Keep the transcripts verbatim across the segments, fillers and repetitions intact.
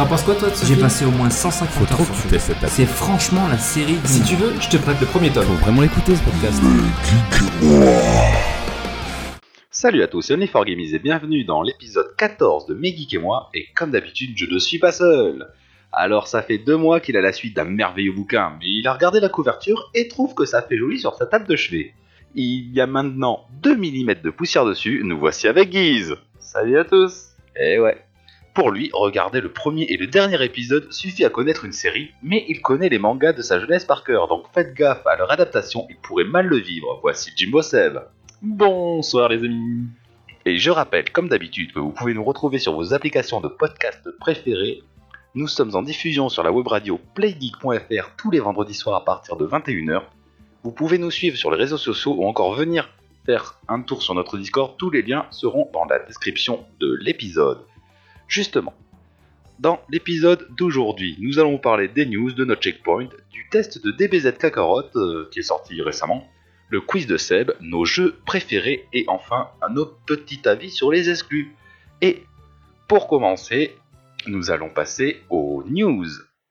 T'en penses quoi toi de ce J'ai film? passé au moins cent cinquante Faut trop heures que sur tu ce testes film. cette C'est franchement la série du Si moment. tu veux, je te prête le premier tome. Faut vraiment l'écouter ce podcast. Salut à tous, c'est Only4Gamies et bienvenue dans l'épisode quatorze de Mes Geeks et moi, et comme d'habitude, je ne suis pas seul. Alors ça fait deux mois qu'il a la suite d'un merveilleux bouquin, mais il a regardé la couverture et trouve que ça fait joli sur sa table de chevet. Il y a maintenant deux millimètres de poussière dessus, nous voici avec Guise. Salut à tous. Eh ouais. Pour lui, regarder le premier et le dernier épisode suffit à connaître une série, mais il connaît les mangas de sa jeunesse par cœur, donc faites gaffe à leur adaptation, il pourrait mal le vivre. Voici Jimbo Seb. Bonsoir les amis. Et je rappelle, comme d'habitude, que vous pouvez nous retrouver sur vos applications de podcast préférées. Nous sommes en diffusion sur la web radio playgeek point f r tous les vendredis soirs à partir de vingt et une heures. Vous pouvez nous suivre sur les réseaux sociaux ou encore venir faire un tour sur notre Discord. Tous les liens seront dans la description de l'épisode. Justement, dans l'épisode d'aujourd'hui, nous allons vous parler des news, de notre checkpoint, du test de D B Z Kakarot euh, qui est sorti récemment, le quiz de Seb, nos jeux préférés et enfin un autre petit avis sur les exclus. Et pour commencer, nous allons passer aux news.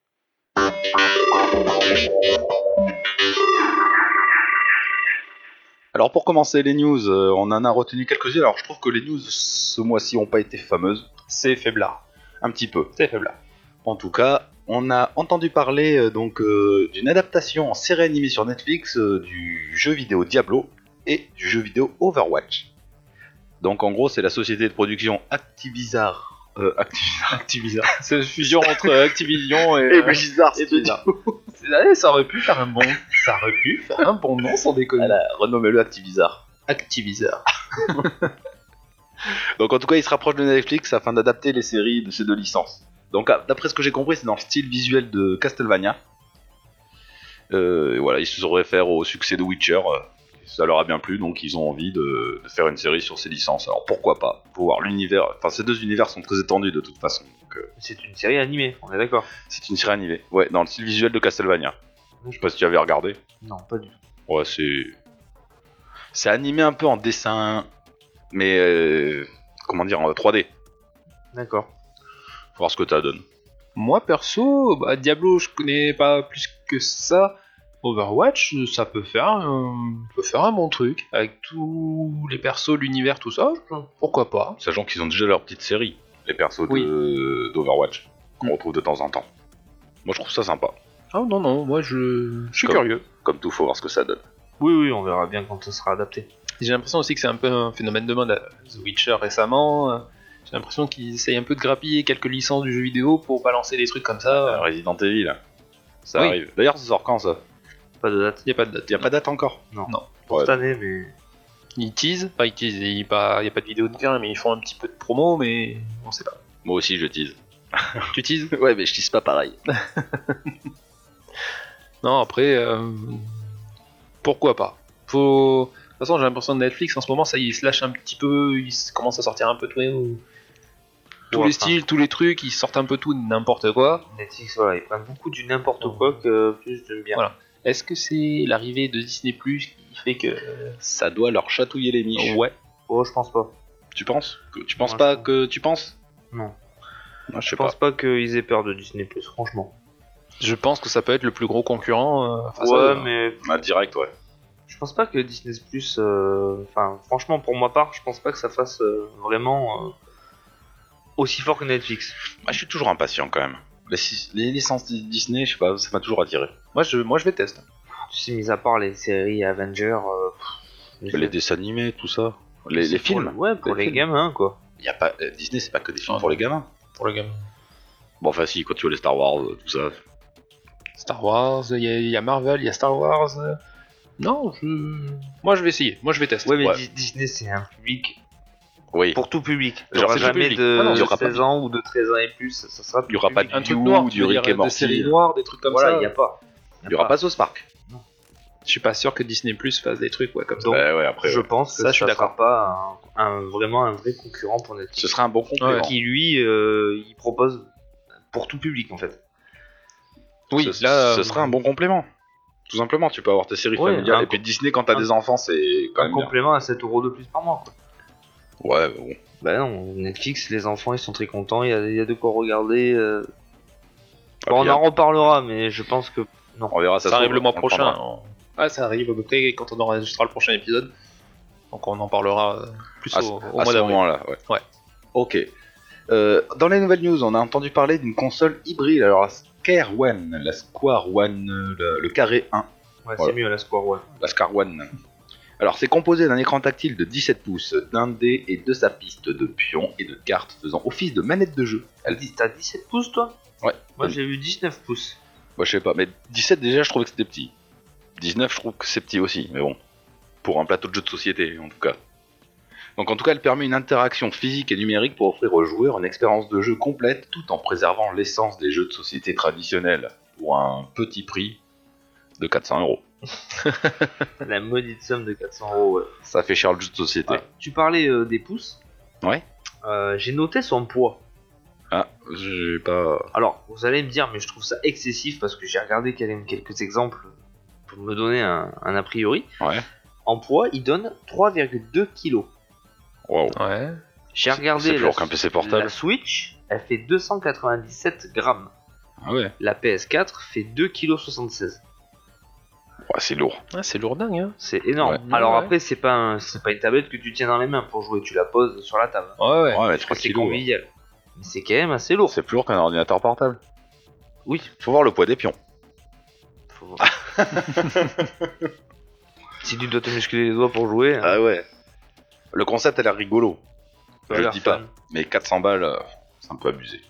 Alors pour commencer les news, euh, on en a retenu quelques-unes. Alors je trouve que les news ce mois-ci n'ont pas été fameuses. C'est faiblard. Un petit peu. C'est faiblard. En tout cas, on a entendu parler euh, donc euh, d'une adaptation en série animée sur Netflix euh, du jeu vidéo Diablo et du jeu vidéo Overwatch. Donc en gros, c'est la société de production Activision. Euh, Activision. Activision. C'est une fusion entre Activision et, Et euh, Blizzard et Blizzard. C'est- allez, ça aurait pu faire un bon. Ça aurait pu faire un bon nom sans déconner. Voilà, renommez-le Activision. Activision. Donc en tout cas, il se rapproche de Netflix afin d'adapter les séries de ces deux licences. Donc ah, d'après ce que j'ai compris, c'est dans le style visuel de Castlevania. Euh, et voilà, ils se réfèrent au succès de Witcher. euh, Ça leur a bien plu, donc ils ont envie de, de faire une série sur ces licences. Alors pourquoi pas? Faut voir l'univers. Enfin, ces deux univers sont très étendus de toute façon. Donc, euh, C'est une série animée, on est d'accord. c'est une série animée. Ouais, dans le style visuel de Castlevania. Je sais pas si tu avais regardé. Non, pas du tout. Ouais, c'est. C'est animé un peu en dessin. Mais. euh, Comment dire, en trois D. D'accord. Faut voir ce que ça donne. Moi perso, bah, Diablo, je connais pas plus que ça. Overwatch, ça peut faire, un... peut faire un bon truc avec tous les persos, l'univers, tout ça. Pourquoi pas? Sachant qu'ils ont déjà leur petite série, les persos Oui. de... d'Overwatch, qu'on Mm. retrouve de temps en temps. Moi je trouve ça sympa. Ah non non, moi je, je suis Comme- curieux. Comme tout, faut voir ce que ça donne. Oui, oui, on verra bien quand ça sera adapté. J'ai l'impression aussi que c'est un peu un phénomène de mode à The Witcher récemment. euh, J'ai l'impression qu'ils essayent un peu de grappiller quelques licences du jeu vidéo pour balancer des trucs comme ça. Euh, Resident Evil, ça Oui. arrive. D'ailleurs, ça sort quand ça? Pas de date. Il n'y a pas de date. Y a pas de date encore? Non. Non. Pour Ouais. cette année, mais. Ils teasent, enfin ils teasent, il n'y a, pas- il y a pas de vidéo de gain, mais ils font un petit peu de promo, mais on sait pas. Moi aussi je tease. Tu teases? Ouais, mais je tease pas pareil. Non, après, euh, pourquoi pas. Faut... De toute façon, j'ai l'impression que Netflix en ce moment, ça y est, il se lâche un petit peu, il se- commence à sortir un peu tout, tous Ouais, les enfin. styles, tous les trucs, ils sortent un peu tout, n'importe quoi. Netflix, voilà, ils prennent beaucoup du n'importe quoi que plus de bien. Voilà. Est-ce que c'est l'arrivée de Disney Plus qui fait que. Ça doit leur chatouiller les miches. Ouais. Oh, je pense pas. Tu penses? Que- Tu penses Ouais, pas je pense. que tu penses? Non. Moi je sais Je pas. pense pas qu'ils aient peur de Disney Plus, franchement. Je pense que ça peut être le plus gros concurrent. euh, face à Ouais, eux. mais Ah, direct, ouais. je pense pas que Disney Plus. euh, Enfin, franchement, pour ma part, je pense pas que ça fasse euh, vraiment euh, aussi fort que Netflix. Moi je suis toujours impatient quand même. Les, les licences Disney, je sais pas, ça m'a toujours attiré. Moi, je, moi, je vais tester. Tu sais, mis à part les séries Avengers. euh, pff, Les dessins animés, tout ça. Les, c'est les pour films. le- Ouais, pour Les les, films. gamins, quoi. Y a pas, euh, Disney, c'est pas que des films Ah, pour non. les gamins. Pour le gamin. Bon, enfin, si, quand tu vois les Star Wars, euh, tout ça. Star Wars, il y, a- il y a Marvel, il y a Star Wars. euh. Non, je. Moi, je vais essayer. Moi, je vais tester. Ouais, mais Ouais. Dis- Disney, c'est un public Oui. pour tout public. Il Genre, n'y aura c'est tout jamais public. de Ah non, il y aura pas seize de- ans ou de treize ans et plus. Ça ça sera Il y aura pas public. de un truc You, noir, du tu veux dire, Rick et de Morty. séries noires, des trucs comme Voilà, ça. il n'y a pas. Il y aura pas South Park. Je suis pas sûr que Disney Plus fasse des trucs ouais, comme ça. Donc, Ouais, ouais, après. Je ouais. pense que Ça, ça je suis ne d'accord. sera pas un, un- vraiment un vrai concurrent pour Netflix. Ce serait un bon complément. Qui, lui, euh, il propose pour tout public, en fait. Oui, ce, là. ce euh, serait un bon complément. Tout simplement, tu peux avoir tes séries Ouais, familiales. un Et puis co- Disney, quand t'as un- des enfants, c'est quand Un même bien. complément à sept euros de plus par mois, quoi. Ouais, bon. Bah non, Netflix, les enfants, ils sont très contents. Il y a, il y a de quoi regarder. euh, Bon, on bien. en reparlera, mais je pense que non. On verra ça. Ça se arrive trouve, le mois on prochain. prendra. hein. Ah, ça arrive à peu près quand on enregistrera le prochain épisode. Donc on en parlera euh, plus À, au, ce- au à mois ce d'avril. moment-là, ouais. Ouais. Ok. Euh, dans les nouvelles news, on a entendu parler d'une console hybride. Alors la Square One, la Square One, euh, le, le carré un, Ouais, Voilà. c'est mieux la Square One. la Square One. Alors c'est composé d'un écran tactile de dix-sept pouces, d'un dé et de sa piste de pions et de cartes faisant office de manette de jeu. Elle dit, t'as dix-sept pouces toi? Ouais. Moi j'ai vu dix-neuf pouces. Moi je sais pas, mais dix-sept déjà je trouvais que c'était petit. dix-neuf je trouve que c'est petit aussi, mais bon. Pour un plateau de jeu de société en tout cas. Donc en tout cas elle permet une interaction physique et numérique pour offrir aux joueurs une expérience de jeu complète tout en préservant l'essence des jeux de société traditionnels pour un petit prix de quatre cents euros. La maudite somme de quatre cents euros. Ouais. Ça fait cher le jeu de société. Ah, tu parlais euh, des pouces. Ouais. Euh, j'ai noté son poids. Ah, j'ai pas... Alors, vous allez me dire, mais je trouve ça excessif parce que j'ai regardé quel- quelques exemples pour me donner un, un a priori. Ouais. En poids, il donne trois virgule deux kilos. Waouh. Ouais. J'ai C'est regardé plus la, lourd qu'un P C portable. la Switch, elle fait deux cent quatre-vingt-dix-sept grammes. Ah ouais. La P S quatre fait deux virgule soixante-seize kilos. Ouais, c'est lourd. Ah, c'est lourdingue. Hein. C'est énorme. Ouais. Alors Ouais. après, c'est pas, un- c'est pas une tablette que tu tiens dans les mains pour jouer, tu la poses sur la table. Ouais, ouais. Ouais, mais Parce trois que c'est kilos. convivial. Mais c'est quand même assez lourd. C'est plus lourd qu'un ordinateur portable. Oui. Faut voir le poids des pions. Faut voir. Si tu dois te muscler les doigts pour jouer, hein, Ah ouais. Le concept a l'air rigolo. ça a Je l'air dis fun. pas. Mais quatre cents balles, euh, c'est un peu abusé.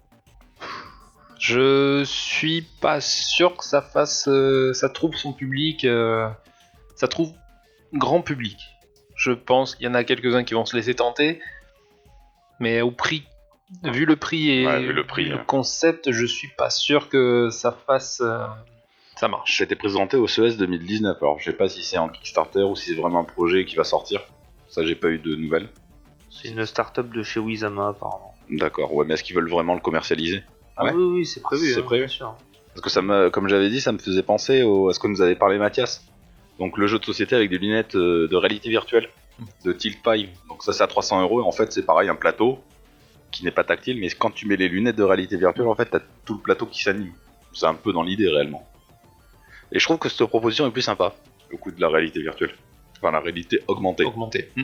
Je suis pas sûr que ça fasse, euh, ça trouve son public, euh, ça trouve grand public. Je pense qu'il y en a quelques-uns qui vont se laisser tenter, mais au prix, vu le prix et Ouais, vu le prix, le hein. concept, je suis pas sûr que ça fasse, euh, ça marche. C'était présenté au C E S deux mille dix-neuf. Alors je sais pas si c'est en Kickstarter ou si c'est vraiment un projet qui va sortir. Ça j'ai pas eu de nouvelles. C'est une start-up de chez Wizama apparemment. D'accord. Ouais, mais est-ce qu'ils veulent vraiment le commercialiser? Ah Ouais. oui, oui, c'est prévu. C'est hein, prévu. bien sûr. Parce que ça me, comme j'avais dit, ça me faisait penser au, à ce que nous avait parlé Mathias. Donc le jeu de société avec des lunettes euh, de réalité virtuelle, de Tilt Pie. Donc ça c'est à trois cents euros et en fait c'est pareil, un plateau qui n'est pas tactile, mais quand tu mets les lunettes de réalité virtuelle, en fait t'as tout le plateau qui s'anime. C'est un peu dans l'idée réellement. Et je trouve que cette proposition est plus sympa, le coup de la réalité virtuelle. Enfin la réalité augmentée. Augmenter. Hmm.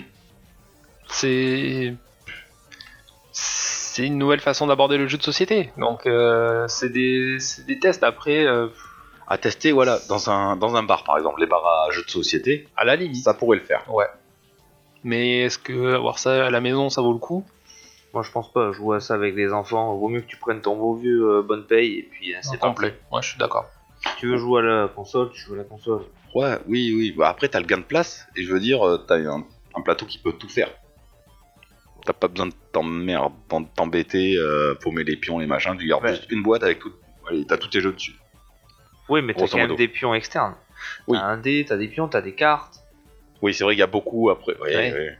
C'est c'est une nouvelle façon d'aborder le jeu de société. Donc euh, c'est des c'est des tests après euh, À tester, voilà, dans un, dans un bar par exemple, les bars à jeux de société, à la limite. ça pourrait le faire. Ouais. Mais est-ce que avoir ça à la maison ça vaut le coup? Moi je pense pas, jouer à ça avec des enfants, vaut mieux que tu prennes ton beau vieux euh, bonne paye et puis euh, c'est complet. Moi je suis d'accord. parti. Si tu veux jouer à la console, tu joues à la console. Ouais, oui, oui. Bah, après, t'as le gain de place, et je veux dire, euh, t'as un, un plateau qui peut tout faire. T'as pas besoin de t'emmerder, d'en- t'embêter, euh, paumer les pions, les machins. Tu gardes Ouais. juste une boîte avec tout. Allez, t'as tous tes jeux dessus. Oui, mais t'as Grosso quand même modo. des pions externes. Oui. T'as un dé, t'as des pions, t'as des cartes. Oui, c'est vrai qu'il y a beaucoup après. Ouais, Ouais. ouais.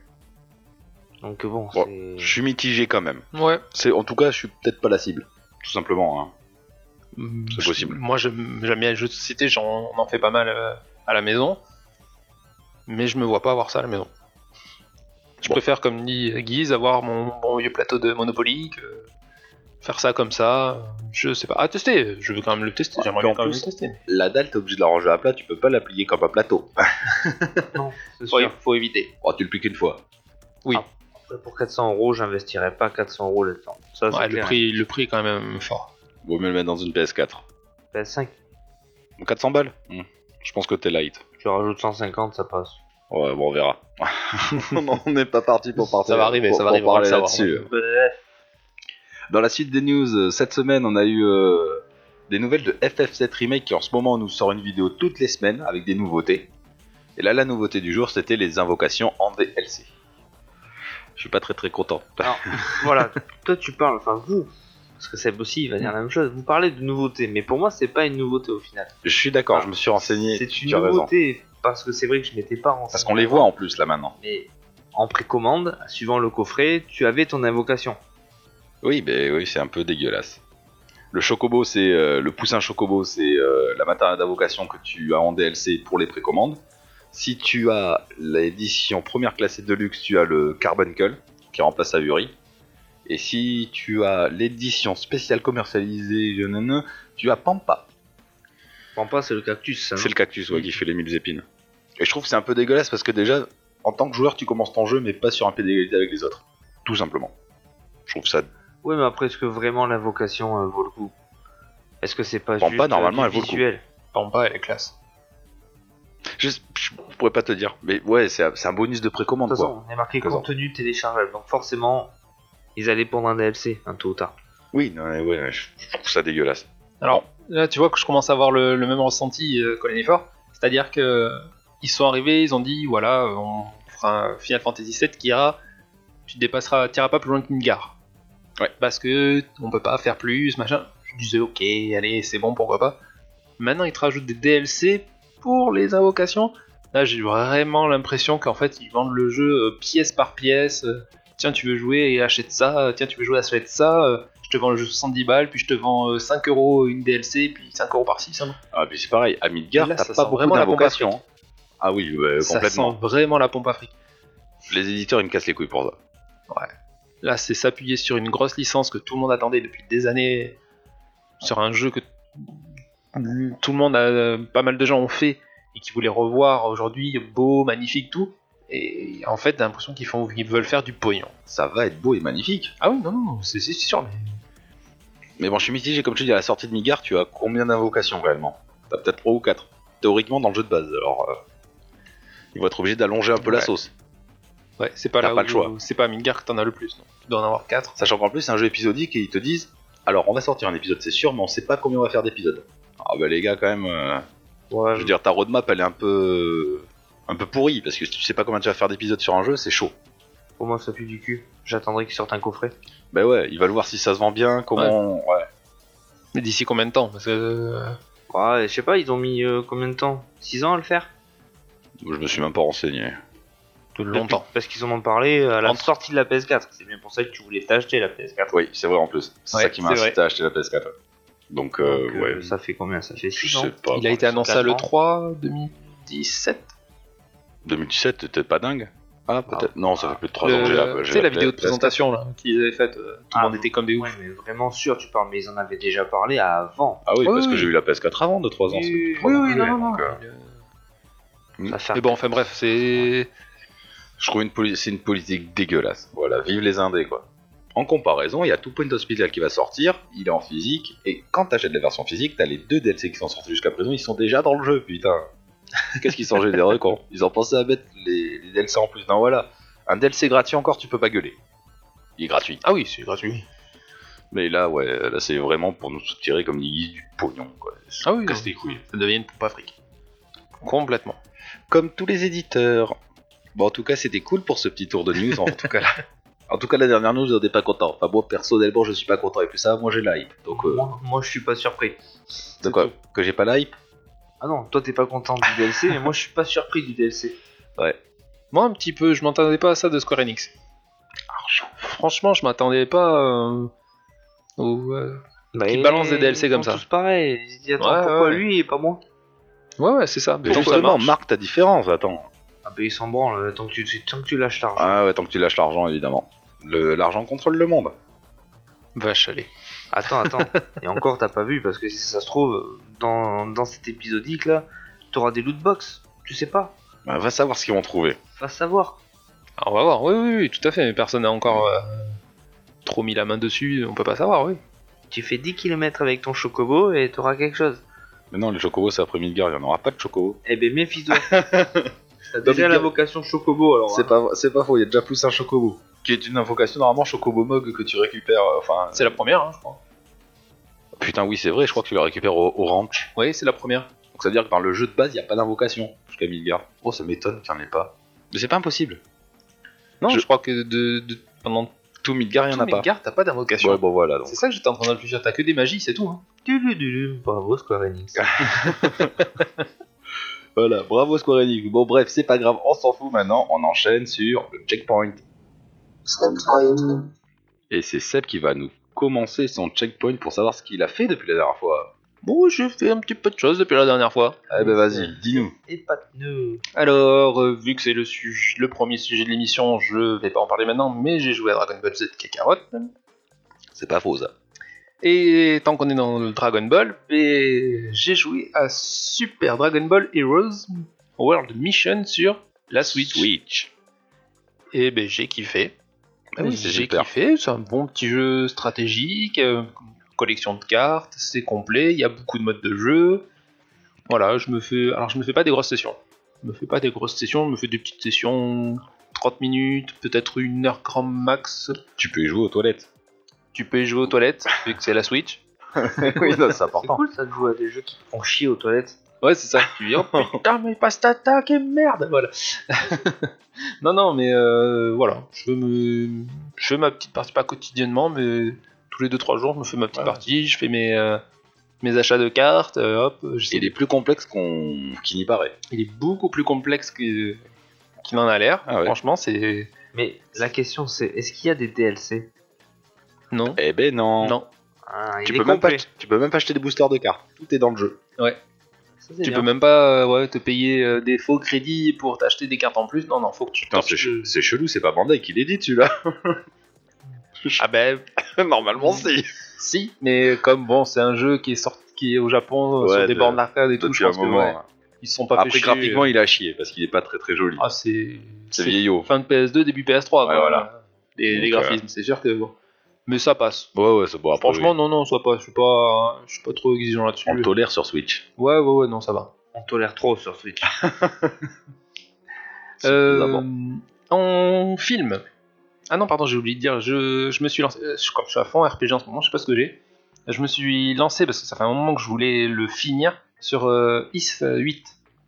Donc bon, Bon, c'est. Je suis mitigé quand même. Ouais. C'est, en tout cas, je suis peut-être pas la cible. Tout simplement. Hein. C'est Je- possible. Moi j'aime j'aime bien les jeux de société, j'en on en fais pas mal euh, à la maison. Mais je me vois pas avoir ça à la maison. Je Bon. préfère, comme dit Guise, avoir mon bon vieux plateau de Monopoly, que faire ça comme ça. Je sais pas. Ah, tester, je veux quand même le tester, Ouais, j'aimerais puis bien en quand même plus- le tester. La dalle, t'es obligé de la ranger à plat, tu peux pas la plier comme un plateau. Non, c'est Faut, sûr. faut éviter. Oh, tu le plies qu'une fois. Oui. Ah, Après, pour quatre cents euros, j'investirais pas quatre cents euros là-dedans. Ça, c'est Ouais, le clair. prix, le prix est quand même fort. Vaut mieux le mettre dans une P S quatre. P S cinq, quatre cents balles hmm. Je pense que t'es light. tu rajoutes cent cinquante, ça passe. Ouais, bon, on verra. On n'est pas parti pour partir. Ça va arriver, pour- ça va pour arriver, on va parler le savoir. là-dessus. Bref. Dans la suite des news, euh, cette semaine, on a eu euh, des nouvelles de F F sept Remake qui en ce moment nous sort une vidéo toutes les semaines avec des nouveautés. Et là, la nouveauté du jour, c'était les invocations en D L C. Je suis pas très très content. Alors, voilà, toi tu parles, enfin vous, parce que Seb aussi il va dire la même chose, vous parlez de nouveauté, mais pour moi c'est pas une nouveauté au final. Je suis d'accord, je me suis renseigné. C'est tu une as raison. nouveauté, parce que c'est vrai que je m'étais pas renseigné. Parce qu'on les voit en plus là maintenant. Mais en précommande, suivant le coffret, tu avais ton invocation. Oui, ben oui, c'est un peu dégueulasse. Le chocobo, c'est euh, le poussin chocobo, c'est euh, la matérielle d'invocation que tu as en D L C pour les précommandes. Si tu as l'édition première classe et deluxe, tu as le Carbuncle qui remplace Avuri. Et si tu as l'édition spéciale commercialisée, nanana, tu as Pampa. Pampa, c'est le cactus, ça, non C'est le cactus ouais, qui fait les mille épines. Et je trouve que c'est un peu dégueulasse parce que déjà, en tant que joueur, tu commences ton jeu mais pas sur un pied d'égalité avec les autres. Tout simplement. Je trouve ça... Oui, mais après, est-ce que vraiment l'invocation euh, vaut le coup? Est-ce que c'est pas Pampa, juste normalement, euh, elle du vaut le coup. visuel? Pampa, elle est classe. Je, je pourrais pas te dire. Mais ouais, c'est un, c'est un bonus de De précommande toute quoi. façon, on est marqué Présent. contenu téléchargeable, donc forcément, ils allaient prendre un D L C, un tôt ou tard. Oui, non, mais ouais, je, je trouve ça dégueulasse. Alors, là, tu vois que je commence à avoir le, le même ressenti euh, qu'Olenifor. Fort. C'est-à-dire que euh, ils sont arrivés, ils ont dit, voilà, euh, on fera un Final Fantasy sept qui ira, tu dépasseras, t'iras pas plus loin que Midgar. Ouais. Parce que on peut pas faire plus, machin. Je disais, ok, allez, c'est bon, pourquoi pas. Maintenant, ils te rajoutent des D L C pour les invocations. Là, j'ai vraiment l'impression qu'en fait, ils vendent le jeu euh, pièce par pièce. Euh, tiens, tu veux jouer et achète ça. Tiens, tu veux jouer, achète ça. Euh, je te vends le jeu soixante-dix balles, puis je te vends euh, cinq euros une D L C, puis cinq euros par-ci. Ça, Ah, puis c'est pareil, à Midgard, Là, t'as ça pas sent beaucoup vraiment la pompe d'invocations. afrique. Ah oui, ouais, ça complètement. sent vraiment la pompe afrique. Les éditeurs, ils me cassent les couilles pour ça. Là, c'est s'appuyer sur une grosse licence que tout le monde attendait depuis des années, sur un jeu que tout le monde, a, pas mal de gens ont fait et qui voulaient revoir aujourd'hui, beau, magnifique, tout. Et en fait, t'as l'impression qu'ils font, qu'ils veulent faire du pognon. Ça va être beau et magnifique. Ah oui, non, non, c'est c'est sûr. Mais... Mais bon, je suis mitigé, comme je te dis, à la sortie de Midgard, tu as combien d'invocations réellement? T'as peut-être trois ou quatre. Théoriquement, dans le jeu de base, alors... Euh, ils vont être obligés d'allonger un peu la Ouais. sauce. Ouais, c'est pas T'as là pas où, le choix. c'est pas à Midgard que t'en as le plus, non. Tu dois en avoir quatre. Sachant qu'en plus, c'est un jeu épisodique et ils te disent alors, on va sortir un épisode, c'est sûr, mais on sait pas combien on va faire d'épisodes. Ah bah les gars, quand même... Euh, Ouais, je veux dire, ta roadmap, elle est un peu... un peu pourrie, parce que si tu sais pas combien tu vas faire d'épisodes sur un jeu, c'est chaud. pour moi, ça pue du cul. J'attendrai qu'ils sortent un coffret. Bah ouais, ils veulent voir si ça se vend bien, comment... Ouais. Mais d'ici combien de temps? Parce que... euh, Ouais, je sais pas, ils ont mis euh, combien de temps? six ans à le faire? Je me suis même pas renseigné. de longtemps. Depuis- Parce qu'ils en ont parlé à la Entre- sortie de la P S quatre. C'est bien pour ça que tu voulais t'acheter la P S quatre. Oui, c'est vrai en plus. C'est Ouais, ça qui m'a c'est incité vrai. à acheter la P S quatre. ouais. Donc, euh, Donc, euh, ouais. ça fait combien? Ça fait Je six ans. sais pas. Il a été annoncé à quatre l'E ans. trois deux mille dix-sept. deux mille dix-sept, t'étais pas dingue? Ah, peut-être. Non, ça fait plus de trois ans que j'ai Le- la Tu j'ai sais, la P S vidéo de quatre. présentation là, qu'ils avaient faite, euh, tout le Ah, monde était comme des ouf. Ouais, mais vraiment sûr, tu parles, mais ils en avaient déjà parlé avant. Ah oui, Ouais, parce oui. que j'ai eu la P S quatre avant de trois ans. c'est Oui, plus trois Oui, ans oui, que non, j'ai, non, non. donc, euh, Euh, Ça fait Mais bon, enfin bref, c'est. Je trouve une poli- c'est une politique dégueulasse. Voilà, vive les indés quoi. En comparaison, il y a Two Point Hospital qui va sortir, il est en physique, et quand t'achètes la version physique, t'as les deux D L C qui sont sortis jusqu'à présent, ils sont déjà dans le jeu, putain. Qu'est-ce qu'ils sont généreux con. Ils ont pensé à mettre les, les D L C en plus. Non voilà, un D L C gratuit encore, tu peux pas gueuler. Il est gratuit. Ah oui, c'est gratuit. Mais là, ouais, là c'est vraiment pour nous soutirer comme dit du pognon quoi. Ah oui, Casse non. les couilles. Ça devient une pompe afrique. Complètement. Comme tous les éditeurs. Bon, en tout cas, c'était cool pour ce petit tour de news. En tout cas, là. En tout cas, la dernière news, on n'est pas content. Enfin, moi, personnellement, je suis pas content. Et puis ça, moi, j'ai la hype. Donc, euh, Moi, moi, je suis pas surpris. de quoi Que j'ai pas la hype Ah non, toi t'es pas content du D L C, mais moi je suis pas surpris du D L C. Moi, un petit peu, je m'attendais pas à ça de Square Enix. Franchement, je m'attendais pas euh, au. euh, Qui balance des D L C ils comme sont ça. tous pareils. Ils se disent attends, Ouais, pourquoi ouais. lui et pas moi? Ouais, ouais, c'est ça. Mais Tant que ça justement, marche. marque ta différence. Attends. Ah bah ils s'en branlent, tant que tu, tant que tu lâches l'argent. Ah ouais, tant que tu lâches l'argent, évidemment. Le- L'argent contrôle le monde. Vache, allez. Attends, attends. Et encore t'as pas vu, parce que si ça se trouve, dans, dans cet épisodique là, t'auras des loot box. Tu sais pas. Bah, va savoir ce qu'ils vont trouver. Va savoir. Alors, on va voir. Oui, oui, oui, tout à fait. Mais personne n'a encore euh, trop mis la main dessus. On peut pas savoir, oui. Tu fais dix kilomètres avec ton chocobo et t'auras quelque chose. Mais non, les chocobos, c'est après Midgard, il n'y en aura pas de chocobos. Eh ben méfie-toi. T'as Dans déjà Midgard- la vocation chocobo alors. C'est hein. pas, c'est pas faux, il y a déjà poussé un chocobo. Qui est une invocation normalement chocobo mug que tu récupères. euh, Enfin, C'est la première, hein, je crois. Putain, oui, c'est vrai, je crois que tu la récupères au, au ranch. Oui, c'est la première. Donc ça veut dire que dans le jeu de base, il n'y a pas d'invocation jusqu'à Midgard. Oh, ça m'étonne qu'il n'y en ait pas. Mais c'est pas impossible. Non, Je- je, crois que de, de- pendant Tout Midgard, il n'y en tout a pas. Midgard, t'as pas d'invocation. Ouais, bon voilà. Donc. C'est ça que j'étais en train de réfléchir. T'as que des magies, c'est tout. Hein. Dulu-dulu, bravo Square Enix. Voilà, bravo Square Enix. Bon, bref, c'est pas grave, on s'en fout maintenant. On enchaîne sur le checkpoint. Et c'est Seb qui va nous commencer son checkpoint pour savoir ce qu'il a fait depuis la dernière fois. Bon, j'ai fait un petit peu de choses depuis la dernière fois. Eh ben vas-y, dis-nous. Et pas de nœud. Alors, euh, vu que c'est le, sujet, le premier sujet de l'émission, je vais pas en parler maintenant, mais j'ai joué à Dragon Ball Z Kakarot. C'est pas faux ça. Et tant qu'on est dans le Dragon Ball, ben, j'ai joué à Super Dragon Ball Heroes World Mission sur la Switch. Switch. Et ben j'ai kiffé. Ah oui, c'est j'ai super. kiffé, c'est un bon petit jeu stratégique, euh, collection de cartes, c'est complet, il y a beaucoup de modes de jeu. Voilà, je me fais. Alors je me fais pas des grosses sessions. Je me fais pas des grosses sessions, je me fais des petites sessions trente minutes, peut-être une heure grand max. Tu peux y jouer aux toilettes. Tu peux y jouer aux toilettes, vu que c'est la Switch. Oui, non, c'est C'est important. cool ça de jouer à des jeux qui te font chier aux toilettes. Ouais, c'est ça. Tu dis, oh putain, mais passe ta attaque et merde, voilà. non, non, mais euh, voilà. Je me, je fais ma petite partie, pas quotidiennement, mais tous les deux trois jours, je me fais ma petite Ouais. partie. Je fais mes, euh, mes achats de cartes. euh, hop. j'essaie Il est plus complexe qu'on qu'il n'y paraît. Il est beaucoup plus complexe que qu'il en a l'air. Ah ouais. Franchement, c'est Mais la question c'est, est-ce qu'il y a des D L C? non, Eh ben non. non. Ah, Tu il peux, est même pas, complet. ach- tu peux même pas acheter des boosters de cartes. Tout est dans le jeu. Ça, c'est Tu bien. peux même pas, euh, ouais, te payer euh, des faux crédits pour t'acheter des cartes en plus. Non, non, faut que tu. Putain, c'est, ch- c'est chelou, c'est pas Bandai qui l'édite celui-là. Ah ben, Normalement, si. si, mais comme bon, c'est un jeu qui est sorti, qui est au Japon euh, Ouais, sur des de- bornes d'arcade et tout. Depuis Je un pense que moment. ouais, ils se sont pas fait Après, chier. graphiquement, il a chié parce qu'il est pas très très joli. Ah, c'est. c'est vieillot. Fin de P S deux, début P S trois. Ouais, quoi. voilà. Les, Donc, les graphismes, c'est sûr que bon. Mais ça passe. Ouais, ouais, c'est bon. Après, Franchement, oui. non, non, ça passe. Je suis pas, je suis pas trop exigeant là-dessus. on le tolère sur Switch. Ouais, ouais, ouais, non, ça va. On tolère trop sur Switch. Euh, D'abord. en film. Ah non, pardon, j'ai oublié de dire, je, je me suis lancé. euh, Je, comme je suis à fond R P G en ce moment, je sais pas ce que j'ai. Je me suis lancé parce que ça fait un moment que je voulais le finir sur euh, I S huit.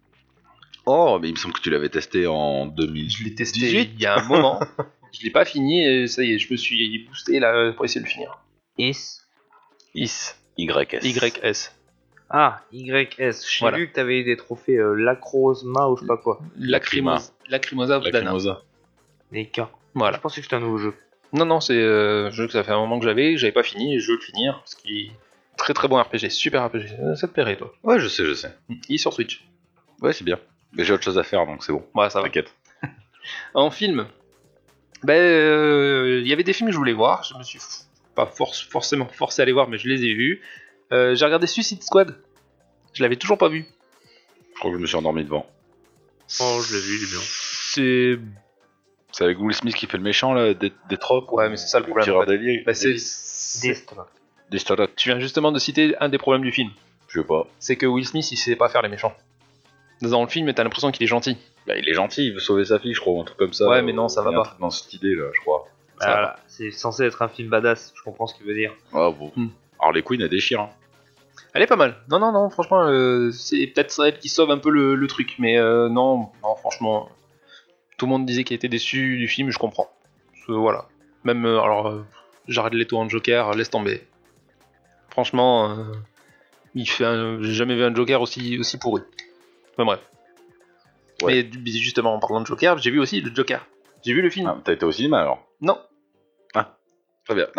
Oh, mais il me semble que tu l'avais testé en deux mille. Je l'ai testé dix-huit. il y a un moment. Je l'ai pas fini et ça y est, je me suis boosté là pour essayer de le finir. Is. I S. Y S. Y S. Ah, Y S. J'ai Voilà. vu que t'avais eu des trophées euh, Lacrosma ou je sais pas quoi. Lacrimosa. Lacrimosa Dana. Lacrimosa. Les cas. Voilà. Je pensais que c'était un nouveau jeu. Non, non, c'est euh, un jeu que ça fait un moment que j'avais, que j'avais pas fini et je veux le finir. Parce qu'il est très très bon R P G, super R P G. Euh, Ça te plairait toi. Ouais, je sais, je sais. Il est sur Switch. Ouais, c'est bien. Mais j'ai autre chose à faire donc c'est bon. Ouais, ça va. T'inquiète. En film, ben, euh, il y avait des films que je voulais voir. Je me suis f- pas force- forcément forcé à les voir, mais je les ai vus. Euh, j'ai regardé Suicide Squad. Je l'avais toujours pas vu. Je crois que je me suis endormi devant. Oh, je l'ai vu, il est bien. C'est. C'est avec Will Smith qui fait le méchant là, des, des tropes. Ouais, mais c'est ça le problème. Tireur en fait. d'alliés. Bah, c'est- c'est- Destroy. Des startups. Tu viens justement de citer un des problèmes du film. Je sais pas. C'est que Will Smith, il sait pas faire les méchants. Dans le film, t'as l'impression qu'il est gentil. Bah, il est gentil, il veut sauver sa fille, je crois, ou un truc comme ça. Ouais, mais non, ça Il va y a un pas. truc dans cette idée là, je crois. Ça va Voilà. C'est censé être un film badass, je comprends ce qu'il veut dire. Ah bon. Hmm. Harley Quinn, elle déchire. Hein. Elle est pas mal. Non, non, non, franchement, euh, c'est peut-être elle qui sauve un peu le, le truc. Mais euh, non, non, franchement, tout le monde disait qu'il était déçu du film, je comprends. Parce que, voilà. Même, euh, alors, euh, Jared Leto en Joker, laisse tomber. Franchement, euh, il fait un- j'ai jamais vu un Joker aussi, aussi pourri. Enfin bref. Ouais. Mais du- justement, en parlant de Joker, j'ai vu aussi le Joker. J'ai vu le film. Ah, t'as été au cinéma alors. Non. Très bien.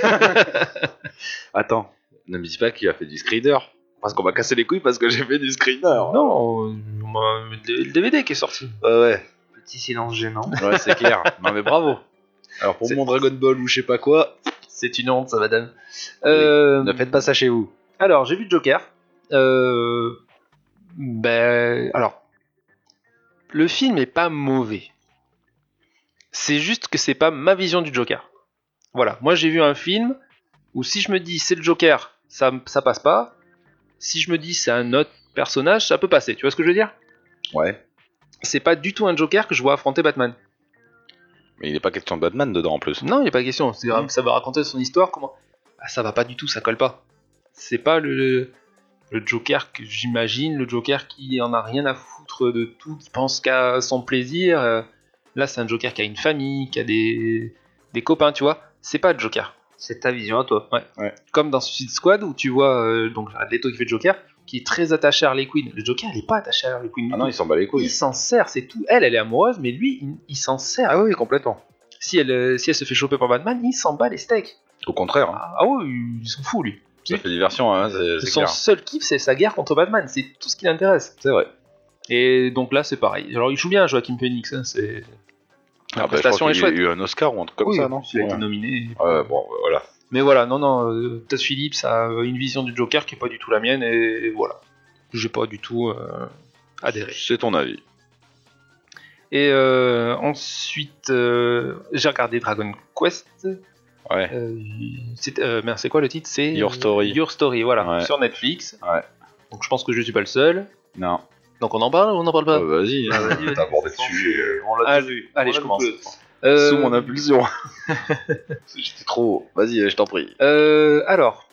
Attends, ne me dis pas qu'il a fait du screener. Parce qu'on m'a cassé les couilles parce que j'ai fait du screener. Non, euh, on m'a- le D V D qui est sorti. Ouais, ouais. Petit silence gênant. Ouais, c'est clair. Non, mais bravo. Alors, pour C'est- mon Dragon Ball ou je sais pas quoi, C'est une honte, ça, madame. Euh, ne faites pas ça chez vous. Alors, j'ai vu Joker. Euh, ben, alors, le film est pas mauvais. C'est juste que c'est pas ma vision du Joker. Voilà, moi j'ai vu un film où si je me dis c'est le Joker, ça, ça passe pas. Si je me dis c'est un autre personnage, ça peut passer. Tu vois ce que je veux dire? Ouais. C'est pas du tout un Joker que je vois affronter Batman. Mais il n'est pas question de Batman dedans en plus. Non, il n'y a pas question. C'est- Ça va raconter son histoire, comment ah, ça va pas du tout, ça colle pas. C'est pas le, le Joker que j'imagine, le Joker qui en a rien à foutre de tout, qui pense qu'à son plaisir. Euh, Là, c'est un Joker qui a une famille, qui a des, des copains, tu vois. C'est pas le Joker. C'est ta vision à toi. Comme dans Suicide Squad, où tu vois euh, donc Jared Leto qui fait le Joker, qui est très attaché à Harley Quinn. Le Joker, il est pas attaché à Harley Quinn. du Ah non, tout. il s'en bat les il couilles. s'en sert, c'est tout. Elle, elle est amoureuse, mais lui, il, il s'en sert. Ah oui, oui, complètement. Si elle, euh, si elle se fait choper par Batman, il s'en bat les steaks. Au contraire. Hein. Ah, ah ouais, il s'en fout lui. Ça fait diversion, hein, c'est, c'est Son clair. seul kiff, c'est sa guerre contre Batman, c'est tout ce qui l'intéresse. C'est vrai. Et donc là, c'est pareil. Alors, il joue bien, Joaquin Phoenix, hein, c'est... La Ah, bah, je prestation crois est qu'il chouette. a eu un Oscar ou un truc comme Oui, ça, non il a été Ouais. nominé. Ouais, bon, bah, voilà. Mais voilà, non, non, euh, Todd Phillips a une vision du Joker qui est pas du tout la mienne, et voilà. J'ai pas du tout euh, adhéré. C'est ton avis. Et euh, ensuite, euh, j'ai regardé Dragon Quest. Ouais. Euh, c'est, euh, merde, c'est quoi le titre? C'est Your Story. Your Story, voilà, Ouais. sur Netflix. Ouais. Donc je pense que je suis pas le seul. Non. Donc on en parle ou on en parle pas? Euh, vas-y, Ah, vas-y, vas-y, t'as abordé le c'est sujet. euh, On l'a Ah, tous vu. allez, On je l'a commence. tous vu. Euh, Sous mon impulsion. J'étais trop. Vas-y, je t'en prie. euh, alors,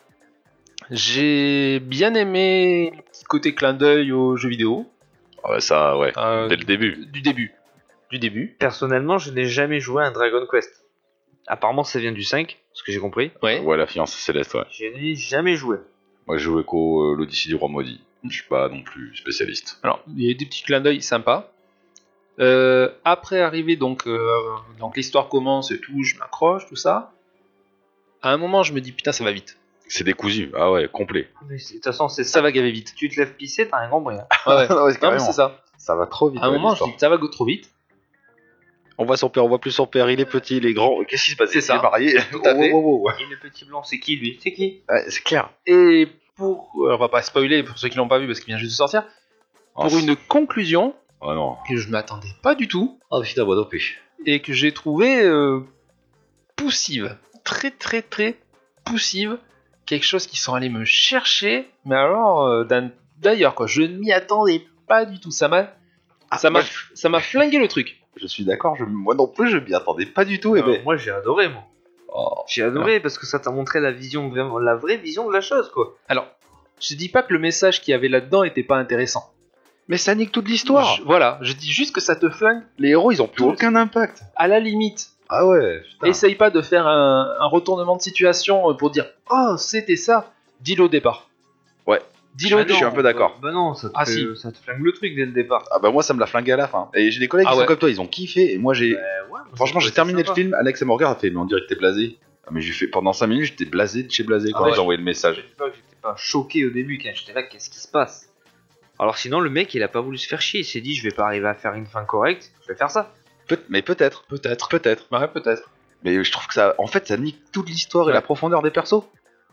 j'ai bien aimé le petit côté clin d'œil aux jeux vidéo. Ouais, ça, ouais. Euh, Dès le début. Du début. Du début. Personnellement, je n'ai jamais joué à un Dragon Quest. Apparemment, ça vient du cinq, ce que j'ai compris. Ouais. Ouais, la fiancée céleste, ouais. Je n'ai jamais joué. Moi, j'ai joué qu'au euh, l'Odyssée du Roi Maudit. Je suis pas non plus spécialiste. Alors, il y a des petits clins d'œil sympas. Euh, après arriver, donc, euh, donc l'histoire commence et tout, je m'accroche, tout ça. À un moment, je me dis, putain, ça va vite. C'est décousu. Ah ouais, complet. Mais c'est- de toute façon, c'est Ça ça. va gaver vite. Tu te lèves pisser, t'as rien compris. hein. Ouais, ouais. Ouais, Non, mais c'est ça. Ça va trop vite. À un ouais, moment, je l'histoire. dis, ça va go- trop vite. On voit son père, on voit plus son père, il est petit, il est grand. Qu'est-ce qui se passe? C'est ça. Il est marié. Tout à fait. Oh, oh, oh, Et le petit blanc, c'est qui lui? C'est qui? oh. Ouais, c'est clair. Et pour. Alors, on va pas spoiler pour ceux qui l'ont pas vu parce qu'il vient juste de sortir. Oh, Pour une conclusion Oh non. que je m'attendais pas du tout Oh putain, moi non plus. et que j'ai trouvé euh, poussive. Très, très, très poussive. Quelque chose qui sont allés me chercher. Mais alors, euh, d'un- d'ailleurs, quoi, je ne m'y attendais pas du tout. Ça m'a. ça m'a moi, ça m'a flingué le truc. Je suis d'accord, je... moi non plus, je m'y attendais pas du tout. Et Euh, ben... Moi, j'ai adoré, moi. Oh. J'ai adoré parce que ça t'a montré la vision, vraiment, la vraie vision de la chose, quoi. Alors, je dis pas que le message qu'il y avait là-dedans était pas intéressant. Mais ça nique toute l'histoire. Je- voilà, je dis juste que ça te flingue. Les héros, ils ont plus Tout- aucun impact. À la limite, Ah ouais, putain. essaye pas de faire un, un retournement de situation pour dire oh c'était ça. Dis-le au départ. Ouais. Dis-le au Ah je suis départ. un peu d'accord. Bah, bah non, ça te, Ah, fait- si. ça te flingue le truc dès le départ. Ah bah moi, ça me l'a flingué à la fin. Et j'ai des collègues Ah qui ouais. sont comme toi, ils ont kiffé. Et moi, j'ai... Euh, ouais, moi, Franchement, ça j'ai me terminé le sympa. film. Alex, elle me regarde, elle fait, mais on dirait que t'es blasé. Ah, mais j'ai fait pendant cinq minutes, j'étais blasé de chez blasé Ah quand ouais. j'ai envoyé le Je message. dis pas que j'étais pas choqué au début quand j'étais là, qu'est-ce qui se passe? Alors sinon, le mec, il a pas voulu se faire chier. Il s'est dit, je vais pas arriver à faire une fin correcte, je vais faire ça. Peut- mais peut-être, Peut-être. peut-être. Ouais, peut-être. Mais je trouve que ça, en fait, ça nique toute l'histoire et Ouais. la profondeur des persos.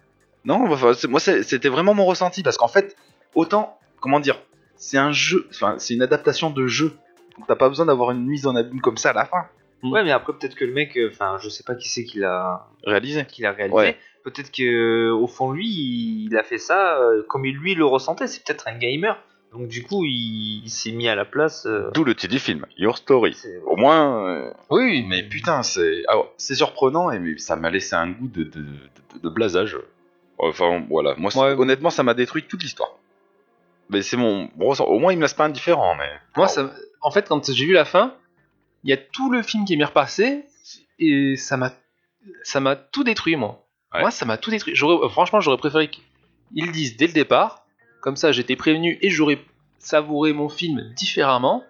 Non, enfin, c'est- moi, c'est- c'était vraiment mon ressenti parce qu'en fait, autant, comment dire, c'est un jeu, enfin, c'est une adaptation de jeu. Donc t'as pas besoin d'avoir une mise en abîme comme ça à la fin. Mm. Ouais, mais après, peut-être que le mec, euh, enfin, je sais pas qui c'est qui l'a Réalisé. qui l'a réalisé. Ouais. Peut-être que euh, au fond, lui, il, il a fait ça euh, comme il lui le ressentait. C'est peut-être un gamer. Donc, du coup, il, il s'est mis à la place. euh, D'où le titre du film, Your Story. c'est- Au moins, euh, Oui, mais putain, c'est, ah ouais, c'est surprenant et mais ça m'a laissé un goût de, de, de, de blasage. Enfin, voilà. Moi, c'est- Ouais. honnêtement, ça m'a détruit toute l'histoire. Mais c'est mon, bon, au moins, il me laisse pas indifférent, mais. moi ça. En fait, quand j'ai vu la fin, il y a tout le film qui m'est repassé et ça m'a ça m'a tout détruit moi. Ouais. Moi, ça m'a tout détruit. J'aurais- franchement, j'aurais préféré qu'ils le disent dès le départ. Comme ça, j'étais prévenu et j'aurais savouré mon film différemment.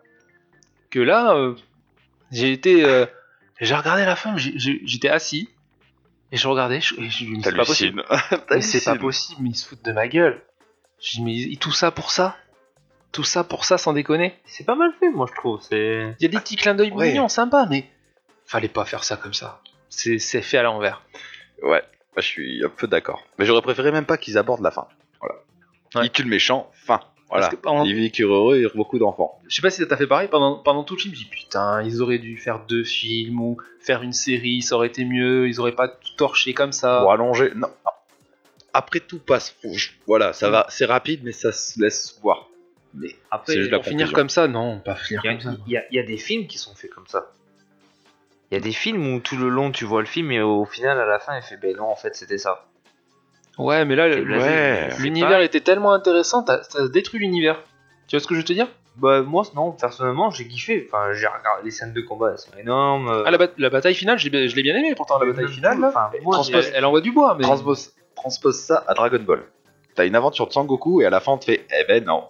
Que là, euh, j'ai été. euh, j'ai regardé la fin, j'ai- j'ai- j'étais assis et je regardais. Je, et je me dis, mais c'est pas possible. Mais c'est pas possible, mais ils se foutent de ma gueule. J'ai dit, mais tout ça pour ça Tout ça pour ça, sans déconner. C'est pas mal fait, moi, je trouve. C'est. Il y a des petits clins d'œil Ouais. mignons, sympas, mais fallait pas faire ça comme ça. C'est c'est fait à l'envers. Ouais, bah, je suis un peu d'accord. Mais j'aurais préféré même pas qu'ils abordent la fin. Voilà. Ouais. Ils tuent le méchant, fin. Voilà. Parce que pendant- Ils vivent heureux et beaucoup d'enfants. Je sais pas si ça t'a fait pareil, pendant, pendant tout le film, je dis putain, ils auraient dû faire deux films ou faire une série, ça aurait été mieux, ils auraient pas tout torché comme ça. Pour allonger, non. Après tout passe rouge. Voilà, ça va, c'est rapide, mais ça se laisse voir. Mais après, C'est juste la Pour finir conclusion. comme ça, non, pas finir il y, a- comme ça. il y a- il y a des films qui sont faits comme ça. Il y a des films où tout le long tu vois le film et au final à la fin il fait ben non en fait c'était ça. Ouais, mais là, C'est le- blasé, ouais. mais c'est l'univers pareil. était tellement intéressant, t'as t'as détruit l'univers. Tu vois ce que je veux te dire? Bah moi non personnellement j'ai kiffé. Enfin j'ai regardé les scènes de combat, elles sont énormes. euh, Ah, la, bat- la bataille finale, je l'ai je l'ai bien aimé pourtant, la bataille finale. là. Enfin, moi, Transpose- j'ai- elle envoie du bois, mais. Transpose, transpose ça à Dragon Ball. T'as une aventure de Sangoku et à la fin on te fait, eh ben non.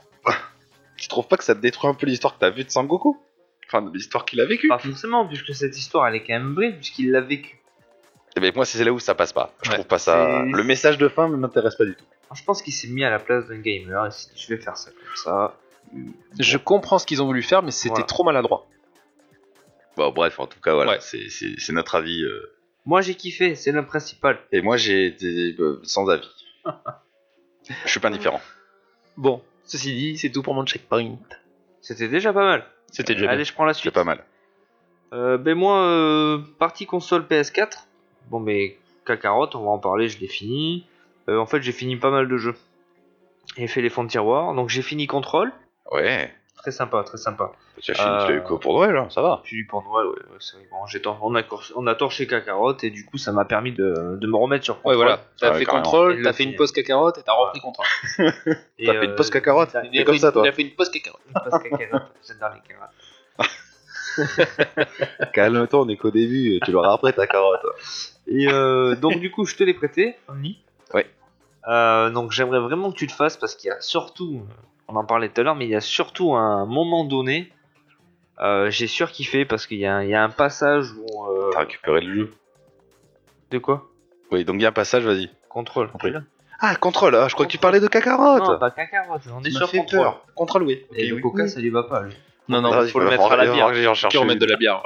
Tu trouves pas que ça te détruit un peu l'histoire que t'as vue de Sangoku? Enfin, de l'histoire qu'il a vécue. Pas forcément, puisque cette histoire elle est quand même vraie, puisqu'il l'a vécu. Et ben moi, c'est là où ça passe pas. Je Ouais. trouve pas ça. C'est- Le message de fin ne m'intéresse pas du tout. Je pense qu'il s'est mis à la place d'un gamer et s'est dit, je vais faire ça comme ça. Je comprends ce qu'ils ont voulu faire, mais c'était Voilà. trop maladroit. Bon, bref, en tout cas, voilà, Ouais. c'est, c'est, c'est notre avis. euh. Moi j'ai kiffé, c'est le principal. Et moi, j'ai été euh, sans avis. Je suis pas indifférent. Bon, ceci dit, c'est tout pour mon checkpoint. C'était déjà pas mal. C'était déjà Allez, bien. je prends la C'est suite. pas mal. Euh, ben moi, euh, partie console P S quatre. Bon, mais cacarotte, on va en parler, je l'ai fini. Euh, en fait, j'ai fini pas mal de jeux. J'ai fait les fonds de tiroir. Donc, j'ai fini Control. Ouais. Très sympa, très sympa. Tu as fini, Euh, tu l'as eu quoi pour Noël, hein, ça va. Puis pour Noël, ouais, ouais, c'est vrai. Bon, j'ai tor- on, a cor- on a torché cacarotte et du coup, ça m'a permis de, de me remettre sur Control. Ouais, voilà. T'as Ah ouais, fait carrément. Et contrôle, le t'as fait une finir. pause cacarotte et t'as repris contrôle. Et, T'as fait une euh, pause cacarotte. t'as- C'est comme ça, toi. Il a fait une pause cacarotte. Une pause cacarotte. J'adore les carottes. Calme-toi, on est qu'au début. Tu l'auras après ta carotte. Et euh, donc du coup, je te l'ai prêté, Omni. Ouais. Euh, donc j'aimerais vraiment que tu le fasses parce qu'il y a surtout, on en parlait tout à l'heure, mais il y a surtout un moment donné, euh, j'ai surkiffé parce qu'il y, a un- il y a un passage où... euh, T'as récupéré le jeu. De quoi? Oui, donc il y a un passage, vas-y. Contrôle. Compris. Ah, contrôle. Ah, je crois que tu parlais de cacarotte. Non, pas cacarotte, on est Tu m'as sur fait contrôle. peur. Contrôle, oui. Et le Ok, coca, oui. ça lui va pas, lui. Non, non, Ah, faut le il va mettre falloir- à la il va bière. falloir que j'aille en qui chercher remettent de une. la bière.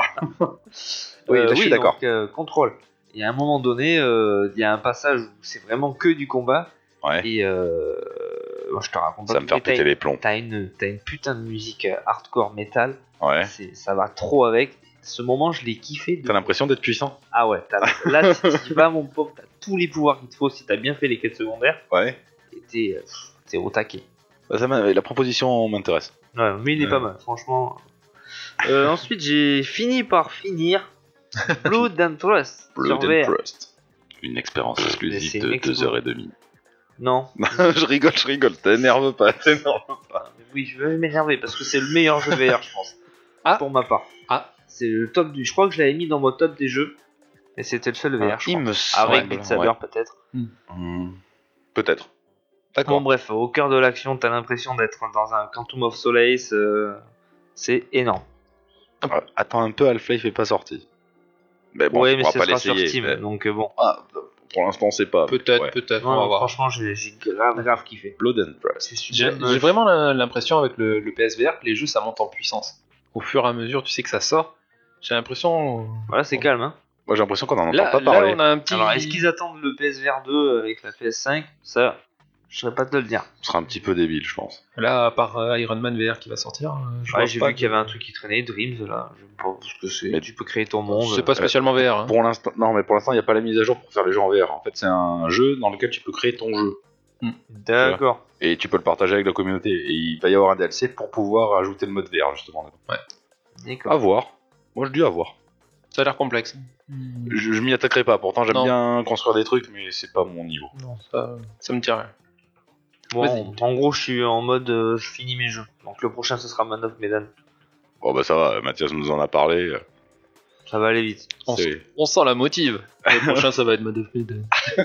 Oui, là, je suis d'accord. Donc, euh, contrôle. Il y a un moment donné, euh, il y a un passage où c'est vraiment que du combat. Ouais. Et euh, moi, je te raconte pas. Ça va me faire mais t'as péter une- les plombs. T'as une, t'as une putain de musique euh, hardcore metal. Ouais. C'est, ça va trop avec. Ce moment, je l'ai kiffé. de- T'as l'impression d'être puissant. Ah ouais, t'as- là, tu tu vas, mon pauvre, t'as tous les pouvoirs qu'il te faut si t'as bien fait les quêtes secondaires. Ouais. Et t'es, euh, pff, t'es au taquet. Bah, ça m'a- la proposition m'intéresse. Ouais, mais il est Ouais. pas mal, franchement. Euh, ensuite, j'ai fini par finir Blood and Trust sur Blood V and R. Trust. Une expérience c'est exclusive une de expo. deux heures trente. Non. Je rigole, je rigole. T'énerve pas, t'énerve pas. Mais oui, je vais m'énerver parce que c'est le meilleur jeu V R, je pense. Ah. Pour ma part. Ah. C'est le top du. Je crois que je l'avais mis dans mon top des jeux. Et c'était le seul V R, je Il crois. me semble. Avec Beat Saber, peut-être. Hmm. Peut-être. Bon, D'accord. bref, au cœur de l'action, t'as l'impression d'être dans un Quantum of Solace. euh, C'est énorme. Ouais, attends un peu, Half-Life est pas sorti. Mais bon, ouais, on mais va ce pas sera sur l'essayer. Steam. mais- Donc euh, bon. Ah, pour l'instant, c'est pas. Peut-être, Ouais. peut-être, Non, on va non, voir. franchement, j'ai j'ai grave, grave kiffé. Blood and Trust. C'est J'ai super. j'ai vraiment la- l'impression avec le, le P S V R que les jeux ça monte en puissance. Au fur et à mesure, tu sais que ça sort. J'ai l'impression. Voilà, c'est calme. Hein. Moi, j'ai l'impression qu'on en entend Là, pas là, parler. on a un petit. Alors, est-ce qu'ils attendent le P S V R deux avec la P S cinq? Ça, je saurais pas te le dire. Ce sera un petit peu débile, je pense. Là, à part euh, Iron Man V R qui va sortir, euh, je Ouais, vois j'ai pas vu qu'il y de- avait un truc qui traînait, Dreams là. Je sais pas ce que c'est. Mais tu peux créer ton monde. C'est pas spécialement V R. Hein. Pour l'instant, non, mais pour l'instant, il n'y a pas la mise à jour pour faire les jeux en V R. En fait, c'est un jeu dans lequel tu peux créer ton jeu. D'accord. Et tu peux le partager avec la communauté. Et il va y avoir un D L C pour pouvoir ajouter le mode V R, justement. D'accord. À voir. Moi, je dis à voir. Ça a l'air complexe. Je, je m'y attaquerai pas. Pourtant, j'aime Non. bien construire des trucs, mais c'est pas mon niveau. Non, ça, ça me tire rien. Bon, Vas-y. en gros, je suis en mode euh, je finis mes jeux. Donc le prochain, ce sera Man of Medan. Bon, bah ça va. Mathias nous en a parlé. Ça va aller vite. On, C'est- s- on sent la motive. Le prochain, ça va être Mode of Medan.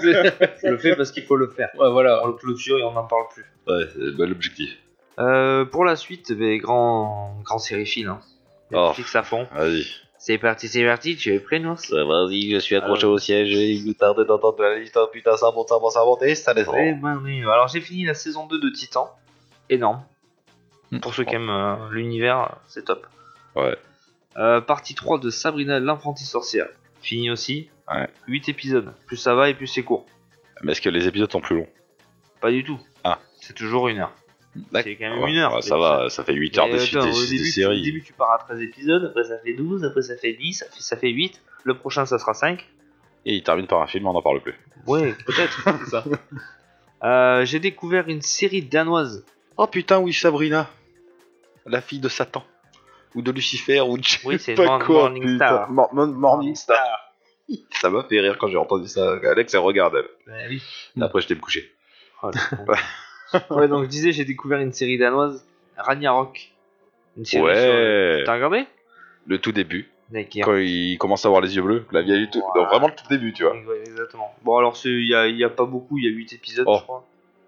Je le fais parce qu'il faut le faire. Ouais, voilà. On le clôture et on n'en parle plus. Ouais, c'est bah, l'objectif. Euh, pour la suite, ben, grand, grand sériephile. Hein. Oh. Fixe à fond. Vas-y. C'est parti, c'est parti. Tu es prêt, nous Vas-y, je suis accroché au siège et il me tarde d'entendre la liste. Putain, ça monte, ça monte, ça monte. Et ça descend. Eh ben oui. Alors j'ai fini la saison deux de Titan. Énorme. Mm. Pour ceux qui aiment euh, l'univers, c'est top. Ouais. Euh, partie trois de Sabrina l'apprentie sorcière. Fini aussi. Ouais. huit épisodes. Plus ça va et plus c'est court. Mais est-ce que les épisodes sont plus longs? Pas du tout. Ah. C'est toujours une heure. C'est quand même Ouais, une heure. ouais, c'est- ça va, ça fait huit heures Et de, attends, de- au, de début, série. au début, tu pars à treize épisodes. Après, ça fait douze. Après, ça fait dix. Ça fait, ça fait huit. Le prochain, ça sera cinq. Et il termine par un film, on n'en parle plus. Ouais, peut-être. C'est ça. Euh, j'ai découvert une série danoise. Oh putain, oui, Sabrina. La fille de Satan. Ou de Lucifer, ou de je sais Oui, c'est pas Mor- quoi, Morning putain. Star. Mor- Mor- Morning Star. Ça m'a fait rire quand j'ai entendu ça. Alex, elle regarde, elle. Bah oui. Après, j'étais me coucher. Oh, le con. Ouais, donc je disais, j'ai découvert une série danoise, Ragnarok. Une série Ouais. sur- T'as regardé Le tout début. D'accord. Quand il commence à avoir les yeux bleus. La vieille tout. Voilà. Non, vraiment le tout début, tu vois. Ouais, exactement. Bon, alors, c'est- il y a, il y a pas beaucoup, il y a huit épisodes, Oh. je crois.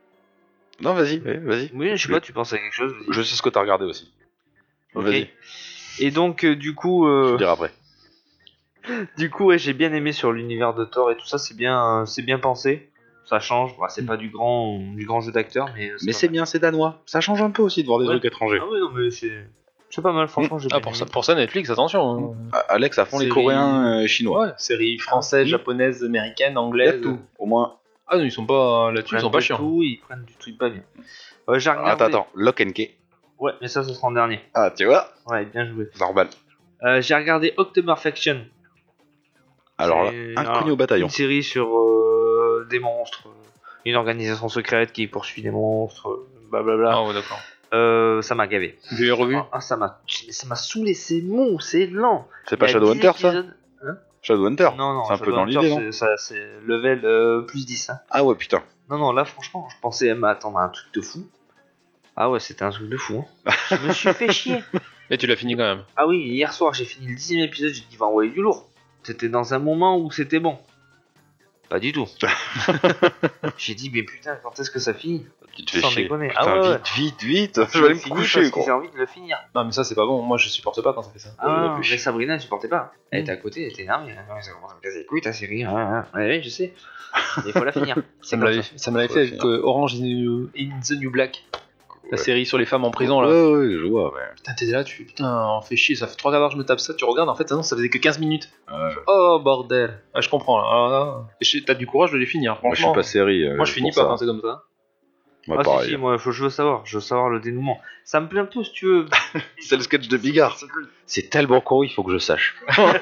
Non, vas-y, ouais, vas-y. Oui, je sais Je- pas, tu penses à quelque chose vas-y. Je sais ce que t'as regardé aussi. Ok. Vas-y, Et donc, euh, du coup, je euh, te dirai après. Du coup, ouais, j'ai bien aimé sur l'univers de Thor et tout ça, c'est bien, euh, c'est bien pensé. Ça change. Bah, c'est pas du grand, du grand jeu d'acteur, mais. Mais pas c'est mal. bien, c'est danois. Ça change un peu aussi de voir des Ouais. trucs étrangers. Ah ouais, non, mais c'est, c'est pas mal. Franchement, j'ai Ah, bien pour aimé. ça, pour ça, Netflix, attention. hein. Ah, Alex, à fond les Série- Coréens euh, chinois. Ouais, séries françaises, Oui. japonaises, américaines, Il y a anglaises. tout. Au moins. Ah non, ils sont pas là-dessus, ils Ils sont prennent pas de chiants. tout, ils prennent du truc pas bien. Ouais, j'ai regardé. Attends, attends. Lock and Key. Ouais, mais ça, ce sera en dernier. Ah, tu vois. Ouais, bien joué. Normal. Euh, j'ai regardé October Faction. Alors là, C'est- inconnu alors, au bataillon. Une série sur euh, des monstres, euh, une organisation secrète qui poursuit des monstres, euh, blablabla. Ah ouais, d'accord. Euh, ça m'a gavé. J'ai revu. Ah, ah, ça m'a, mais ça m'a saoulé. C'est mou, c'est lent. C'est pas Il y a Shadowhunter, dix ça épisodes. Shadowhunter. Non, non. C'est un peu dans Shadowhunter, l'idée, non c'est- ça, c'est level euh, plus dix. Hein. Ah ouais, putain. Non, non, là, franchement, je pensais m'attendre à un truc de fou. Ah ouais, c'était un truc de fou. Hein. Je me suis fait chier. Et tu l'as fini quand même. Ah oui, hier soir, j'ai fini le dixième épisode, j'ai dit, va envoyer du lourd. C'était dans un moment où c'était bon. Pas du tout. J'ai dit, mais putain, quand est-ce que ça finit? Tu te fais Sans chier. déconner. Putain, Ah ouais, ouais. vite, vite, vite. Je vais aller me Fini coucher, parce que quoi. j'ai envie de le finir. Non, mais ça, c'est pas bon. Moi, je supporte pas quand ça fait ça. Ah, Ouais, non, plus. mais Sabrina, elle supportait pas. Elle Mm. était à côté, elle était énervée. Ah, ouais, ça commence à me casser les couilles, ta série. Ah, ah, ah. Ouais, oui, je sais. Mais il faut la finir. Ça C'est me comme l'avait ça. ça me l'avait Faut fait la avec finir. euh, Orange is the New- in the New Black. La Ouais. série sur les femmes en prison là. Ouais, ouais, je vois, ouais. Putain, t'es là, tu. Putain, on fait chier, ça fait trois quarts d'heure que je me tape ça, tu regardes, en fait, non, ça faisait que quinze minutes. Ouais. Oh bordel. Ah, je comprends là. Ah, là. Et je- T'as du courage de les finir, Moi, je franchement. suis pas série. euh, Moi, je finis pour pas quand ça. c'est comme ça. Ouais, Ah, si, pareil. si, moi, faut, je veux savoir. Je veux savoir le dénouement. Ça me plaît un peu si tu veux. C'est le sketch de Bigard. C'est tellement con, il faut que je sache.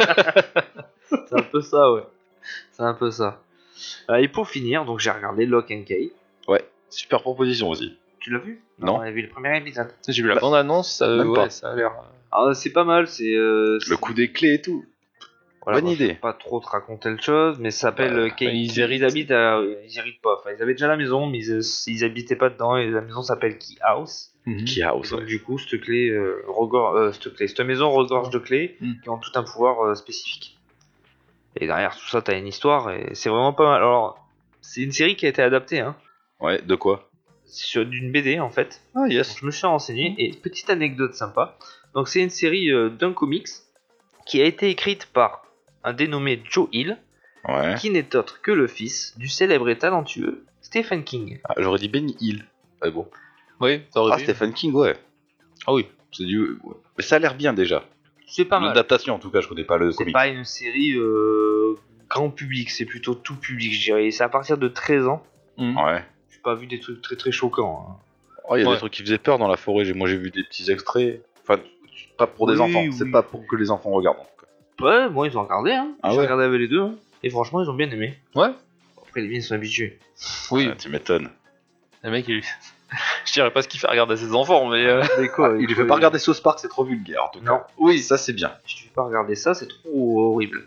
C'est un peu ça, ouais. C'est un peu ça. Euh, et pour finir, donc j'ai regardé Lock and Key. Ouais, super proposition aussi. Tu l'as vu? Non. On a vu le premier épisode. J'ai vu la Bah, bande-annonce, ça, même ouais, pas. ça a l'air. Ah, c'est pas mal, c'est. euh, Le c'est- coup des clés et tout. voilà, bonne moi, je idée. vais pas trop te raconter le chose, mais ça s'appelle Bah, euh, Key. ils Ils, héritent. habitent à- ils héritent pas. Enfin, ils avaient déjà la maison, mais ils, ils habitaient pas dedans, et la maison s'appelle Key House. Mhm. Qui a Et donc, du coup, cette clé, euh, regor- euh, cette clé, cette maison regorge de clés Mm. qui ont tout un pouvoir euh, spécifique. Et derrière tout ça, t'as une histoire et c'est vraiment pas mal. Alors, c'est une série qui a été adaptée, hein, Ouais, de quoi? sur d'une B D en fait. Ah, Donc, yes. je me suis renseigné et petite anecdote sympa. Donc, c'est une série euh, d'un comics qui a été écrite par un dénommé Joe Hill, Ouais. qui n'est autre que le fils du célèbre et talentueux Stephen King. Ah, j'aurais dit Benny Hill. Ah bon. Oui, ça aurait Ah, pu. Stephen King, ouais. Ah oui. C'est du. ouais. Mais ça a l'air bien déjà. C'est pas mal. L'adaptation, en tout cas, je connais pas le C'est comic. pas une série euh, grand public, c'est plutôt tout public, je dirais. C'est à partir de treize ans. Ouais. J'ai pas vu des trucs très très choquants. hein. Oh, il y a Ouais. des trucs qui faisaient peur dans la forêt. J'ai- Moi, j'ai vu des petits extraits. Enfin, pas pour des Oui, enfants. oui. C'est pas pour que les enfants regardent. en tout cas. Ouais, moi ils ont regardé, hein. Ah J'ai ouais. regardé avec les deux, hein. Et franchement, ils ont bien aimé. Ouais. Après, les miens ils sont habitués. Oui. Ah, tu m'étonnes. Le mec, il. Je dirais pas ce qu'il fait regarder à ses enfants, mais. euh, Mais quoi Il lui fait pas regarder South Park, c'est trop vulgaire, en tout cas. Non. Oui, ça c'est bien. Si tu veux pas regarder ça, c'est trop horrible.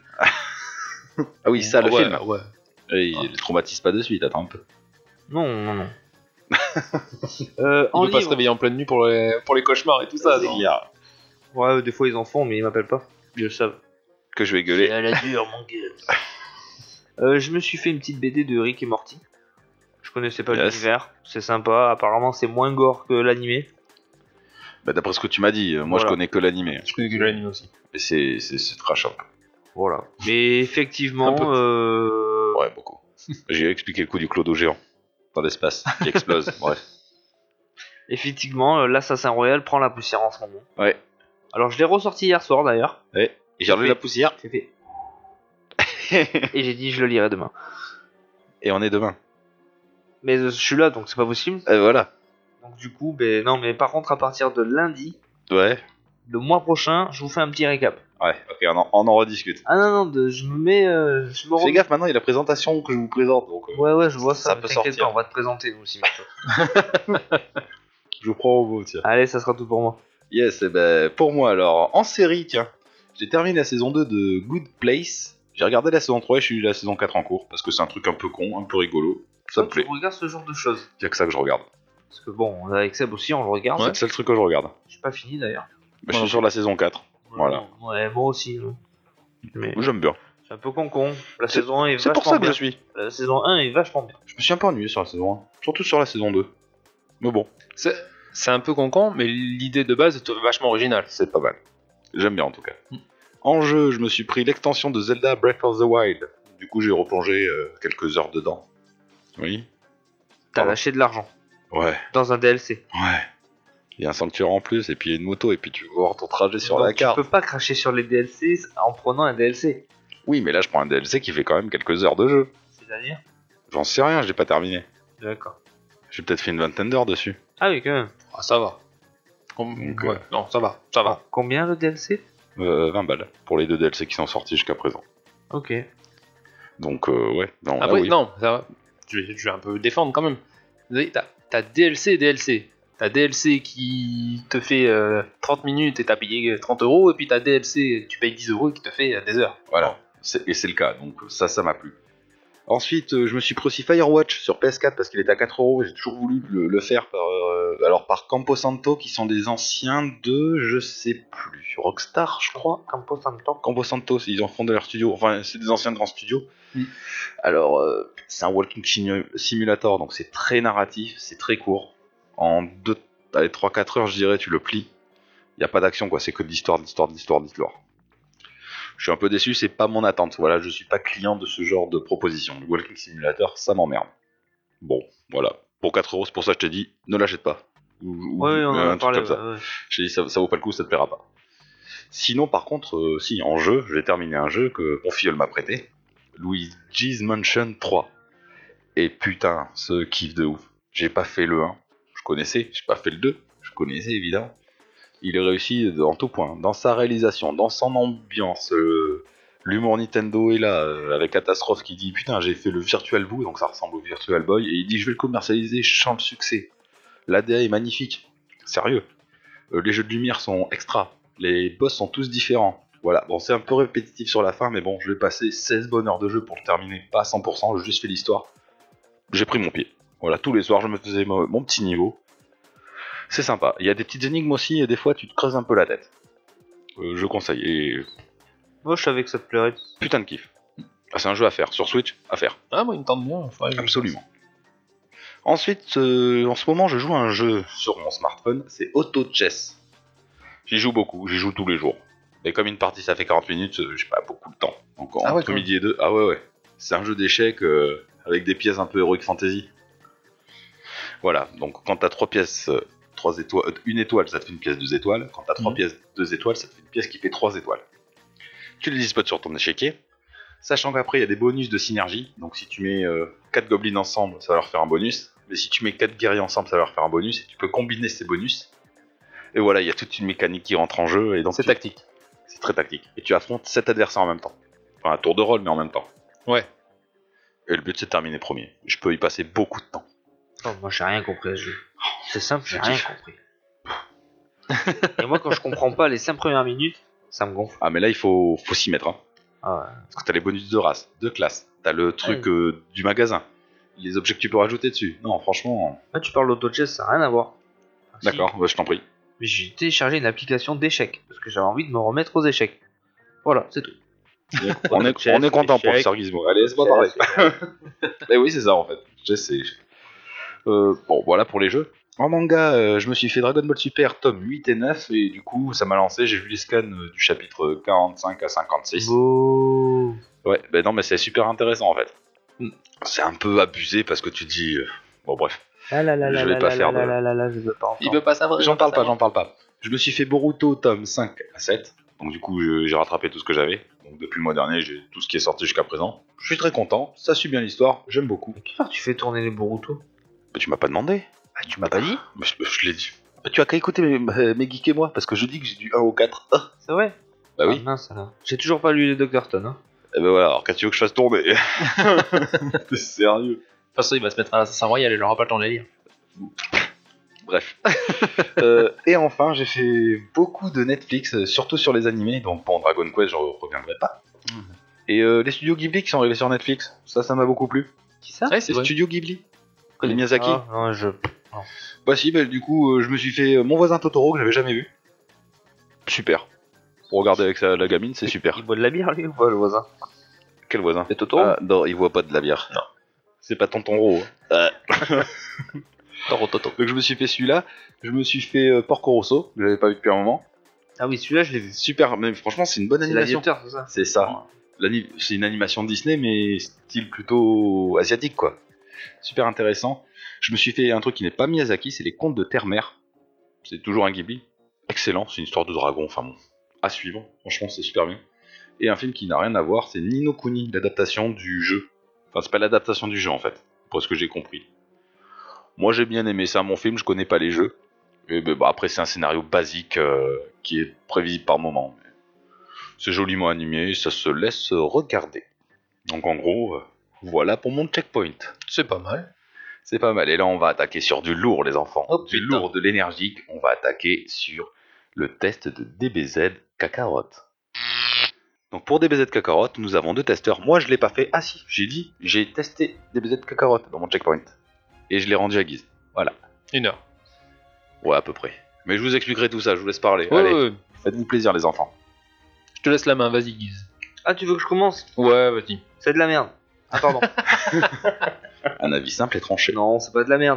Ah oui, ça, le ouais, film. Ouais. Et il les traumatise pas de suite, attends un peu. Non, non, non. euh, Il en veut pas se livre, réveiller en pleine nuit pour les, pour les cauchemars et tout ça. C'est non. clair. ouais, des fois ils en font, mais ils m'appellent pas. Ils le savent. Que je vais gueuler. à la dure, mon gars. Euh, je me suis fait une petite B D de Rick et Morty. Je connaissais pas Yes. l'univers, c'est sympa. Apparemment, c'est moins gore que l'animé. Bah, d'après ce que tu m'as dit, euh, moi Voilà. je connais que l'animé. Je connais que l'anime aussi. Et c'est, c'est, c'est trash un peu. Voilà. Mais effectivement, Un peu. euh... Ouais, beaucoup. J'ai expliqué le coup du clodo géant dans l'espace qui explose. Bref. effectivement, euh, l'Assassin Royal prend la poussière en ce moment. Ouais. Alors, je l'ai ressorti hier soir d'ailleurs. Ouais. Et j'ai enlevé la poussière. J'ai fait. Et j'ai dit, je le lirai demain. Et on est demain. Mais euh, je suis là, donc c'est pas possible. Et voilà. Donc du coup, ben non, mais par contre, à partir de lundi, Ouais. le mois prochain, je vous fais un petit récap. Ouais, ok, on en, on en rediscute. Ah non, non, de- je me mets. euh, je me Fais remets- gaffe, maintenant il y a la présentation que je vous présente. Donc, euh, Ouais, ouais, je vois ça. Ça mais peut t'inquiète sortir. pas, on va te présenter nous aussi. bientôt. je vous prends au mot, tiens. Allez, ça sera tout pour moi. Yes, et ben pour moi alors, en série, tiens. J'ai terminé la saison deux de Good Place. J'ai regardé la saison trois et je suis la saison quatre en cours. Parce que c'est un truc un peu con, un peu rigolo. Ça me Toi, tu plaît. regardes ce genre de choses. Il y a que ça que je regarde. Parce que bon, avec Seb aussi, on le regarde. C'est le seul truc que je regarde. Je suis pas fini d'ailleurs. Mais je suis sur la saison quatre. Voilà. Ouais, moi aussi. hein. Mais J'aime bien. c'est un peu con-con. La C'est- saison un est C'est vachement pour ça que bien. je suis. La saison un est vachement bien. Je me suis un peu ennuyé sur la saison un. Surtout sur la saison deux. Mais bon, C'est c'est un peu con-con, mais l'idée de base est vachement originale. c'est pas mal. J'aime bien en tout cas. Mm. En jeu, je me suis pris l'extension de Zelda Breath of the Wild. Du coup, j'ai replongé euh, quelques heures dedans. Oui. T'as Pardon. lâché de l'argent Ouais, dans un D L C. ouais. Il y a un sanctuaire en plus, et puis il y a une moto, et puis tu vas voir ton trajet sur Donc la carte. tu peux pas cracher sur les D L C en prenant un D L C. Oui, mais là, je prends un D L C qui fait quand même quelques heures de jeu. C'est-à-dire J'en sais rien, je l'ai pas terminé. D'accord. J'ai peut-être fait une vingtaine d'heures dessus. Ah oui, quand même. Ah, ça va. Com- Donc, ouais, euh, non, ça va, ça va. Combien le D L C? Euh, vingt balles pour les deux D L C qui sont sortis jusqu'à présent. Ok. Donc, euh, ouais. Non, là, Après, oui. non, ça va. Je vais, je vais un peu défendre quand même. Vous savez, T'as t'as D L C, D L C. T'as D L C qui te fait euh, trente minutes et t'as payé trente euros, et puis t'as D L C, tu payes dix euros et qui te fait euh, des heures. Voilà, c'est- et c'est le cas, donc ça, ça m'a plu. Ensuite, euh, je me suis pris aussi Firewatch sur P S quatre parce qu'il était à quatre euros, j'ai toujours voulu le, le faire par, euh, alors par Campo Santo, qui sont des anciens de, je sais plus, Rockstar, je crois. Campo Santo. Campo Santo, ils ont fondé leur studio, enfin, c'est des anciens grands studios. Mm. Alors, euh, c'est un walking simu- simulator, donc c'est très narratif, c'est très court. En deux, allez, trois quatre heures, je dirais, tu le plies. Il n'y a pas d'action, quoi, c'est que de l'histoire, de l'histoire, de l'histoire, de l'histoire. Je suis un peu déçu, c'est pas mon attente. Voilà, je suis pas client de ce genre de proposition. Le Walking Simulator, ça m'emmerde. Bon, voilà. Pour quatre euros, c'est pour ça que je t'ai dit, ne l'achète pas. Ou, ou- Ouais, on en un a truc parlé. comme ça. ouais, ouais. Je t'ai dit, ça, ça vaut pas le coup, ça te plaira pas. Sinon, par contre, euh, si, en jeu, je vais terminer un jeu que mon filleul m'a prêté. Luigi's Mansion trois. Et putain, ce kiff de ouf. J'ai pas fait le un, je connaissais. J'ai pas fait le deux, je connaissais évidemment. Il est réussi en tout point, dans sa réalisation, dans son ambiance. euh, L'humour Nintendo est là, euh, avec Catastrophe qui dit putain, j'ai fait le Virtual Boy, donc ça ressemble au Virtual Boy, et il dit je vais le commercialiser, je sens le succès. L'A D A est magnifique, sérieux. Euh, les jeux de lumière sont extra, les boss sont tous différents. Voilà, bon, c'est un peu répétitif sur la fin, mais bon, je vais passer seize bonnes heures de jeu pour le terminer, pas à cent pour cent, j'ai juste fait l'histoire. J'ai pris mon pied. Voilà, tous les soirs, je me faisais mon, mon petit niveau. C'est sympa. Il y a des petites énigmes aussi, et des fois, tu te creuses un peu la tête. Euh, je conseille. Et Moi, je savais que ça te plairait. putain de kiff. Ah, c'est un jeu à faire. Sur Switch, à faire. Ah, moi, il me tente bien. faudrait que je- Absolument. Ensuite, euh, en ce moment, je joue à un jeu sur mon smartphone. C'est Auto Chess. J'y joue beaucoup. J'y joue tous les jours. Et comme une partie, ça fait quarante minutes, euh, j'ai pas beaucoup de temps. Donc, Ah ouais, entre quand midi et deux. Ah ouais, ouais. C'est un jeu d'échecs euh, avec des pièces un peu Heroic Fantasy. Voilà. Donc, quand t'as trois pièces. euh, Trois étoiles, une étoile, ça te fait une pièce deux étoiles. Quand t'as trois Mhm. pièces deux étoiles, ça te fait une pièce qui fait trois étoiles. Tu les dispotes sur ton échiquier, sachant qu'après il y a des bonus de synergie. Donc si tu mets euh, quatre gobelins ensemble, ça va leur faire un bonus. Mais si tu mets quatre guerriers ensemble, ça va leur faire un bonus. Et tu peux combiner ces bonus. Et voilà, il y a toute une mécanique qui rentre en jeu. Et donc C'est tu- tactique. C'est très tactique. Et tu affrontes sept adversaires en même temps. Enfin, un tour de rôle, mais en même temps. Ouais. Et le but c'est de terminer premier. Je peux y passer beaucoup de temps. Oh, moi, j'ai rien compris à ce jeu. C'est simple, j'ai je rien kiffe. compris. Et moi, quand je comprends pas les cinq premières minutes, ça me gonfle. Ah, mais là il faut, faut s'y mettre. Hein. Ah ouais. Parce que t'as les bonus de race, de classe. T'as le truc Ouais. euh, du magasin. Les objets que tu peux rajouter dessus. Non, franchement. Là, tu parles d'auto-chess, ça n'a rien à voir. Enfin, si. D'accord, ouais, je t'en prie. Mais j'ai téléchargé une application d'échecs parce que j'avais envie de me remettre aux échecs. Voilà, c'est tout. On est, on est content, professeur Gizmo. Allez, laisse-moi parler. Mais oui, c'est ça en fait. J'essaie. Euh, bon, voilà pour les jeux. En manga, euh, je me suis fait Dragon Ball Super tome huit et neuf, et du coup, ça m'a lancé. J'ai vu les scans euh, du chapitre quarante-cinq à cinquante-six. Beau. Ouais, ben non, mais c'est super intéressant en fait. C'est un peu abusé parce que tu te dis. euh, Bon, bref. Ah là là Je là vais là pas là faire là de- là là là, je veux pas entendre. Il veut pas savoir. J'en parle pas, j'en parle pas. Je me suis fait Boruto tome cinq à sept. Donc, du coup, je- j'ai rattrapé tout ce que j'avais. Donc, depuis le mois dernier, j'ai tout ce qui est sorti jusqu'à présent. Je suis très content. Ça suit bien l'histoire. J'aime beaucoup. Mais qu'est-ce que tu fais tourner les Boruto? Mais tu m'as pas demandé. Ah, tu m'as pas dit? Mais je, je l'ai dit. Bah, tu as qu'à écouter mes, mes, mes geeks et moi, parce que je dis que j'ai du un au quatre. Ah, C'est vrai? bah oui. Ah, mince, alors. J'ai toujours pas lu les Doctor Stone. Hein. Et ben voilà, alors quand tu veux que je fasse tourner. T'es sérieux? De toute façon, il va se mettre à l'Assassin Royal, il aura pas le temps de les lire. Bref. Euh, et enfin, j'ai fait beaucoup de Netflix, euh, surtout sur les animés, donc pour Dragon Quest, je reviendrai pas. Et euh, les studios Ghibli qui sont arrivés sur Netflix, ça, ça m'a beaucoup plu. Qui ça? Ouais, c'est Les vrai. studios Ghibli. Les Miyazaki. Ah, non, je... Bah si, bah, du coup, euh, je me suis fait euh, Mon voisin Totoro, que j'avais jamais vu. Super. Pour regarder avec sa, la gamine, c'est super. Il boit de la bière, lui, ou pas, le voisin? Quel voisin? C'est Totoro? Ah, non, il voit pas de la bière. Non. C'est pas Tonton Ro. hein. Toro Toto. Donc je me suis fait celui-là. Je me suis fait euh, Porco Rosso, que j'avais pas vu depuis un moment. Ah oui, celui-là, je l'ai vu. Super, mais franchement, c'est une bonne C'est animation. l'aviateur, c'est ça? C'est ça. L'ani- C'est une animation Disney, mais style plutôt asiatique, quoi. Super intéressant. Je me suis fait un truc qui n'est pas Miyazaki, c'est les contes de Terre-Mer. C'est toujours un Ghibli. Excellent, c'est une histoire de dragon, enfin bon. À suivre, franchement, c'est super bien. Et un film qui n'a rien à voir, c'est Ni no Kuni, l'adaptation du jeu. Enfin, c'est pas l'adaptation du jeu, en fait, pour ce que j'ai compris. Moi, j'ai bien aimé ça, mon film, je connais pas les jeux. Et ben, bah, après, c'est un scénario basique euh, qui est prévisible par moment. Mais c'est joliment animé, ça se laisse regarder. Donc en gros, euh, voilà pour mon checkpoint. C'est pas mal. C'est pas mal. Et là, on va attaquer sur du lourd, les enfants. Oh, du putain. lourd, de l'énergique. On va attaquer sur le test de D B Z Kakarot. Donc pour D B Z Kakarot, nous avons deux testeurs. Moi, je l'ai pas fait. Ah si, j'ai dit, j'ai testé D B Z Kakarot dans mon checkpoint. Et je l'ai rendu à Guise. Voilà. Une heure. Ouais, à peu près. Mais je vous expliquerai tout ça, je vous laisse parler. Ouais, Allez, ouais. faites-vous plaisir, les enfants. Je te laisse la main, vas-y, Guise. Ah, tu veux que je commence? Ouais, vas-y. C'est de la merde. Ah, pardon. Un avis simple et tranché. Non, c'est pas de la merde.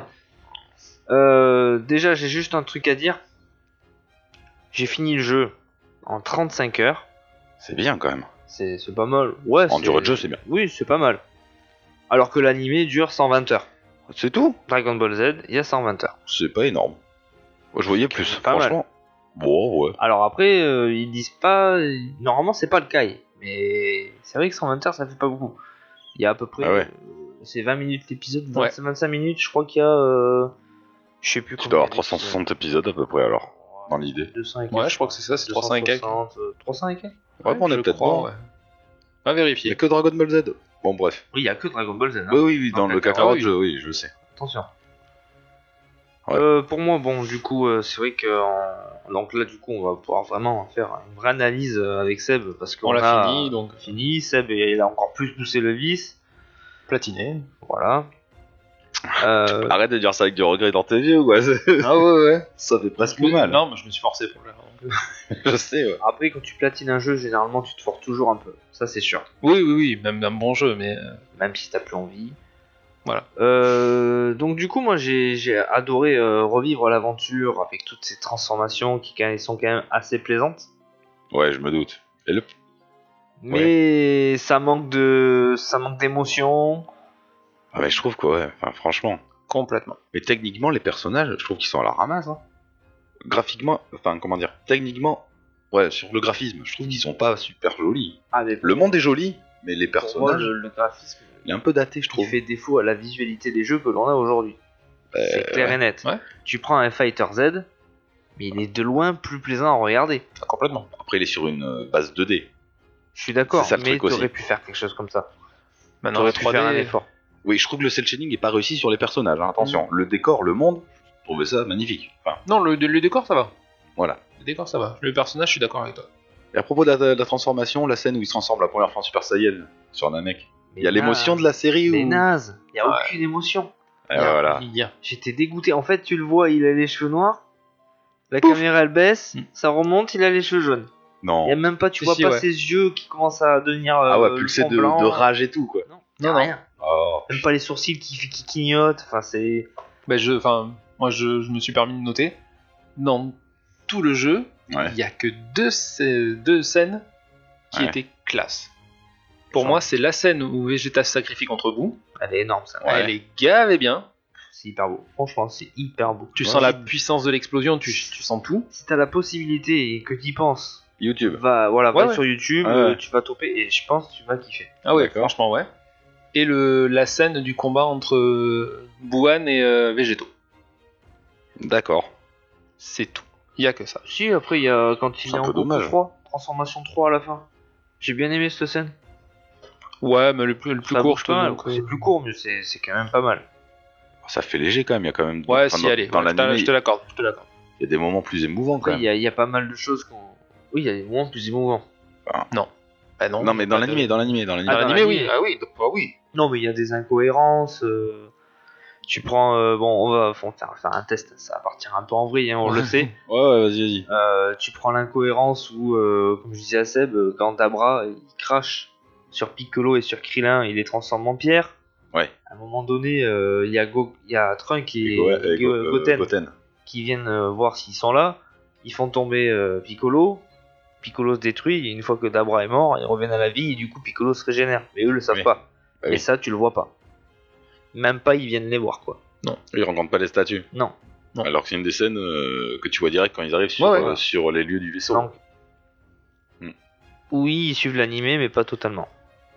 Euh, déjà, j'ai juste un truc à dire. J'ai fini le jeu en trente-cinq heures. C'est bien quand même. C'est c'est pas mal. Ouais, En c'est- durée de jeu, c'est bien. Oui, c'est pas mal. Alors que l'animé dure cent vingt heures. C'est tout. Dragon Ball Z, il y a cent vingt heures. C'est pas énorme. Moi, je voyais plus. pas mal. Franchement. Bon, ouais. Alors après, euh, ils disent pas. Normalement, c'est pas le cas. Mais c'est vrai que cent vingt heures, ça fait pas beaucoup. Il y a à peu près. Ah ouais. euh, c'est vingt minutes l'épisode, Ouais. vingt- vingt-cinq minutes, je crois qu'il y a. euh, je sais plus Tu combien. dois avoir il y a trois cent soixante épisodes à peu près alors, dans l'idée. deux cents et quelques. Ouais, je crois que c'est ça, c'est trois cents et quelques. deux cent soixante, euh, trois cents et quelques. Ouais, on est je peut-être crois, bon. ouais. À Il y a vérifier. que Dragon Ball Z. Bon, bref. Oui, il y a que Dragon Ball Z. hein. Oui, oui, oui, dans Ah, le Kakarot, Kakarot, oui. je, oui, je sais. Attention. Ouais. Euh, pour moi, bon, du coup, euh, c'est vrai que en- donc là, du coup, on va pouvoir vraiment faire une vraie analyse euh, avec Seb parce qu'on On l'a a fini, donc fini. Seb, il a encore plus poussé le vice. platiné. Voilà. Euh, Arrête de dire ça avec du regret dans tes yeux, quoi. Ah ouais, ouais. Ça fait presque Mais- mal. Non, mais je me suis forcé pour le faire. donc, euh. Je sais, ouais. Après, quand tu platines un jeu, généralement, tu te forces toujours un peu. Ça, c'est sûr. Oui, oui, oui, même d'un bon jeu, mais. euh, Même si t'as plus envie. Voilà. Euh, donc du coup, moi, j'ai j'ai adoré euh, revivre l'aventure avec toutes ces transformations qui quand même- sont quand même assez plaisantes. Ouais, je me doute. Et le... Mais ça manque de, ça manque d'émotion. Ah, mais je trouve quoi, ouais. Enfin, franchement. Complètement. Mais techniquement, les personnages, je trouve qu'ils sont à la ramasse. Hein. Graphiquement, enfin, comment dire, techniquement, ouais, sur le graphisme, je trouve qu'ils sont pas super jolis. Ah, mais Le monde est joli, mais les pour moi, personnages, le, le graphisme, il est un peu daté, je qui trouve. fait défaut à la visualité des jeux que l'on a aujourd'hui. C'est clair et net. ouais. Tu prends un Fighter Z, mais il est de loin plus plaisant à regarder. Ah, complètement. Après, il est sur une euh, base deux D. Je suis d'accord, C'est ça le mais truc aussi. t'aurais pu faire quelque chose comme ça. Maintenant, T'aurais la pu trois D. faire un effort. Oui, je trouve que le cel shading est pas réussi sur les personnages, hein, attention. Le décor, le monde, je trouvais ça magnifique. Enfin, Non, le, le décor, ça va. voilà. Le décor, ça va. Le personnage, je suis d'accord avec toi. Et à propos de la, de la transformation, la scène où il se transforme la première fois en Super Saiyan sur Namek, il y a Mais l'émotion naze. de la série où... Mais naze, il y a Ouais. aucune émotion. Et voilà. Il y a. J'étais dégoûté. En fait, tu le vois, il a les cheveux noirs. La caméra elle baisse, Mm. ça remonte, il a les cheveux jaunes. Non. Il y a même pas, tu Si, vois si, pas ouais. ses yeux qui commencent à devenir. Ah ouais, euh, pulsé fond de, blanc. de rage et tout, quoi. Non, Non, y a non. rien. Oh. Même pas les sourcils qui, qui clignotent. Enfin, c'est. Bah, je, enfin, moi, je, je me suis permis de noter. Dans tout le jeu, Ouais. il y a que deux, scè- deux scènes qui Ouais. étaient classe. Pour Genre. moi, c'est la scène où Vegeta se sacrifie contre vous. Elle est énorme, ça. Ouais. Elle est gavée bien. C'est hyper beau. Franchement, c'est hyper beau. Tu Ouais. sens la puissance de l'explosion, tu, tu sens tout. Si t'as la possibilité et que t'y penses, YouTube. va, voilà, Ouais, va ouais. sur YouTube, Ouais, euh, ouais. tu vas toper et je pense que tu vas kiffer. Ah ouais, D'accord. franchement, ouais. Et le, la scène du combat entre euh, Buan et euh, Végéto. D'accord. C'est tout. Il y a que ça. Si, après, il y a quand il C'est est un en peu Goku dommage. trois, transformation trois à la fin. J'ai bien aimé cette scène. Ouais, mais le plus, le plus Ça court, bouge je pas trouve. mal. donc, euh, C'est plus court, mais c'est c'est quand même pas mal. Ça fait léger quand même, il y a quand même... Ouais, enfin, si, dans, allez. Dans ouais, je t'a- l'anime, je te l'accorde. Je te l'accorde. il y a des moments plus émouvants quand Après, il même. y, a- il y a pas mal de choses qu'on. Oui, il y a des moments plus émouvants. Bah non, Non, mais dans pas de- l'animé, dans l'animé, dans l'animé. Dans Ah, dans l'animé, oui. l'animé. Ah oui, donc, bah oui. Non, mais il y a des incohérences. euh, Tu prends. euh, Bon, on va faut faire, faire un test, ça va partir un peu en vrille, hein, on le sait. Ouais, ouais, vas-y, vas-y. Euh, tu prends l'incohérence où, euh, comme je disais à Seb, euh, quand Dabra il crache sur Piccolo et sur Krillin, il les transforme en pierre. Ouais. À un moment donné, euh, il y a Go- il y a Trunk et, Go- et euh, Go- Go- Goten Goten. qui viennent euh, voir s'ils sont là. ils font tomber euh, Piccolo. Piccolo se détruit, et une fois que Dabra est mort, ils reviennent à la vie et du coup Piccolo se régénère. Mais eux le savent Oui. pas. Bah et oui. ça, tu le vois pas. Même pas, ils viennent les voir quoi. Ils rencontrent pas les statues. Non. Non. Alors que c'est une des scènes euh, que tu vois direct quand ils arrivent sur, Ouais, ouais. euh, sur les lieux du vaisseau. Donc, Hmm. oui, ils suivent l'animé, mais pas totalement.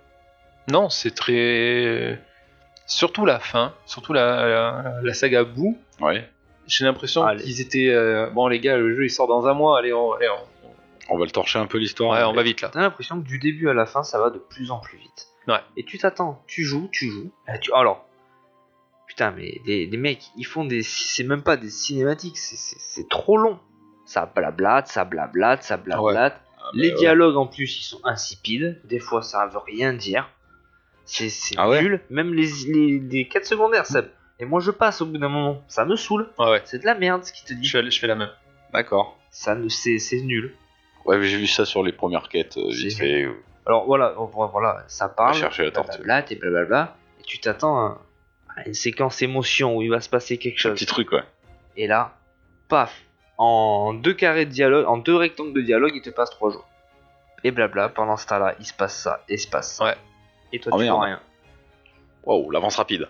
Non, c'est très. Surtout la fin, surtout la, la, la saga Boo. Ouais. J'ai l'impression Allez. qu'ils étaient. euh, Bon, les gars, le jeu il sort dans un mois, allez, on, allez, on... On va le torcher un peu l'histoire. Ouais, on va vite là. T'as l'impression que du début à la fin, ça va de plus en plus vite. Ouais. Et tu t'attends, tu joues, tu joues. et tu... Alors, putain, mais les, les mecs, ils font des. C'est même pas des cinématiques, c'est, c'est, c'est trop long. Ça blablate, ça blablate, ça blablate. Ah, les bah, ouais. dialogues en plus, ils sont insipides. Des fois, ça veut rien dire. C'est, c'est Ah ouais nul. Même les, les, les quêtes secondaires, ça. Et moi, je passe au bout d'un moment. Ça me saoule. Ouais, ouais. C'est de la merde ce qu'il te Je dit. fais, je fais la même. D'accord. Ça ne, c'est, c'est nul. Ouais, mais j'ai vu ça sur les premières quêtes, euh, J'ai vite fait. euh, Alors voilà, on- voilà, ça On va parle, chercher la tortue. blablabla, et blablabla, et tu t'attends à à une séquence émotion où il va se passer quelque Un chose. petit truc, ouais. Et là, paf, en deux carrés de dialogue, en deux rectangles de dialogue, il te passe trois jours. Et blabla, pendant ce temps-là, il se passe ça, et il se passe ça. Ouais. Et toi, Oh, tu merde. vois rien. Wow, l'avance rapide.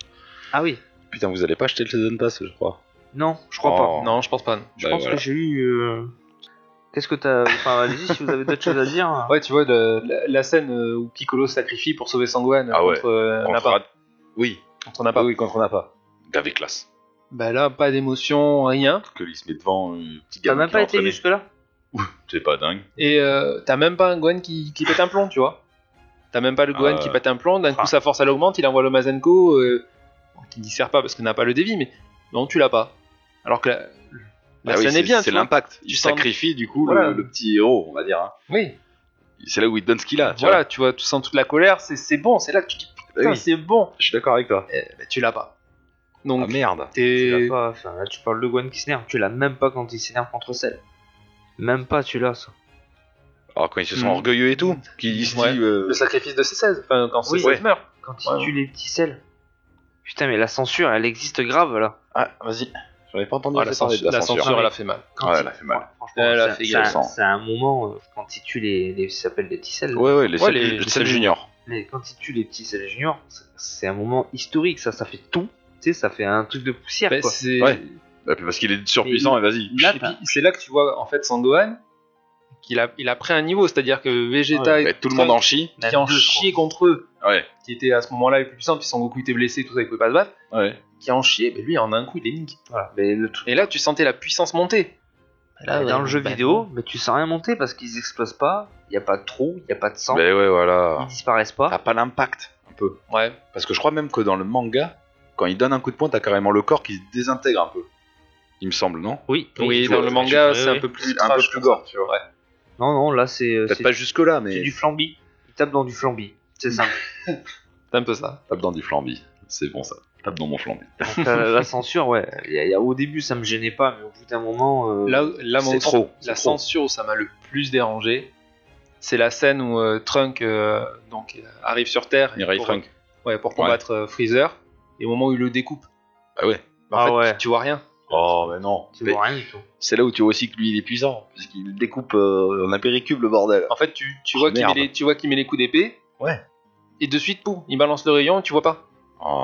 Ah oui, Putain, vous allez pas acheter le Season Pass, je crois. non, je crois Oh. pas. Non, je pense pas. Je Bah, pense voilà. que j'ai eu... euh, Qu'est-ce que t'as... Enfin, allez-y si vous avez d'autres choses à dire. hein. Ouais, tu vois, le- la, la scène euh, où Piccolo se sacrifie pour sauver Sangwan Ah ouais. contre euh, Contre Nappa. Rad- Oui, Contre Nappa. oui, contre Nappa. Gavé classe. Bah là, pas d'émotion, rien. Que lui se met devant, euh, petit T'as gamin même qui pas l'a été entraîné. jusque-là. C'est pas dingue. Et euh, t'as même pas un Gohan qui, qui pète un plomb, tu vois. T'as même pas le Gohan Euh, qui pète un plomb, d'un coup ah. sa force elle augmente, il envoie le Mazenko, euh, bon, qui n'y sert pas parce qu'il n'a pas le dévi, mais non, tu l'as pas. Alors que la, la Ah oui, scène c'est est bien, c'est tu vois. l'impact. Il Tu sens- sacrifie, du coup, Voilà. le, le petit héros, on va dire. hein. Oui, C'est là où il te donne ce qu'il a, tu voilà, tu vois, tu sens toute la colère, c'est c'est bon, c'est là que tu te dis vois. putain, Oui, c'est bon. je suis d'accord avec toi. Eh, bah, tu l'as pas. Donc, Ah merde. Tu l'as t'es. pas. Enfin, là, tu parles de Gohan qui s'énerve. Tu l'as même pas quand il s'énerve contre Cell. Même pas, tu l'as ça. Alors quand ils se sont Hmm. orgueilleux et tout, qu'ils disent Ouais. euh, Le sacrifice de C seize, enfin, quand C Oui, seize ouais. meurt. Quand il Ouais. tue les petits Cell. Putain, mais la censure, elle existe grave là. Ah, vas-y. J'en ai pas entendu Ah, la, parler censure, de la, la censure. censure, elle a fait mal. Quand Ouais, il- elle a fait mal. Franchement, Elle a c'est- fait c'est gaffe. un- c'est un moment euh, quand il tue les, les ça s'appelle les petits Cell. Ouais, ouais, les Ouais, Cell- les- le les Cell Cell Junior. Mais quand il tue les petits Cell Junior, c'est- c'est un moment historique. Ça, ça fait tout. Tu sais, ça fait un truc de poussière Bah, quoi. c'est- Ouais. Bah, parce qu'il est surpuissant, et vas-y. Là, Et puis, c'est là que tu vois en fait Sangohan qu'il a, il a pris un niveau, c'est-à-dire que Vegeta Ouais, et Bah, tout le monde en chie. qui en Même deux, je chiaient contre eux, Ouais, qui étaient à ce moment-là les plus puissants, puis Son Goku était blessé, tout ça, il pouvait pas se battre, ouais. qui en chiaient, mais lui en un coup il est nique. Voilà. Mais le truc. Et là tu sentais la puissance monter. Là, dans ouais, le jeu bah, vidéo, mais tu sens rien monter parce qu'ils explosent pas. Il y a pas de trou, il y a pas de sang. Bah ouais, voilà. Ils disparaissent pas. T'as pas l'impact, un peu. Ouais. Parce que je crois même que dans le manga, quand il donne un coup de poing, t'as carrément le corps qui se désintègre un peu. Il me semble, non Oui. Oui, tu dans vois, le tu manga vois, c'est oui. un peu plus Un peu trash plus comme gore, ça. tu vois. Ouais. Non, non, là c'est euh, Peut-être c'est pas jusque-là, c'est mais du flambi. Il tape dans du flambi. C'est simple. C'est un peu ça. tape dans du flambi. C'est bon ça. Tape dans mon flambi. Donc, la, la censure, ouais. Il y a- il y a- au début, ça me gênait pas, mais au bout d'un moment. euh, Là, là c'est mon- trop, La c'est trop. censure où ça m'a le plus dérangé, c'est la scène où euh, Trunk euh, donc, euh, arrive sur Terre Mirai pour, Trunk. ouais, pour combattre euh, Freezer, et au moment où il le découpe, Ah ouais. en Ah fait, ouais. tu, tu vois rien. Oh, mais non. tu Mais vois rien du tout. c'est là où tu vois aussi que lui il est puissant. Parce qu'il découpe euh, en un péricube le bordel. En fait, tu, tu Oh, vois qu'il met, merde. les- tu vois qu'il met les coups d'épée, Ouais. et de suite, pouf, il balance le rayon et tu vois pas. Oh.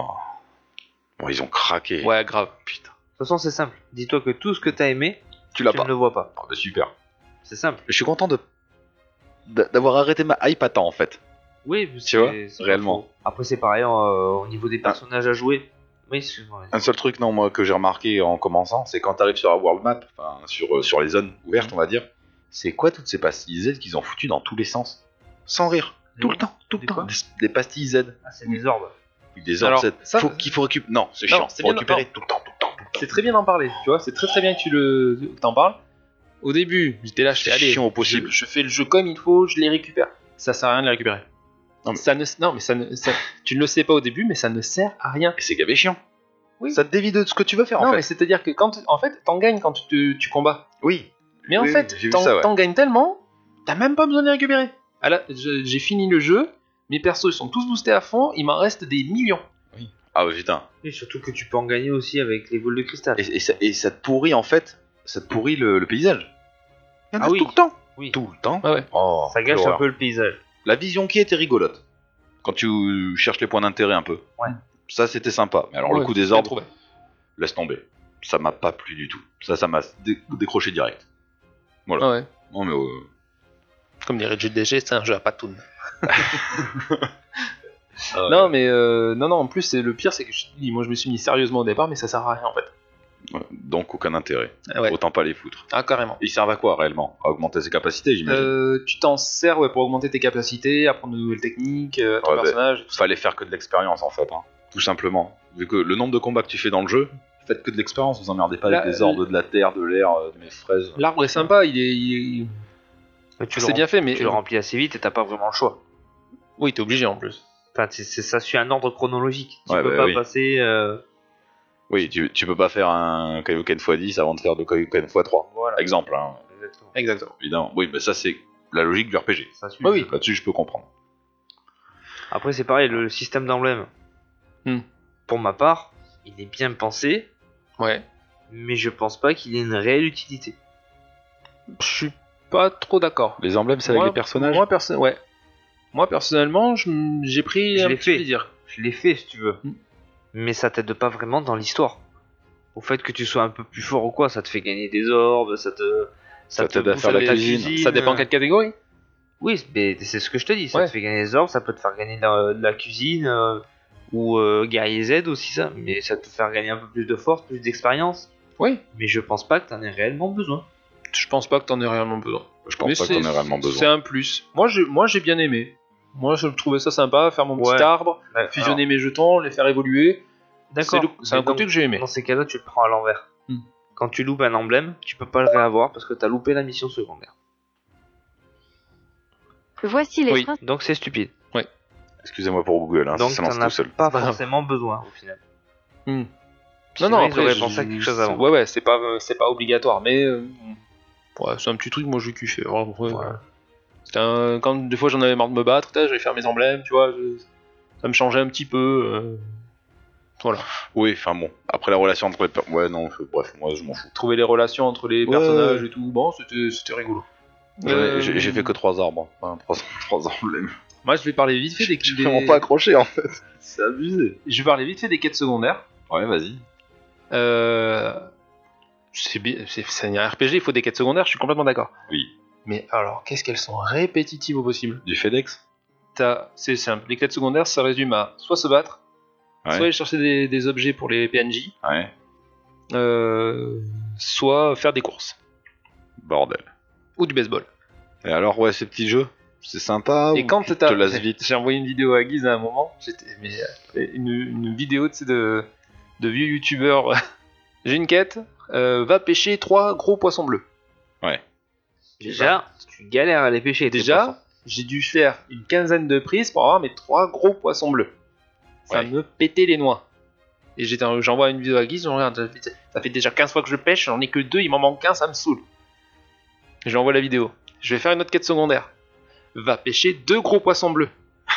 Bon, ils ont craqué. Ouais, grave. Putain. De toute façon, c'est simple. Dis-toi que tout ce que t'as aimé, Tu l'as tu pas. ne le vois pas. Oh, bah, super. C'est simple. Je suis content de d'a- d'avoir arrêté ma hype à temps en fait. Oui, Tu vois, c'est- c'est pas réellement. faux. Après, c'est pareil euh, au niveau des personnages à jouer. Oui, excuse-moi. vas-y. Un seul truc non moi que j'ai remarqué en commençant, c'est quand t'arrives sur la world map, enfin sur, euh, sur les zones ouvertes on va dire, c'est quoi toutes ces pastilles Z qu'ils ont foutues dans tous les sens Sans rire. Tout le temps, tout le Des temps. quoi Des, des pastilles Z. Ah, c'est des orbes. Des orbes Alors, Z. ça- Faut qu'il faut récupérer. Non, c'est Non, chiant. c'est Faut bien, récupérer non. tout le temps, tout le temps, tout le temps. C'est très bien d'en parler, tu vois, c'est très très bien que tu le, que t'en parles. Au début, j'étais là, j'étais C'est allez, chiant au possible. Je, je fais le jeu comme il faut, je les récupère. Ça sert à rien de les récupérer. Non, mais- Ça ne, non, mais ça ne, ça- tu ne le sais pas au début, mais ça ne sert à rien. Et c'est gavé chiant. Oui. Ça te dévie de ce que tu veux faire non, en mais fait. c'est-à-dire que quand, en fait, t'en gagnes quand tu, te- tu combats. Oui. Mais en Oui, fait, oui, j'ai vu t'en, ça, ouais. t'en gagnes tellement, t'as même pas besoin de les récupérer. Ah là, je- j'ai fini le jeu, mes persos ils sont tous boostés à fond, il m'en reste des millions. Ah bah putain. Et surtout que tu peux en gagner aussi avec les boules de cristal. Et, et ça, et ça te pourrit en fait ça te pourrit le, le paysage. Il y en a Ah oui. tout le temps. Oui. Tout le temps. Ah ouais. Oh, Ça gâche quelle un horreur. peu le paysage. La vision qui était rigolote. Quand tu cherches les points d'intérêt un peu. Ouais. Ça, c'était sympa. Mais alors, le Ouais, coup des bien arbres, trouvé. laisse tomber. Ça m'a pas plu du tout. Ça, ça m'a dé- décroché direct. Ah ouais. Non, mais euh, Comme dirait J D G, c'est un jeu à patoune. euh, Non, mais euh, non, non, en plus, c'est, le pire, c'est que je, te dis, moi je me suis mis sérieusement au départ, mais ça sert à rien en fait. ouais, donc aucun intérêt. Ah ouais. Autant pas les foutre. Ah, carrément. Ils servent à quoi réellement? À augmenter ses capacités, j'imagine. Euh, tu t'en sers ouais, pour augmenter tes capacités, apprendre de nouvelles techniques, euh, ton Ouais, bah, personnage. et tout ça. Fallait faire que de l'expérience en fait, hein. Tout simplement. Vu que le nombre de combats que tu fais dans le jeu, faites que de l'expérience, vous emmerdez pas Là, avec des orbes de la terre, de l'air, euh, de mes fraises. L'arbre est sympa, il est, il est- Mais tu c'est le bien fait, mais Tu le remplis assez vite et t'as pas vraiment le choix. oui, t'es obligé en plus. Enfin, c'est, c'est- ça suit un ordre chronologique. Tu Ouais, peux bah pas oui. passer. euh, Oui, tu, tu peux pas faire un Kaioken fois dix avant de faire de Kaioken fois trois. Voilà. Exemple, hein, Exactement. Exactement. évidemment. Oui, mais ça c'est la logique du R P G. Ça suit. Oui, oui. Là-dessus, je peux comprendre. Après, c'est pareil, le système d'emblème. Hmm. Pour ma part, il est bien pensé, Ouais. mais je pense pas qu'il ait une réelle utilité. Je suis pas trop d'accord. Les emblèmes, c'est avec Moi- les personnages. Moi, perso- ouais. Moi personnellement, je m- j'ai pris Je un l'ai petit fait. plaisir. Je l'ai fait, si tu veux. Hmm. Mais ça t'aide pas vraiment dans l'histoire. Au fait que tu sois un peu plus fort ou quoi, ça te fait gagner des orbes, ça te. Ça te t'aide à booste faire la ta cuisine. Ça dépend quelle catégorie. Oui, mais c'est ce que je te dis. Ça Ouais. te fait gagner des orbes, ça peut te faire gagner de la, de la cuisine euh, ou euh, guerrier Z aussi, ça. Mais ça te faire gagner un peu plus de force, plus d'expérience. Oui. Mais je pense pas que t'en aies réellement besoin. Je pense pas que t'en aies réellement besoin. Je pense Mais pas que c'est- t'en aies réellement C'est besoin. un plus. Moi, je, moi, j'ai bien aimé. Moi, je trouvais ça sympa, faire mon Ouais. petit arbre, Ouais, fusionner mes jetons, les faire évoluer. D'accord. C'est, le- c'est un Mais côté donc, que j'ai aimé. Dans ces cas-là, tu le prends à l'envers. Hmm. Quand tu loupes un emblème, tu peux pas le réavoir parce que t'as loupé la mission secondaire. Voici les Oui. princes. Donc c'est stupide. Excusez-moi pour Google, hein, Donc ça s'élance t'en as tout seul. pas pas grave. forcément besoin au final. Hmm. Sinon, Non, non, ils après, auraient je- pensé à quelque chose avant. Ouais, ouais, c'est pas, c'est pas obligatoire, mais euh, ouais, c'est un petit truc, moi, j'ai kiffé. Vraiment, ouais. Ouais. C'était un... Quand des fois j'en avais marre de me battre, putain, j'allais faire mes emblèmes, tu vois, je- ça me changeait un petit peu. euh, Voilà. Oui, enfin bon. Après la relation entre les per- ouais non, je- bref, moi je m'en fous. Trouver les relations entre les Ouais, personnages ouais. et tout, bon, c'était, c'était rigolo. J'en ai- Euh, J'ai j'ai fait que trois arbres, enfin, trois, trois emblèmes. Moi, je vais parler vite fait des, J'ai des- vraiment pas accroché en fait. C'est abusé. Je vais parler vite fait des quêtes secondaires. Ouais, vas-y. Euh... C'est, bi- c'est, c'est un R P G, il faut des quêtes secondaires, je suis complètement d'accord. Oui. Mais alors, qu'est-ce qu'elles sont répétitives au possible. Du FedEx. T'as- C'est simple, les quêtes secondaires, ça résume à soit se battre, Ouais. soit aller chercher des, des objets pour les P N J, Ouais. euh, soit faire des courses. Bordel. Ou du baseball. Et alors ouais, ces petits jeux, c'est sympa. Et ou quand tu t'as... te lasses vite. J'ai envoyé une vidéo à Guise à un moment, j'étais... Mais, euh, une, une vidéo tu sais, de, de vieux youtubeurs. J'ai une quête, euh, va pêcher trois gros poissons bleus. Ouais. Déjà, tu galères à les pêcher. tes poissons. Déjà, j'ai dû faire une quinzaine de prises pour avoir mes trois gros poissons bleus. Ça Ouais. me pétait les noix. Et j'étais, en- j'envoie une vidéo à Guise, je regarde, ça fait- ça fait déjà quinze fois que je pêche, j'en ai que deux, il m'en manque un, ça me saoule. Je lui envoie la vidéo. Je vais faire une autre quête secondaire. Va pêcher deux gros poissons bleus.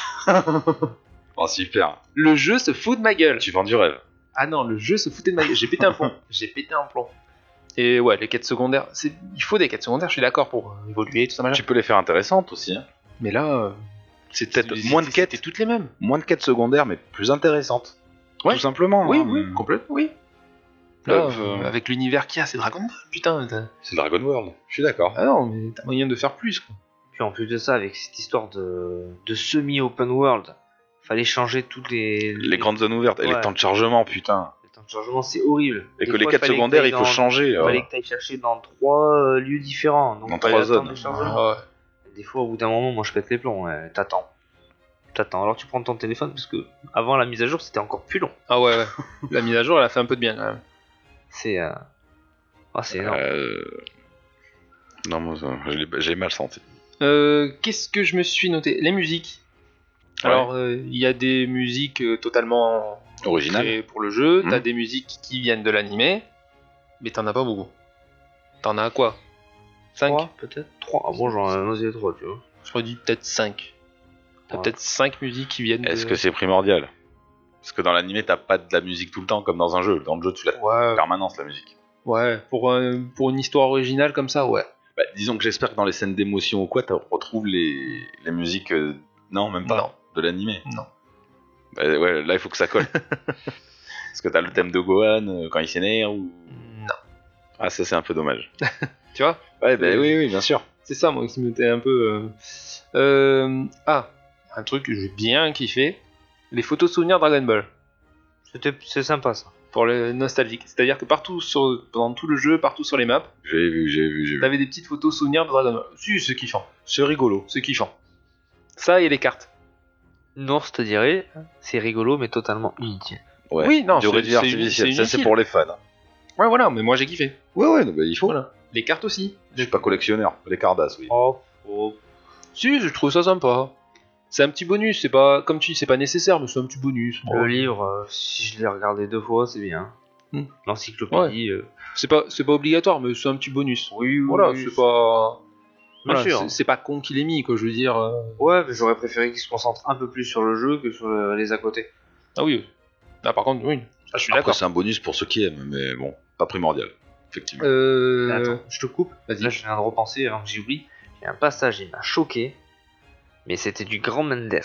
Oh super. Le jeu se fout de ma gueule. Tu vends du rêve. Ah non, le jeu se foutait de ma gueule. J'ai pété un plomb. J'ai pété un plomb. Et ouais, les quêtes secondaires, c'est... il faut des quêtes secondaires, je suis d'accord pour euh, évoluer, tout ça, machin. Tu peux les faire intéressantes aussi. Hein. Mais là, euh, C'est peut-être c'était- moins de c'était quêtes, toutes les mêmes. moins de quêtes secondaires, mais plus intéressantes. Ouais. Tout simplement. Oui, hein. oui, complètement, oui. Là, Euh, euh, euh, avec l'univers qu'il y a, c'est Dragon Ball, putain. t'as- C'est Dragon World. Je suis d'accord. Ah non, mais t'as moyen de faire plus, quoi. Puis en plus de ça, avec cette histoire de, de semi-open world, fallait changer toutes les... Les grandes zones ouvertes et les Ouais. temps de chargement, putain. Les temps de chargement, c'est horrible. Et Des que les fois, quêtes fallait que secondaires, t'ailles il faut dans- changer. Il euh. fallait que tu ailles chercher dans trois euh, lieux différents. Donc Dans fallait trois attendre zones. les chargements. Ah ouais. Des fois, au bout d'un moment, moi je pète les plombs. Ouais. T'attends. T'attends. Alors tu prends ton téléphone parce que avant la mise à jour, c'était encore plus long. Ah ouais, ouais. La mise à jour, elle a fait un peu de bien, quand même. C'est. Euh... Ah, c'est énorme. Euh... Non, moi, ça, je l'ai- j'ai mal senti. Euh, qu'est-ce que je me suis noté? Les musiques. Ouais. Alors, euh, il y a des musiques euh, totalement Original. créées pour le jeu, t'as Mhm. des musiques qui viennent de l'animé, mais t'en as pas beaucoup. T'en as quoi? cinq? Trois, peut-être trois. Ah bon, j'en ai osé trois, tu vois. Je crois dit peut-être cinq. T'as Ouais. peut-être cinq musiques qui viennent Est-ce de... que c'est primordial? Parce que dans l'animé, t'as pas de la musique tout le temps comme dans un jeu. Dans le jeu, tu l'as en Ouais, permanence, la musique. Ouais, pour, un- pour une histoire originale comme ça, ouais. Bah, disons que j'espère que dans les scènes d'émotion ou quoi, tu retrouves les, les musiques. euh, Non, même pas. Non. De l'animé. Non. Bah, ouais, là il faut que ça colle. Parce que t'as le thème de Gohan euh, quand il s'énerve ou. Non. Ah, ça c'est un peu dommage. Tu vois? Ouais, bah Euh, oui, oui, bien sûr. C'est ça, moi, qui m'était un peu... euh, euh, Ah, un truc que j'ai bien kiffé, les photos souvenirs Dragon Ball, C'était, c'est sympa ça. pour le nostalgique. C'est-à-dire que partout, sur, pendant tout le jeu, partout sur les maps, J'ai vu, j'ai vu, j'ai vu. t'avais des petites photos souvenirs de Dragon Ball. Si, c'est kiffant. C'est rigolo. C'est kiffant. Ça et les cartes. Nours te dirait, c'est rigolo mais totalement inutile. Ouais. Oui, non, du c'est- réduit c'est- artificiel. c'est Ça c'est inutile. pour les fans. Ouais, voilà, mais moi j'ai kiffé. Ouais, ouais, bah, il faut. Voilà. Les cartes aussi. Je suis pas collectionneur. Les Cardass, oui. Oh, oh. Si, je trouve ça sympa. C'est un petit bonus, c'est pas, comme tu dis, c'est pas nécessaire, mais c'est un petit bonus. Le livre, euh, si je l'ai regardé deux fois, c'est bien. Hmm. L'encyclopédie. euh, C'est pas, c'est pas obligatoire, mais c'est un petit bonus. Oui, oui. Voilà, oui, c'est pas. Bien Voilà, sûr. c'est- c'est pas con qu'il ait mis, quoi, je veux dire. euh. Ouais, mais j'aurais préféré qu'il se concentre un peu plus sur le jeu que sur le- les à côté. Ah oui. Ah, par contre, oui. Ça, je suis Après, d'accord. c'est un bonus pour ceux qui aiment, mais bon, pas primordial. Effectivement. Euh... Attends, je te coupe. Vas-y. Là, je viens de repenser avant que j'oublie. Il y a un passage, il m'a choqué. Mais c'était du grand Mendes.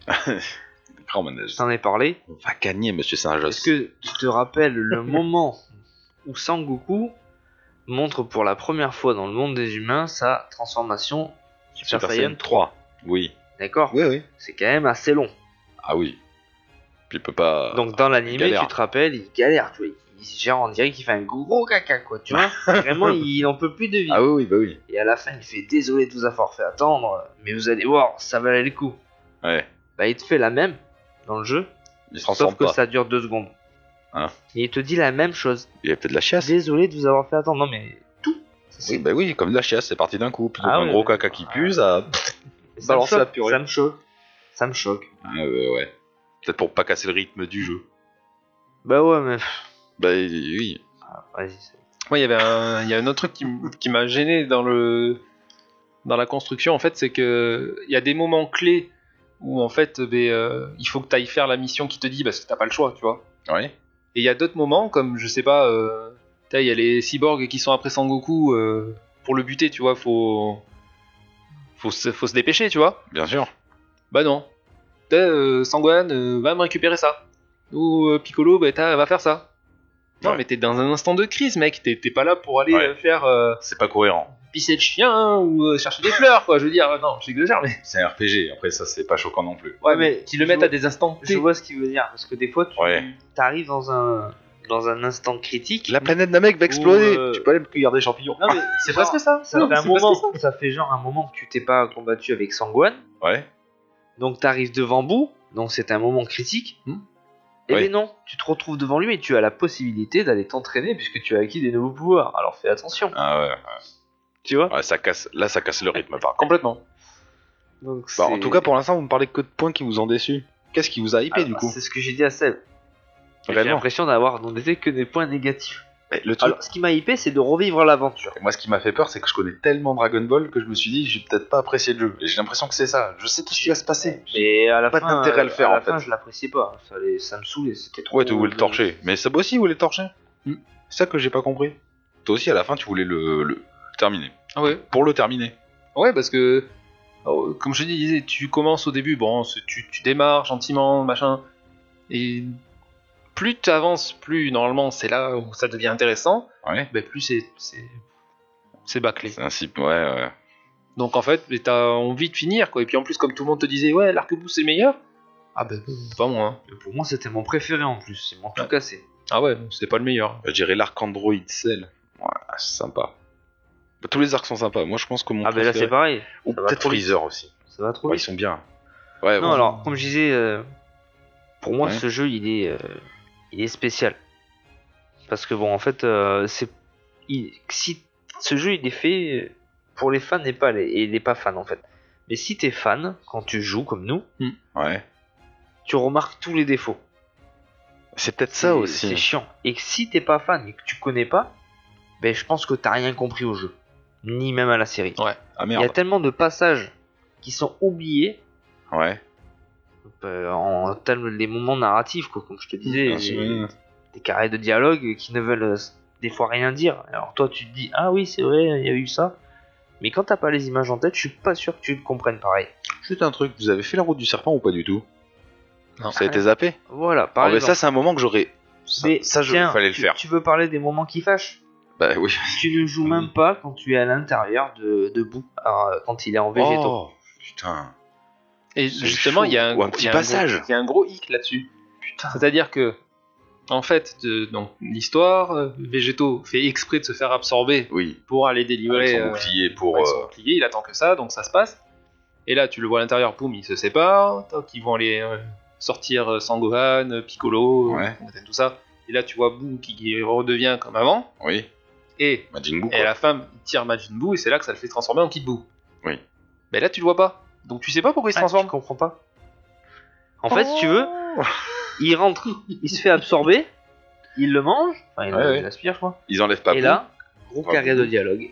Grand manège. Je t'en ai parlé. On va gagner, monsieur Saint-Just. Est-ce que tu te rappelles le moment où Sangoku montre pour la première fois dans le monde des humains sa transformation Super, Super Saiyan Saiyan trois. Oui. D'accord. Oui, oui. C'est quand même assez long. Ah oui. Puis il peut pas. Donc dans l'animé, galère. tu te rappelles, il galère, tu vois. Il, genre, on dirait qu'il fait un gros caca, quoi, tu vois. Vraiment, il en peut plus de vivre. Ah oui, oui, bah oui. Et à la fin, il fait désolé de vous avoir fait attendre, mais vous allez voir, ça valait le coup. Ouais. Bah, il te fait la même dans le jeu, Il se transforme sauf que pas. ça dure deux secondes. Hein. Et il te dit la même chose. Il y a peut-être de la chiasse. Désolé de vous avoir fait attendre. Non, mais tout. Oui, bah oui, comme de la chiasse, c'est parti d'un coup. Plutôt Ah qu'un ouais, gros ouais. caca qui pue, ça. Ça me Balance choque, la purée. Ça me choque. Ça me choque. Ah, ouais, ouais. Peut-être pour pas casser le rythme du jeu. Bah ouais, mais. Bah oui. Ah, vas-y. c'est- Moi, il y avait un, il y a un autre truc qui, m- qui m'a gêné dans le, dans la construction, en fait, c'est que il y a des moments clés où, en fait, ben, euh, il faut que tu ailles faire la mission qui te dit, parce que t'as pas le choix, tu vois. Ouais. Et il y a d'autres moments, comme, je sais pas, euh, t'as, il y a les cyborgs qui sont après Sangoku, euh, pour le buter, tu vois, faut, faut se, faut se dépêcher, tu vois. Bien sûr. Bah non. T'as, euh, Sangohan euh, va me récupérer ça. Ou euh, Piccolo, bah, t'as, va faire ça. Non, Ouais. mais t'es dans un instant de crise, mec. T'es, t'es pas là pour aller Ouais. euh, faire euh, C'est pas cohérent. pisser le chien ou euh, chercher des fleurs, quoi. Je veux dire, euh, non, j'exagère, mais. C'est un R P G. Après, ça, c'est pas choquant non plus. Ouais, mais mais qu'ils le je mettent vois- à des instants T. Je vois ce qu'il veut dire, parce que des fois, tu Ouais. arrives dans un, dans un instant critique. La planète d'un mec va exploser. Ou, euh, Tu peux aller cueillir des champignons. Non, mais C'est genre, presque ça. Ça Non, fait, un c'est presque moment, ça. ça fait genre un moment que tu t'es pas combattu avec Sangohan. Ouais. Donc t'arrives devant Boo, donc c'est un moment critique. Hmm. Et Ouais. bien non, tu te retrouves devant lui et tu as la possibilité d'aller t'entraîner puisque tu as acquis des nouveaux pouvoirs. Alors fais attention, Ah ouais. tu vois. Ouais, ça casse. Là, ça casse le rythme, par contre. Complètement. Donc, Bah, en c'est- tout cas, pour l'instant, vous me parlez que de points qui vous ont déçu. Qu'est-ce qui vous a hypé Alors, du coup c'est ce que j'ai dit à Seb. J'ai Réellement. l'impression d'avoir noté que des points négatifs. Mais le truc. Alors ce qui m'a hypé c'est de revivre l'aventure. Moi, ce qui m'a fait peur, c'est que je connais tellement Dragon Ball que je me suis dit, j'ai peut-être pas apprécié le jeu. Et j'ai l'impression que c'est ça. Je sais tout ce qui va se passer. Mais à la pas fin, d'intérêt à le faire, à la en fait. fin, je l'appréciais pas. Ça, allait- ça me saoulait, c'était trop. Ouais, tu voulais le torcher. Mais Seb aussi voulait le torcher. Hmm. C'est ça que j'ai pas compris. Toi aussi, à la fin, tu voulais le, le- le terminer. Ah ouais. Pour le terminer. Ouais, parce que, oh, comme je te disais, tu commences au début, bon, c'est- tu, tu démarres gentiment, machin, et plus tu avances, plus normalement c'est là où ça devient intéressant, Ouais. ben plus c'est c'est c'est bâclé. C'est un cycle. Ouais, ouais. Donc en fait, ben, t'as envie de finir, quoi. Et puis en plus, comme tout le monde te disait, ouais, l'arc-bout c'est le meilleur, ah ben pas moi. Hein. Et pour moi c'était mon préféré en plus, c'est mon tout Ouais. cassé. Ah ouais, c'est pas le meilleur. Je dirais l'arc Android Cell. Ouais, c'est sympa. Tous les arcs sont sympas. Moi, je pense que mon Ah ben là préféré- c'est pareil, Ou ça va peut-être trop vite. Freezer aussi. ça va trop Ouais, ils vite. sont bien. Ouais, Non bon. alors, comme je disais, euh, pour moi Ouais. ce jeu il est, euh, il est spécial. Parce que bon en fait, euh, c'est, il- si ce jeu il est fait pour les fans et pas les, et les pas fans en fait. Mais si t'es fan, quand tu joues comme nous, Ouais. tu remarques tous les défauts. C'est peut-être ça C'est- aussi. C'est chiant. Et que si t'es pas fan et que tu connais pas, ben je pense que t'as rien compris au jeu. Ni même à la série. Ouais. Ah Il y a merde. tellement de passages qui sont oubliés Ouais. euh, en termes des moments narratifs, quoi, comme je te disais, Bien des, sûr. des carrés de dialogue qui ne veulent des fois rien dire. Alors toi tu te dis ah oui c'est vrai il y a eu ça, mais quand t'as pas les images en tête, je suis pas sûr que tu le comprennes pareil. Juste un truc, vous avez fait la route du serpent ou pas du tout? Non. Ça a été zappé? Voilà, par Ah, mais exemple. ça c'est un moment que j'aurais. Ça, Mais ça, je... tiens, fallait le tu- faire. Tu veux parler des moments qui fâchent? Bah oui. Tu ne joues même pas quand tu es à l'intérieur de, de Boo, alors, euh, quand il est en végétaux. Oh, putain. Et C'est justement, chaud. il y a un, Ou un il petit y a un passage. gros- il y a un gros hic là-dessus. Putain. C'est-à-dire que, en fait, de- donc l'histoire, euh, Végétaux fait exprès de se faire absorber Oui. pour aller Avec délivrer son euh, bouclier pour. avec son euh, bouclier, il attend que ça, donc ça se passe. Et là, tu le vois à l'intérieur, boum, ils se séparent, toc, ils vont aller euh, sortir euh, Sangohan, euh, Piccolo, Ouais. euh, tout ça. Et là, tu vois Boo qui redevient comme avant, Oui. et, Majin Buu. et à Quoi. la fin, il tire Majin Buu, et c'est là que ça le fait transformer en Kid Buu. Oui. Mais là, tu le vois pas. Donc tu sais pas pourquoi il se Ah, transforme. tu comprends pas. En fait, si tu veux, il rentre, il se fait absorber, il le mange, enfin il Ouais, ouais. il l'aspire je crois. Ils enlèvent pas Et Buu. là, gros Pas carré Buu. de dialogue.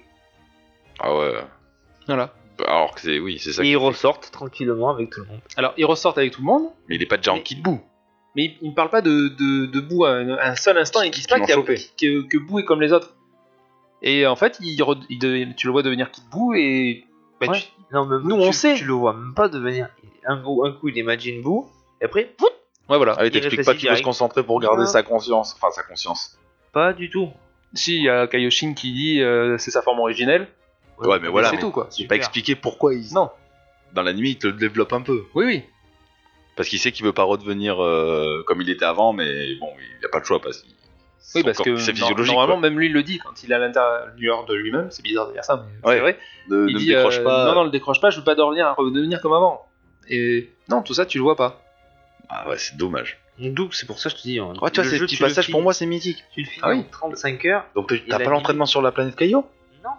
Ah ouais. Voilà. Alors que c'est. Oui, c'est ça. Et qui- ils ressortent tranquillement avec tout le monde. Alors, ils ressortent avec tout le monde, Mais il est pas déjà en Mais- Kid Buu. mais ils, ils ne parlent pas de, de, de Boo à un, un seul instant, ils disent pas Qu'ils qu'il y a- l'ont chopé. que, que Boo est comme les autres. Et en fait, il re- il de- tu le vois devenir Kid Boo et. bah, Ouais. tu- Non, mais Nous, tu, on sait. Tu le vois même pas devenir. Un, coup- un coup il est Majin Buu, et après, pout, Ouais, voilà. Ah oui, Il t'expliques réfléchit pas qu'il veut se direct. concentrer pour garder Ah. sa conscience. Enfin, sa conscience. pas du tout. Si, il y a Kaioshin qui dit euh, c'est sa forme originelle. Ouais, mais voilà. c'est mais tout, quoi. C'est pas expliqué pourquoi il. Non. Dans l'anime, il te le développe un peu. Oui, oui. Parce qu'il sait qu'il veut pas redevenir euh, comme il était avant, mais bon, il a pas le choix parce qu'il. Oui, parce son que corps- c'est no- physiologique. normalement, quoi. même lui il le dit quand il est à l'intérieur de lui-même. C'est bizarre de dire ça, mais Ouais. c'est vrai. Ne, Il ne dit me décroche euh, pas. non, non, le décroche pas, je veux pas revenir à redevenir comme avant. Et non, tout ça, tu le vois pas. Ah ouais, c'est dommage. Donc c'est pour ça que je te dis. hein, Ouais, tu vois, le ces jeu, petits tu le passages finis- pour moi, c'est mythique. Tu le finis Ah oui. en trente-cinq heures. Donc t'as Et t'as la pas l'entraînement sur la planète Caillou? Non.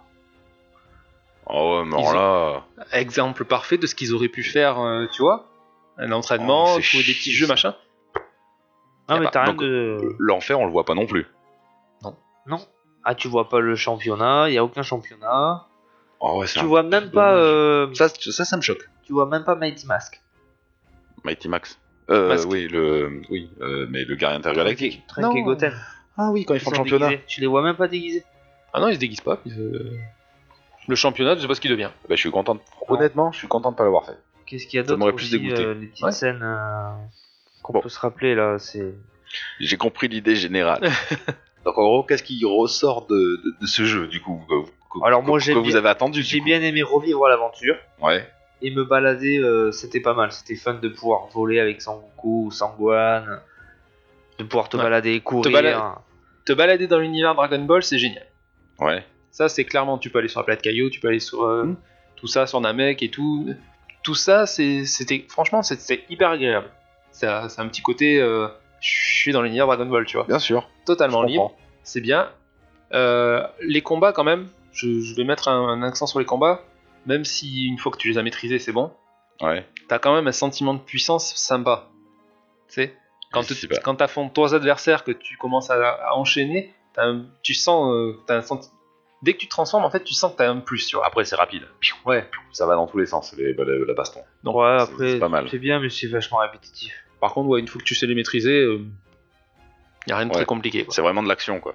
Oh ouais, mais Ils alors là. Exemple parfait de ce qu'ils auraient pu faire, euh, tu vois. Un entraînement, Oh, c'est trouver des chier, petits jeux, ça. machin. Non, Y a mais pas- t'as rien donc, de. L'enfer, on le voit pas non plus. Non. Ah, tu vois pas le championnat, il y a aucun championnat. Oh ouais, c'est Tu un- vois même pas. dommage. euh, Ça, ça, ça me choque. Tu vois même pas Mighty Mask. Mighty Max. Euh, Mask. oui, le, oui, euh, mais le guerrier intergalactique. Trunk et Non. Goten. Ah oui, quand ils Ils font le sont championnat. déguisés. Tu les vois même pas déguisés. Ah non, il se déguise pas. il se- Le championnat, je sais pas ce qu'il devient. Bah, je suis content. de- Honnêtement, je suis content de pas l'avoir fait. Qu'est-ce qu'il y a Ça d'autre m'aurait plus aussi, dégoûté. euh, les petites Ouais. scènes euh, qu'on Bon. peut se rappeler là, c'est. J'ai compris l'idée générale. Donc en gros, qu'est-ce qui ressort de, de, de ce jeu du coup que, que- Alors, que- moi, que j'aime vous bien- avez attendu du J'ai coup. bien aimé revivre l'aventure Ouais. et me balader, euh, c'était pas mal. C'était fun de pouvoir voler avec Sangoku ou Sangohan, de pouvoir te Ouais. balader, courir. bala- Te balader dans l'univers Dragon Ball, c'est génial. Ouais. Ça, c'est clairement, tu peux aller sur la planète Caillou, tu peux aller sur euh, Mm. tout ça, sur Namek et tout. Tout ça, c'est- c'était, franchement, c'était hyper agréable. Ça, c'est un petit côté, euh, je suis dans l'univers Dragon Ball, tu vois. Bien sûr. Totalement Je libre, comprends. c'est bien. Euh, les combats, quand même, je, je vais mettre un, un accent sur les combats, même si une fois que tu les as maîtrisés, c'est bon. Ouais. T'as quand même un sentiment de puissance sympa. Tu sais, quand Je tu sais pas. quand t'affrontes trois adversaires, que tu commences à, à enchaîner, t'as un- tu sens, euh, t'as un senti- dès que tu te transformes, en fait, tu sens que t'as un plus, tu vois. Après, c'est rapide. Ouais. Ça va dans tous les sens, les, la, la baston. Donc, ouais, c'est- après, c'est pas mal. c'est bien, mais c'est vachement répétitif. Par contre, ouais, une fois que tu sais les maîtriser, il y a rien de Ouais. très compliqué. Quoi. C'est vraiment de l'action, quoi.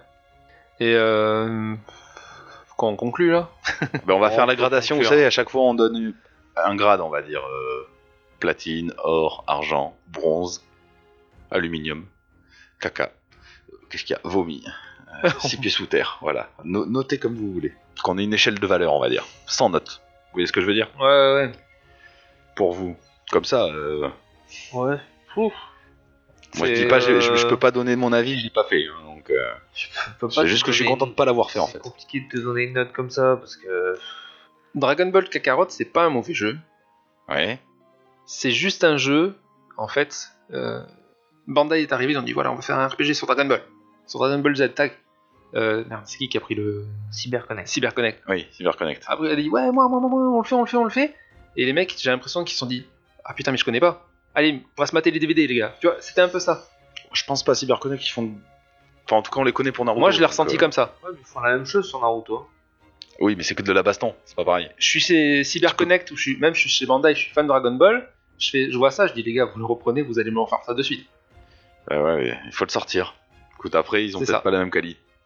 Et euh, qu'on conclut là. Ben, on va On faire la peut gradation, vous conclure. savez, à chaque fois on donne un grade, on va dire euh, platine, or, argent, bronze, aluminium, caca. Euh, Qu'est-ce qu'il y a? Vomi. Euh, six pieds sous terre, voilà. No- notez comme vous voulez. Parce qu'on ait une échelle de valeur, on va dire. Sans note. Vous voyez ce que je veux dire? Ouais, ouais, ouais. Pour vous. Comme ça, euh, Ouais. moi je C'est, dis pas, je, je- euh, je peux pas donner mon avis, je l'ai pas fait. hein, donc, euh, c'est juste que je suis content de pas l'avoir fait en C'est fait. compliqué de te donner une note comme ça parce que. Dragon Ball Kakarot, c'est pas un mauvais jeu. Ouais. C'est juste un jeu, en fait. euh, Bandai est arrivé, ils ont dit voilà, on va faire un R P G sur Dragon Ball. Sur Dragon Ball Z, tac. Euh, merde, c'est qui qui a pris le CyberConnect. CyberConnect? Oui, CyberConnect. Après, il a dit ouais, moi, moi, moi, moi, on le fait, on le fait, on le fait. Et les mecs, j'ai l'impression qu'ils se sont dit ah putain, mais je connais pas. Allez, on va se mater les D V D, les gars. Tu vois, c'était un peu ça. Je pense pas à CyberConnect qui font. Enfin, en tout cas, on les connaît pour Naruto. Moi, je l'ai donc, ressenti euh, comme ça. Ouais, mais ils font la même chose sur Naruto. Oui, mais c'est que de la baston, c'est pas pareil. Je suis chez CyberConnect, ou je suis, même je suis chez Bandai, je suis fan de Dragon Ball. Je, fais, je vois ça, je dis les gars, vous le reprenez, vous allez me refaire ça de suite. Ouais, ouais, il faut le sortir. Écoute, après, ils ont C'est peut-être ça. pas la même qualité.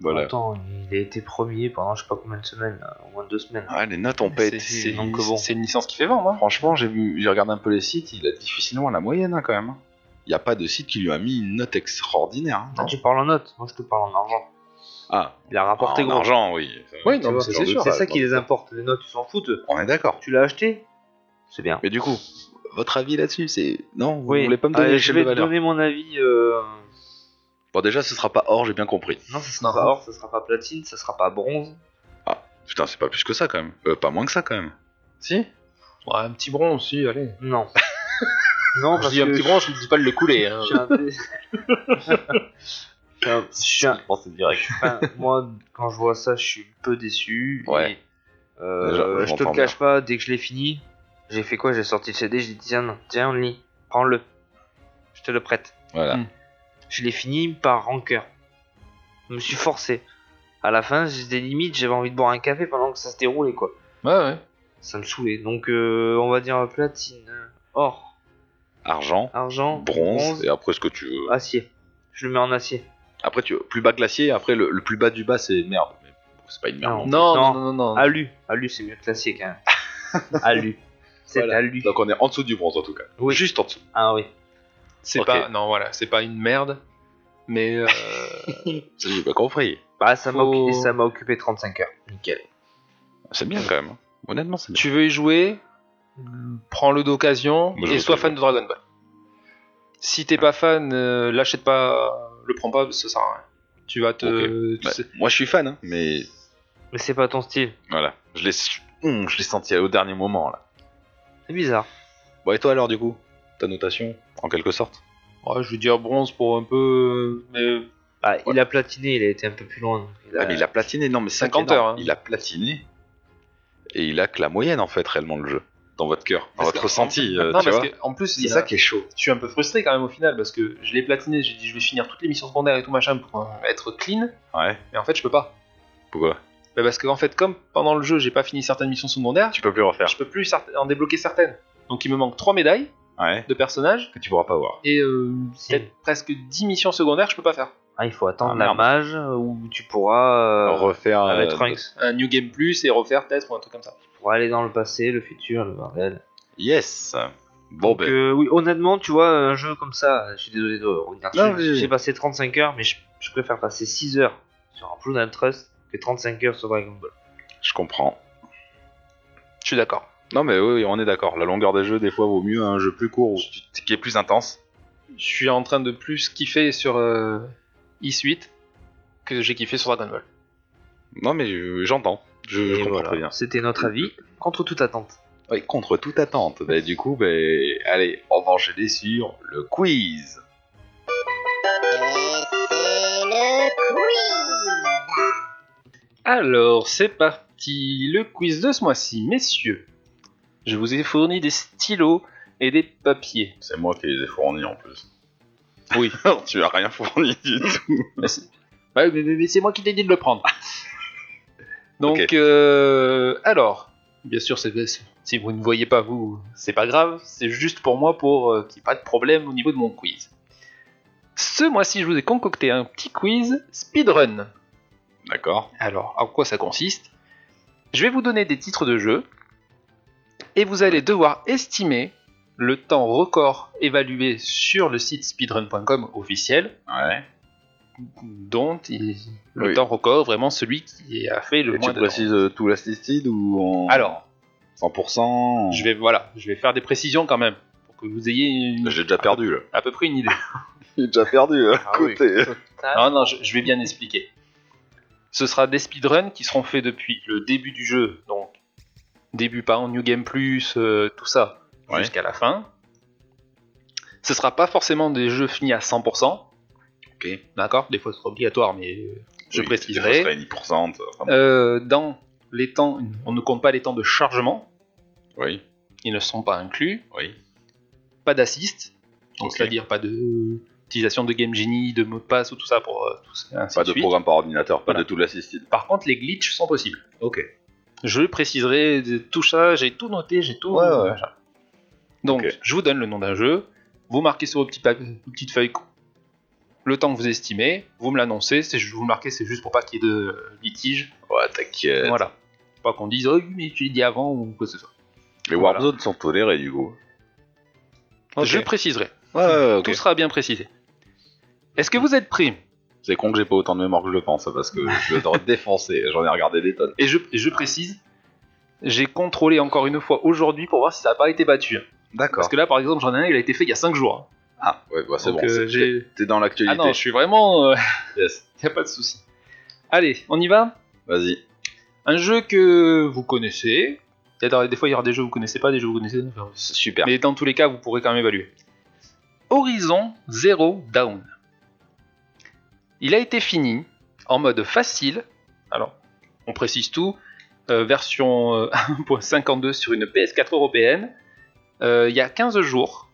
Voilà. Attends, il a été premier pendant je sais pas combien de semaines, là, au moins deux semaines. Ouais, les notes ont pas C'est, été. c'est, donc bon. c'est une licence qui fait vendre. Hein. Franchement, j'ai vu, j'ai regardé un peu les sites, il a difficilement la moyenne hein, quand même. Il n'y a pas de site qui lui a mis une note extraordinaire. Hein, Ah, non tu parles en notes, moi je te parle en argent. Ah, Il a rapporté en gros. argent, oui. Oui, Tu non, mais vois, ça, j'en c'est doute sûr. C'est pas, ça j'en qui doute les pas. importe, les notes, ils s'en foutent. On est d'accord. Tu l'as acheté? C'est bien. Mais du coup, votre avis là-dessus, c'est non, vous Oui, voulez pas me donner allez, je l'échelle vais de te valeur. donner mon avis. Euh... Bon, déjà, ce sera pas or, j'ai bien compris. Non, ça sera Non. pas or, ça sera pas platine, ça sera pas bronze. Ah, putain, c'est pas plus que ça quand même. Euh, pas moins que ça quand même. Si Ouais, un petit bronze, si, allez. Non. non, Je parce dis un que petit bronze, je ne dis pas de le couler. Hein. je suis un peu- Enfin, je suis un- pense c'est direct. enfin, moi, quand je vois ça, je suis un peu déçu. Ouais. Et, euh, Déjà, je te j'entends le cache pas, dès que je l'ai fini, j'ai fait quoi? J'ai sorti le C D, j'ai dit tiens, non, tiens, on lit, prends-le. Je te le prête. Voilà. Hmm. Je l'ai fini par rancœur. Je me suis forcé. À la fin, j'ai des limites, j'avais envie de boire un café pendant que ça se déroulait, quoi. Ouais, ouais. Ça me saoulait. Donc, euh, on va dire platine, or, Argent, argent, bronze, et après ce que tu veux. acier. Je le mets en acier. Après, tu plus bas glacier, après le, le plus bas du bas, c'est merde. Mais bon, c'est pas une merde. Non. Non, Non. non, non, non. non. Alu. Alu, c'est mieux que l'acier, quand même. Alu. C'est Voilà. alu. Donc on est en dessous du bronze en tout cas. Oui. Juste en dessous. Ah oui. C'est Ok. pas, non, voilà, c'est pas une merde, mais euh, Ça, j'ai pas compris. Bah, ça m'a Faut- occupé, ça m'a occupé trente-cinq heures. Nickel. C'est bien quand même. hein. Honnêtement, c'est bien. tu veux y jouer, prends-le d'occasion Moi, je et veux sois pas fan jouer. de Dragon Ball. Si t'es pas fan, euh, l'achète pas, le prends pas, ça sert à rien. Tu vas te. Ok. tu Bah, sais- moi, je suis fan, hein, mais Mais c'est pas ton style. voilà. Je l'ai, Hum, je l'ai senti au dernier moment là. C'est bizarre. Bon, et toi alors, du coup, ta notation, en quelque sorte. Ouais, je veux dire bronze pour un peu. Mais Ah, il a platiné, il a été un peu plus loin. Il a- Ah, mais il a platiné. Non, mais c'est ça qui est cinquante heures, énorme. hein. Il a platiné et il a que la moyenne en fait réellement le jeu dans votre cœur, dans Parce votre que- ressenti. euh, non, tu parce vois. qu'en plus, C'est il ça a- qui est chaud. je suis un peu frustré quand même au final parce que je l'ai platiné, j'ai dit je vais finir toutes les missions secondaires et tout machin pour euh, être clean, Ouais. mais en fait je peux pas. Pourquoi Bah, parce que en fait, comme pendant le jeu j'ai pas fini certaines missions secondaires, Tu peux plus refaire. je peux plus cert- en débloquer certaines. Donc il me manque trois médailles Ouais. de personnages Que tu pourras pas voir. et euh, peut-être presque dix missions secondaires je peux pas faire. Ah, il faut attendre Ah, la merde. mage où tu pourras euh, refaire avec euh, Trunks. Un New Game Plus et refaire peut-être ou un truc comme ça. Pour aller dans le passé, le futur, le bordel. Yes. Bon Donc, ben. euh, oui, honnêtement, tu vois, un jeu comme ça, je suis désolé de revenir Non, dessus. mais- J'ai passé trente-cinq heures, mais je, je préfère passer six heures sur un Blood and Trust que trente-cinq heures sur Dragon Ball. Je comprends. Je suis d'accord. Non mais oui, oui, on est d'accord. La longueur des jeux, des fois, vaut mieux un jeu plus court ou qui est plus intense. Je suis en train de plus kiffer sur euh, X huit que j'ai kiffé sur Dragon Ball. Non mais euh, j'entends. Je, je Et comprends voilà. très bien. C'était notre avis, contre toute attente. Oui, contre toute attente. Bah, du coup, bah, allez, on va enchaîner sur le quiz. Alors, c'est parti, le quiz de ce mois-ci, messieurs. Je vous ai fourni des stylos et des papiers. C'est moi qui les ai fournis en plus. Oui. Tu as rien fourni du tout. Mais c'est ouais, mais- mais- mais c'est moi qui t'ai dit de le prendre. Donc, Ok. euh, alors, bien sûr, c'est- c'est- si vous ne voyez pas, vous, c'est pas grave, c'est juste pour moi pour euh, qu'il n'y ait pas de problème au niveau de mon quiz. Ce mois-ci, je vous ai concocté un petit quiz speedrun. D'accord. Alors, en quoi ça consiste? Je vais vous donner des titres de jeu, et vous allez devoir estimer le temps record évalué sur le site speedrun point com officiel, Ouais. dont il- le Oui. temps record, vraiment celui qui a fait le Et moins tu de temps. précises euh, tout l'assisted ou en Alors, cent pour cent je vais, voilà, je vais faire des précisions quand même, pour que vous ayez une- J'ai déjà perdu là. à peu près une idée. J'ai déjà perdu à Ah oui. côté. Non, non, je, je vais bien expliquer. Ce sera des speedruns qui seront faits depuis le début du jeu, donc début par an, New Game Plus, euh, tout ça, Ouais. jusqu'à la fin. Ce sera pas forcément des jeux finis à cent pour cent, Ok. d'accord? Des fois ce sera obligatoire, mais euh, je Oui, préciserai. des fois, ce serait dix pour cent. enfin, Euh, dans les temps, on ne compte pas les temps de chargement, Oui. ils ne sont pas inclus. Oui. Pas d'assist, donc Ok. c'est-à-dire pas de utilisation de Game Genie, de mot de passe ou tout ça pour euh, tout ça, ainsi Pas de de suite. programme par ordinateur, pas Voilà. de tout l'assisted. Par contre, les glitches sont possibles. Ok. Je préciserai de tout ça, j'ai tout noté, j'ai tout. Ouais, ouais. machin. Donc, Ok. je vous donne le nom d'un jeu, vous marquez sur vos petits papiers, vos petites feuilles le temps que vous estimez, vous me l'annoncez, c'est, je vous le marquez, c'est juste pour pas qu'il y ait de euh, litige. Ouais, t'inquiète. Voilà. Pas qu'on dise, oh mais tu l'as dit avant ou quoi que ce soit. Les Voilà. Warzones sont tolérés du coup. Ok. Je préciserai. Ouais, ouais, ok. Tout sera bien précisé. Est-ce que vous êtes prêts? C'est con que j'ai pas autant de mémoire que je le pense, parce que je dois te défoncer, j'en ai regardé des tonnes. Et je, et je précise, j'ai contrôlé encore une fois aujourd'hui pour voir si ça n'a pas été battu. D'accord. Parce que là, par exemple, j'en ai un, il a été fait il y a cinq jours. Ah, ouais, bah, c'est Donc, bon, euh, c'est- j'ai- t'es- t'es dans l'actualité. Ah non, je suis vraiment... euh, Yes. y a pas de souci. Allez, on y va. Vas-y. Un jeu que vous connaissez. Peut-être, des fois, il y aura des jeux que vous connaissez pas, des jeux que vous connaissez. Enfin, Super. mais dans tous les cas, vous pourrez quand même évaluer. Horizon Zero Dawn. Il a été fini en mode facile. Alors, on précise tout. Euh, version euh, un point cinquante-deux sur une P S quatre européenne. Euh, il y a quinze jours.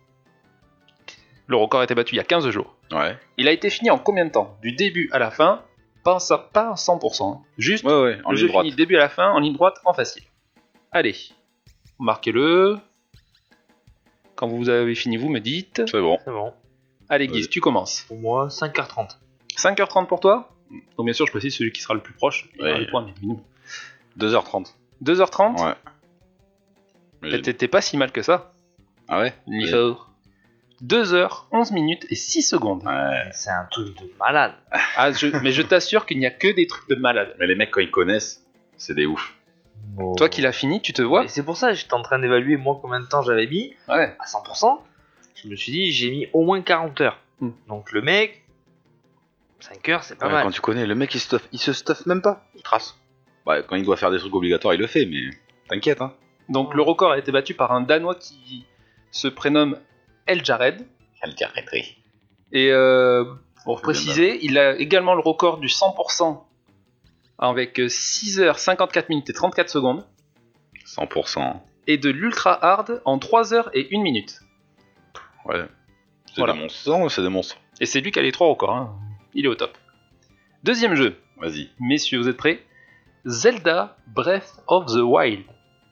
Le record a été battu il y a quinze jours. Ouais. Il a été fini en combien de temps? Du début à la fin. Pas, ça, pas à cent pour cent. hein. Juste Ouais, ouais, en le ligne jeu droite. fini du début à la fin en ligne droite en facile. Allez, marquez-le. Quand vous avez fini, vous me dites. C'est bon. C'est bon. Allez, Guise, Vas-y. tu commences. Pour moi, cinq heures trente. cinq heures trente pour toi. Donc, bien sûr, je précise celui qui sera le plus proche. Il Ouais. aura les points, mais minimum. deux heures trente. deux heures trente. Ouais. Mais j'ai- T'es t'es pas si mal que ça. Ah ouais Niveau. deux heures, onze minutes et six secondes. Ouais. C'est un truc de malade. Ah, je- mais je t'assure qu'il n'y a que des trucs de malade. Mais les mecs, quand ils connaissent, c'est des oufs. Oh. Toi qui l'as fini, tu te vois. Et c'est pour ça que j'étais en train d'évaluer moi combien de temps j'avais mis Ouais. à cent pour cent. Je me suis dit j'ai mis au moins quarante heures. Hmm. Donc le mec, cinq heures c'est pas Ouais, mal. quand tu connais, le mec, il, stuff, il se stuff même pas. Il trace. Ouais, quand il doit faire des trucs obligatoires, il le fait, mais t'inquiète, hein. Donc le record a été battu par un Danois qui se prénomme El Jared. Elle dit arrêterie. Et euh, pour C'est préciser, il a également le record du cent pour cent avec six heures cinquante-quatre minutes et trente-quatre secondes. cent pour cent. Et de l'ultra hard en trois heures et une minute. Ouais. C'est Voilà. des monstres. Non, c'est des monstres. Et c'est lui qui a les trois records. hein. Il est au top. Deuxième jeu. Vas-y. Messieurs, vous êtes prêts? Zelda Breath of the Wild.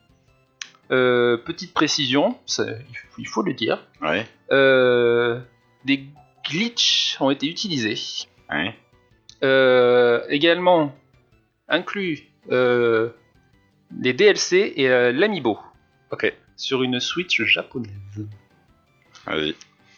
Euh, petite précision, c'est- il faut le dire. Ouais. Euh, des glitches ont été utilisés. Ouais. Euh, également inclus euh, les D L C et euh, l'amiibo Ok. sur une Switch japonaise. Vas-y.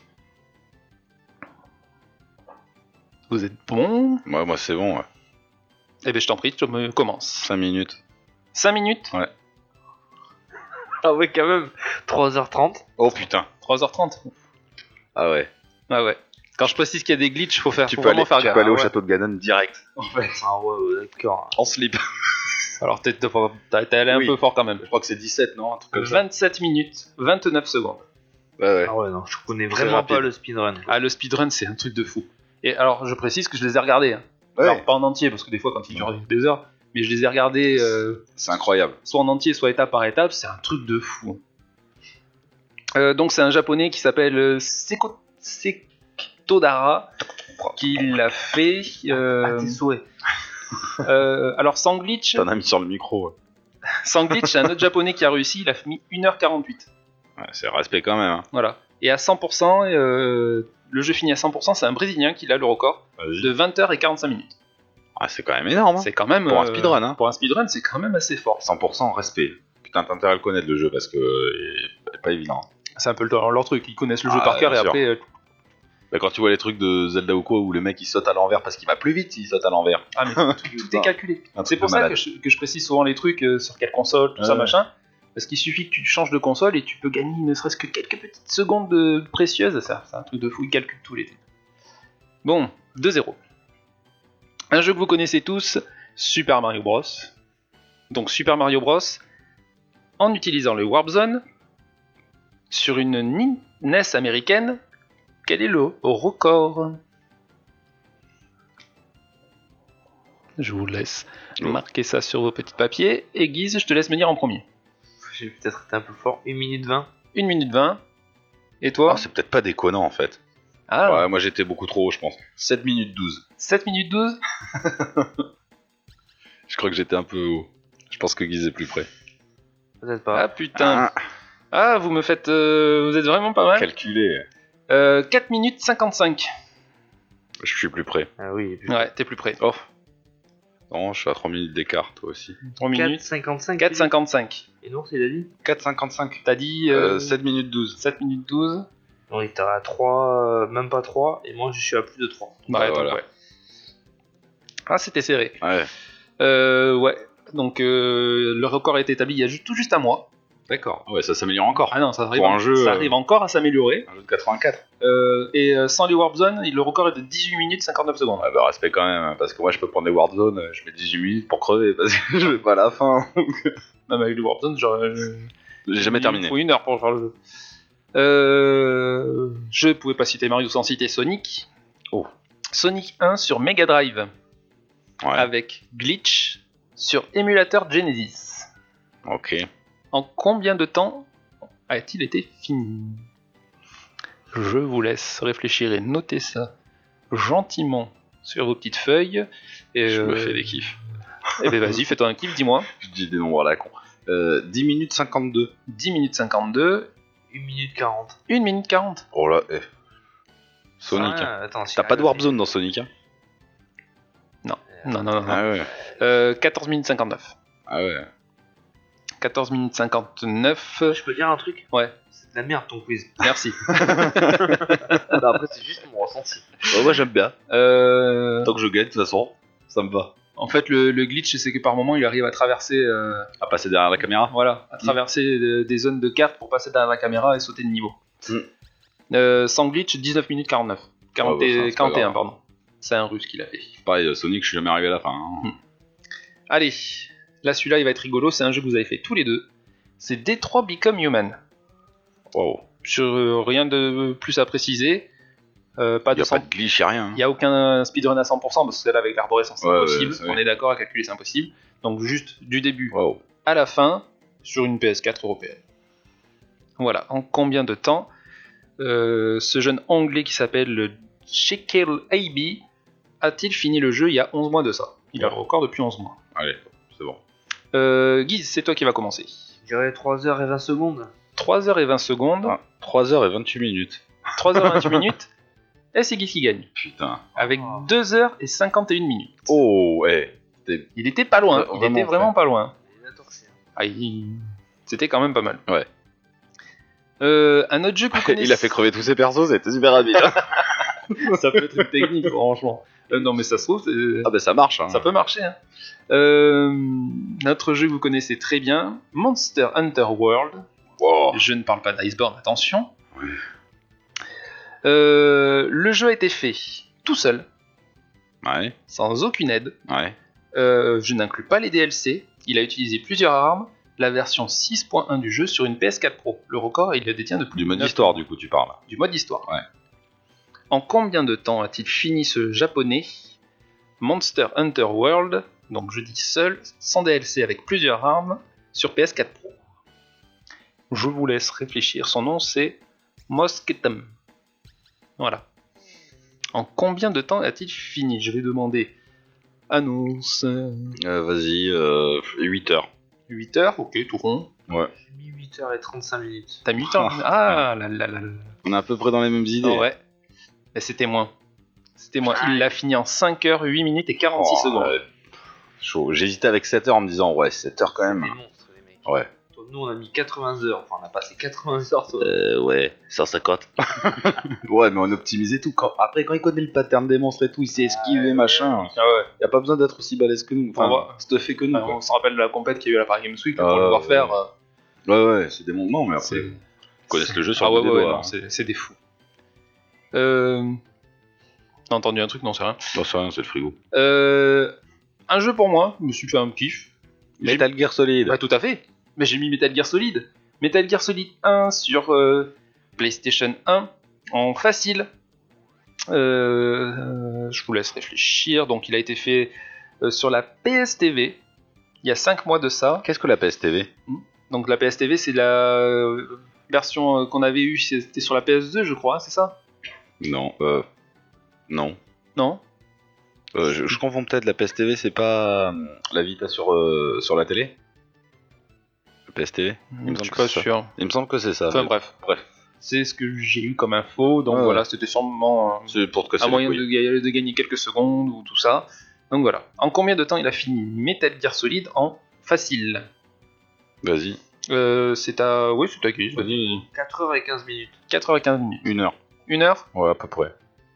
Vous êtes bon? Moi, moi c'est bon, ouais. Eh ben je t'en prie, tu me commences. cinq minutes. cinq minutes? Ouais. Ah ouais quand même. trois heures trente. Oh putain. trois heures trente? Ah ouais. Ah ouais. Quand je précise qu'il y a des glitches, faut faire, Tu faut peux vraiment aller, faire tu gaffe. peux aller Ah au ouais. château de Ganon direct. En fait. Ah ouais, ouais, d'accord. En slip. Alors peut-être faut- t'as t'es allé un Oui. peu fort quand même. Je crois que c'est dix-sept, non? Un truc comme ça. vingt-sept minutes, vingt-neuf secondes. Ouais, ouais. Ah ouais non, je connais Très vraiment rapide. pas le speedrun. Ah, le speedrun, c'est un truc de fou. Et alors, je précise que je les ai regardés. Hein. Ouais. Alors, pas en entier, parce que des fois, quand ils durent des heures, mais je les ai regardés euh, C'est incroyable. soit en entier, soit étape par étape. C'est un truc de fou. Euh, donc, c'est un japonais qui s'appelle euh, Seko Sekitodara qui l'a fait. euh, À tes souhaits. euh, alors, sans glitch, T'en as mis sur le micro. Ouais, sans glitch, c'est un autre japonais qui a réussi. Il a mis une heure quarante-huit. Ouais, c'est respect quand même. Hein. Voilà. Et à cent pour cent, euh, le jeu fini à cent pour cent, c'est un Brésilien qui a le record Vas-y. de vingt heures et quarante-cinq minutes. Ah, c'est quand même énorme. Hein. C'est quand même. Pour un euh, speedrun, hein. Pour un speedrun, c'est quand même assez fort. cent pour cent respect. Putain, t'as intérêt à le connaître le jeu parce que euh, c'est pas évident. C'est un peu leur, leur truc. Ils connaissent le jeu Ah, par cœur et bien sûr. après. euh, Bah, quand tu vois les trucs de Zelda ou quoi où le mec il saute à l'envers parce qu'il va plus vite s'il saute à l'envers. Ah, mais tout, tout est calculé. Un C'est truc pour de ça malade. que je, que je précise souvent les trucs euh, sur quelle console, tout Ouais, ça, ouais. machin. Parce qu'il suffit que tu changes de console et tu peux gagner ne serait-ce que quelques petites secondes de précieuses. Ça, c'est un truc de fou. Ils calculent tous les trucs. Bon, deux zéro. Un jeu que vous connaissez tous, Super Mario Bros. Donc Super Mario Bros. En utilisant le Warp Zone sur une N E S américaine. Quel est le record? Je vous laisse Oh. marquer ça sur vos petits papiers. Et Guise, je te laisse me dire en premier. J'ai peut-être été un peu fort. une minute vingt. une minute vingt. Et toi? Ah, c'est peut-être pas déconnant en fait. Ah, Ouais, moi j'étais beaucoup trop haut, je pense. sept minutes douze. sept minutes douze. Je crois que j'étais un peu haut. Je pense que Guise est plus près. Peut-être pas. Ah putain. Ah, Ah, vous me faites... euh, vous êtes vraiment pas mal. calculé. Euh, quatre minutes cinquante-cinq. Je suis plus près. Ah oui. Ouais, t'es plus près. Oh. Non, je suis à trois minutes d'écart, toi aussi. trois quatre minutes. cinquante-cinq. quatre cinquante-cinq. Et non, c'est dit. quatre cinquante-cinq. T'as dit Euh, euh, sept minutes douze. sept minutes douze. On est à trois, euh, même pas trois, et moi je suis à plus de trois. Bah, Bah, donc, voilà. ouais. Ah, c'était serré. Ouais. Euh, ouais. Donc, euh, le record a été établi il y a ju- tout juste un mois. D'accord. Ouais, ça s'améliore encore. Ah non, ça arrive, Pour un jeu, ça euh, arrive encore à s'améliorer. Un jeu de quatre-vingt-quatre. Euh, et euh, sans les Warp Zones, il- le record est de dix-huit minutes cinquanteneuf secondes. Ouais, bah, respect quand même, parce que moi, je peux prendre des Warp Zones, je mets dix-huit minutes pour crever, parce que je vais pas à la fin. Même avec les Warp Zones, genre, je- J'ai jamais il terminé. faut une heure pour faire le jeu. Euh, je pouvais pas citer Mario sans citer Sonic. Oh. Sonic un sur Mega Drive Ouais, avec glitch sur émulateur Genesis. ok. En combien de temps a-t-il été fini? Je vous laisse réfléchir et noter ça gentiment sur vos petites feuilles. Et Je me euh, fais des kiffs. Eh ben vas-y, fais-toi un kiff, dis-moi. Je dis des nombres à la con. Euh, dix minutes cinquante-deux. dix minutes cinquante-deux, une minute quarante. une minute quarante. Oh là, eh. Sonic. Ah, hein. attends, si T'as pas de j'arrive à Warp Zone dans Sonic, hein? Non, non, non. non. Ah ouais. Euh, quatorze minutes cinquante-neuf. Ah ouais. quatorze minutes cinquante-neuf. Je peux dire un truc? Ouais, C'est de la merde ton quiz. merci. Bah, après, c'est juste mon ressenti. Ouais, moi j'aime bien. Euh, Tant que je gagne, de toute façon, ça me va. en fait, le, le glitch, c'est que par moment, il arrive à traverser, euh, À passer derrière la caméra. voilà, à traverser euh, des zones de cartes pour passer derrière la caméra et sauter de niveau. Mm. Euh, sans glitch, dix-neuf minutes quarante-neuf. quarante Ouais, et- bah, ça, c'est pas quarante et un, grave. pardon. C'est un russe qui l'a fait. Pareil, euh, Sonic, je suis jamais arrivé à la fin. hein. Allez, là, celui-là, il va être rigolo. C'est un jeu que vous avez fait tous les deux. C'est Detroit Become Human. Wow. Sur euh, rien de plus à préciser. Euh, pas Y de a cent- pas de glitch, y a rien. hein. Il n'y a aucun speedrun à cent pour cent parce que là avec l'arborescence c'est Ouais, impossible, ouais, c'est on vrai. est d'accord à calculer c'est impossible. Donc juste du début Wow. à la fin sur une P S quatre européenne. Voilà, en combien de temps euh, ce jeune anglais qui s'appelle Shekel Aibi a-t-il fini le jeu il y a onze mois de ça? Il a le record depuis onze mois. Allez, c'est bon. Euh, Guise, c'est toi qui va commencer. Je dirais trois heures vingt secondes. trois heures vingt secondes, Ah, trois heures vingt-huit minutes. trois heures vingt-huit minutes, et c'est Guise qui gagne. Putain. Avec Oh. deux heures cinquante et une minutes. Oh, ouais. Il était pas loin, il Vraiment était vraiment pas loin. Il a torché. hein. Ah, il- C'était quand même pas mal. Ouais. Euh, un autre jeu que vous connaissez. Il a fait crever tous ses persos, c'était super rapide. hein. Ça peut être une technique, franchement. Euh, non, mais ça se trouve, c'est- Ah bah ça marche. Hein. ça peut marcher. Hein. Euh, Notre jeu que vous connaissez très bien, Monster Hunter World. Wow. Je ne parle pas d'Iceborne, attention. Oui. Euh, le jeu a été fait tout seul, Ouais, sans aucune aide. ouais. Euh, je n'inclus pas les D L C. Il a utilisé plusieurs armes. La version six point un du jeu sur une P S quatre Pro. Le record, il le détient depuis Du mode neuf histoire, du coup, tu parles. du mode histoire. Ouais. En combien de temps a-t-il fini ce japonais Monster Hunter World, donc je dis seul, sans D L C avec plusieurs armes, sur P S quatre Pro? Je vous laisse réfléchir, son nom c'est Mosketum. Voilà. En combien de temps a-t-il fini? Je vais demander annonce. Euh, Vas-y, euh, huit heures. huit heures, ok, tout rond. J'ai mis huit heures trente-cinq minutes. T'as mis le temps? Ah là là là là. On est à peu près dans les mêmes idées. Ah ouais. Mais c'était moins. C'était moins. Il l'a fini en cinq heures, huit minutes et quarante-six Oh, secondes. ouais. Chaud. J'hésitais avec sept heures en me disant, ouais, sept heures quand même. Des monstres, les mecs. Ouais. Toi, nous, on a mis quatre-vingts heures. Enfin, on a passé quatre-vingts heures, toi. Euh, ouais, cent cinquante. Ouais, mais on optimisait tout. Quand... Après, quand il connaît le pattern des monstres et tout, il sait esquiver, machin. Ah ouais. Y a pas besoin d'être aussi balèze que nous. Enfin, On va- stuffé que nous. Ah, quoi. on se rappelle de la compète qu'il y a eu à la Paris Games Week là, Ah, pour le voir ouais. faire. euh, Ouais, ouais, c'est des moments, mais après, c'est- ils connaissent le jeu sur Ah le ouais, bout ouais, des ouais, doigts, non, hein. c'est c'est des fous. Euh... T'as entendu un truc? Non, c'est rien. Non, c'est rien, c'est le frigo. Euh... Un jeu pour moi, je me suis fait un kiff. J'ai- Metal Gear Solid. Bah, tout à fait. Mais j'ai mis Metal Gear Solid. Metal Gear Solid un sur euh, PlayStation un en facile. Euh, euh, je vous laisse réfléchir. Donc, il a été fait euh, sur la P S T V il y a cinq mois de ça. Qu'est-ce que la P S T V? Donc, la P S T V, c'est la euh, version euh, qu'on avait eue, c'était sur la P S deux, je crois, hein, c'est ça? Non, euh. Non. Non? Euh, je, je confonds peut-être, la P S T V, c'est pas euh, la Vita sur, euh, sur la télé? La P S T V? Il me Je semble suis que pas c'est ça. sûr. Il me semble que c'est ça. Enfin, mais- bref. Bref. C'est ce que j'ai eu comme info, donc Ouais, voilà, ouais. c'était sûrement euh, C'est pour te casser un les moyen couilles. de, ga- de gagner quelques secondes ou tout ça. Donc voilà. En combien de temps il a fini Metal Gear Solid en facile? Vas-y, euh, C'est à... Oui, c'est à qui? vas-y, quatre heures quinze minutes. quatre heures quinze minutes. une heure. Une heure Ouais, à peu près.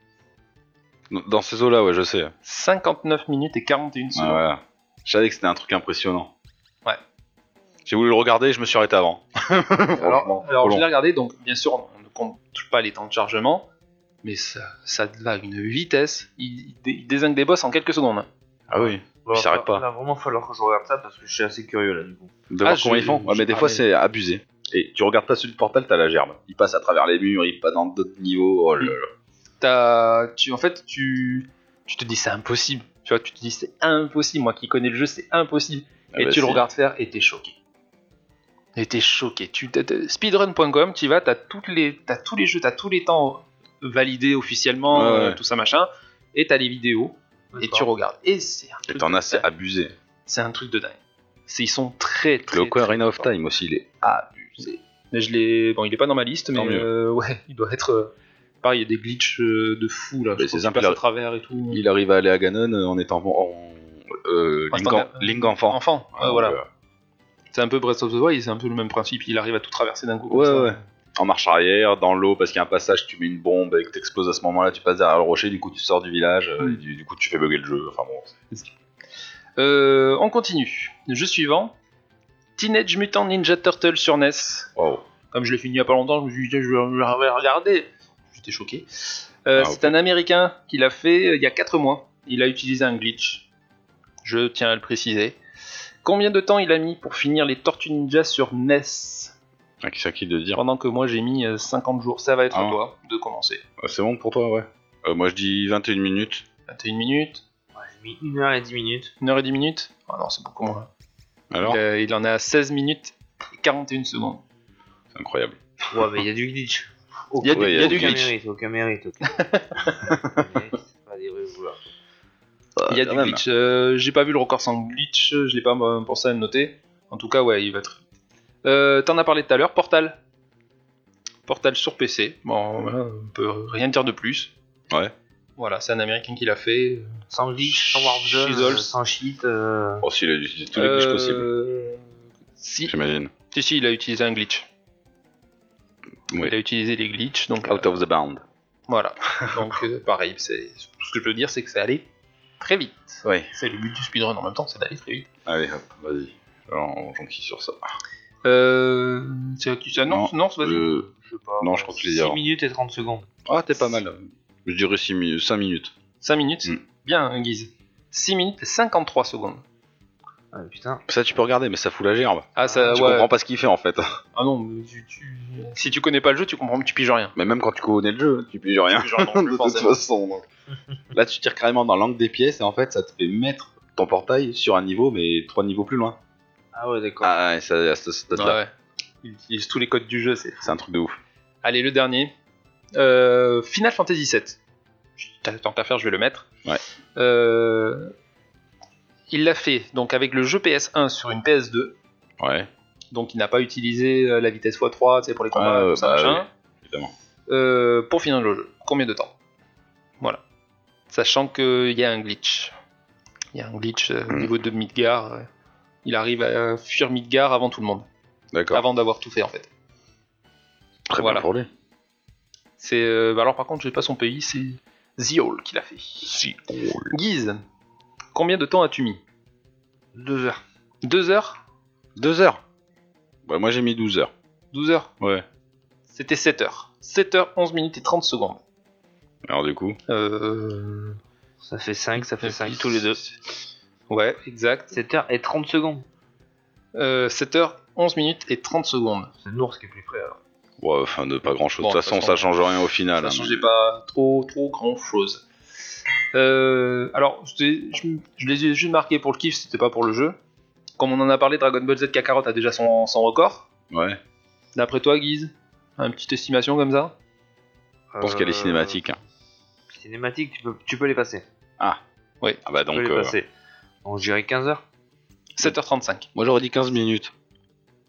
Dans ces eaux-là, ouais, je sais. cinquante-neuf minutes et quarante et une Ah, secondes. voilà. Je savais que c'était un truc impressionnant. Ouais. J'ai voulu le regarder et je me suis arrêté avant. Alors, Franchement, alors trop je long. l'ai regardé, donc bien sûr, on ne compte pas les temps de chargement, mais ça, ça va à une vitesse. Il, il dé- il dézingue des boss en quelques secondes. hein. Ah oui, Bon, il s'arrête pas. Il va vraiment falloir que je regarde ça parce que je suis assez curieux là du coup. De voir Ah, comment je- ils font. Ouais, je- mais des ah, fois, mais- c'est abusé. Et tu regardes pas celui de Portal, t'as la gerbe. Il passe à travers les murs, il passe dans d'autres niveaux. Oh là là. T'as- tu, en fait, tu, tu te dis c'est impossible. Tu vois, tu te dis c'est impossible. Moi qui connais le jeu, c'est impossible. Ah et bah tu le si. regardes faire et t'es choqué. Et t'es choqué. Tu, t'as- t'as- speedrun point com, tu y vas, t'as, toutes les, t'as tous les jeux, t'as tous les temps validés officiellement, Ouais, euh, ouais. tout ça machin, et t'as les vidéos, et tu regardes. Et c'est un Et truc, t'en as, de c'est dingue. abusé. C'est un truc de dingue. C'est, ils sont très très. Le Ocarina très of forts. Time aussi, il est abusé. Mais je l'ai. Bon, il est pas dans ma liste, mais Tant mieux. euh, ouais, il doit être. euh, Pareil, il y a des glitches euh, de fou là. Mais Je c'est crois simple, qu'il passe il à travers et tout. Il arrive à aller à Ganon euh, en étant en, euh, Ouais, Link, c'est en- en- Link enfant. Enfant, ouais, Ah, voilà. donc, euh, C'est un peu Breath of the Wild, c'est un peu le même principe. Il arrive à tout traverser d'un coup. comme Ouais, ça. ouais. En marche arrière, dans l'eau, parce qu'il y a un passage, tu mets une bombe et que t'exploses à ce moment-là, tu passes derrière le rocher, du coup tu sors du village, euh, Mm. et du, du coup tu fais bugger le jeu. Enfin bon. c'est- Euh, on continue. Jeu suivant. Teenage Mutant Ninja Turtle sur N E S. Wow. Comme je l'ai fini il y a pas longtemps, je me suis dit, tiens, je vais je vais regarder. J'étais choqué. Euh, Ah, c'est ok. un Américain qui l'a fait euh, il y a quatre mois. Il a utilisé un glitch. Je tiens à le préciser. Combien de temps il a mis pour finir les Tortues Ninja sur N E S? Ah, qui c'est à qui de le dire Pendant que moi j'ai mis euh, cinquante jours. Ça va être Ah. à toi de commencer. Ah, c'est bon pour toi, ouais. Euh, moi je dis vingt et une minutes. vingt et une minutes. Ouais, j'ai mis une heure et dix minutes. une heure et dix minutes. Ah non, c'est beaucoup moins. Alors il, euh, il en est à seize minutes et quarante et une secondes. C'est incroyable. Ouais, mais il y a du glitch. Il y a du- Ouais, il y a du aucun glitch. Mérite, aucun mérite, aucun mérite. Pas des vrais joueurs. Il y a quand du même. glitch. Euh, j'ai pas vu le record sans glitch, je l'ai pas euh, pensé à le noter. En tout cas, ouais, il va être. Euh, T'en as parlé tout à l'heure, Portal. Portal sur P C. Bon, voilà, on peut rien dire de plus. Ouais. Voilà, c'est un américain qui l'a fait. Sans glitch, sans warp zone, Shizzles. euh, sans cheat. euh, Oh, si, il a utilisé tous les glitches Euh, possibles, Si. j'imagine. si, si, il a utilisé un glitch. Oui. Il a utilisé les glitches, donc Out euh, of the bound. voilà. Donc euh, pareil, c'est tout ce que je peux dire, c'est que c'est allé très vite. Ouais. C'est le but du speedrun en même temps, c'est d'aller très vite. Allez, hop, vas-y. Alors, j'en sur ça. Euh, c'est tu sais, non, Non, non, c'est vas-y. Euh, Je sais pas. Non, je crois que tu l'as dit six avant. minutes et trente secondes. Ah, t'es pas mal. Je dirais six mi- cinq minutes. cinq minutes. Mm. Bien, Guise. six minutes et cinquante-trois secondes. Ah putain. Ça, tu peux regarder, mais ça fout la gerbe. Ah, ça, Tu ouais. comprends pas ce qu'il fait en fait. Ah non, mais tu, tu- si tu connais pas le jeu, tu comprends, tu piges rien. Mais même quand tu connais le jeu, tu piges rien. Tu piges rien non plus, de toute forcément. façon. donc. Là, tu tires carrément dans l'angle des pièces et en fait, ça te fait mettre ton portail sur un niveau, mais trois niveaux plus loin. Ah ouais, d'accord. Ah, ouais, ça, à ce stade-là. Ouais, ouais. Il utilise tous les codes du jeu, c'est. C'est un truc de ouf. Allez, le dernier. Euh, Final Fantasy sept. Tant qu'à faire, je vais le mettre. Ouais. Euh, il l'a fait donc avec le jeu P S un sur une P S deux. Ouais, Donc il n'a pas utilisé euh, la vitesse fois trois, tu sais, pour les combats, Ah, tout ça, bah machin. évidemment. Euh, pour finir le jeu. Combien de temps? Voilà. Sachant qu'il y a un glitch. Il y a un glitch euh, au Mm. niveau de Midgar. euh, Il arrive à fuir Midgar avant tout le monde. D'accord. Avant d'avoir tout fait en fait. Très voilà. bien pour lui. C'est euh, bah alors par contre, je sais pas son pays, c'est Ziol qui l'a fait. Si. Guise, combien de temps as-tu mis? Deux heures. Deux heures? Deux heures. Bah, moi j'ai mis douze heures. douze heures? Ouais. C'était sept heures. sept heures, onze minutes et trente secondes. Alors du coup. Euh... Ça fait cinq, ça fait cinq tous les deux. Ouais, exact. sept heures et trente secondes. Euh, sept heures, onze minutes et trente secondes. C'est Nours qui est plus près alors. Ouais, enfin de pas grand chose. Bon, de toute façon, de toute ça façon, change rien au final. Ça hein, changeait mais- pas trop, trop grand chose. Euh, alors, je, t'ai- je, je les ai juste marqués pour le kiff, c'était pas pour le jeu. Comme on en a parlé, Dragon Ball Z Kakarot a déjà son, son record. Ouais. D'après toi, Guise, une petite estimation comme ça? Je pense qu'elle est cinématique. hein. Cinématique, tu peux, tu peux les passer. Ah bah Tu peux donc. les euh, passer. Donc je dirais quinze heures. sept heures trente-cinq. Moi j'aurais dit quinze minutes.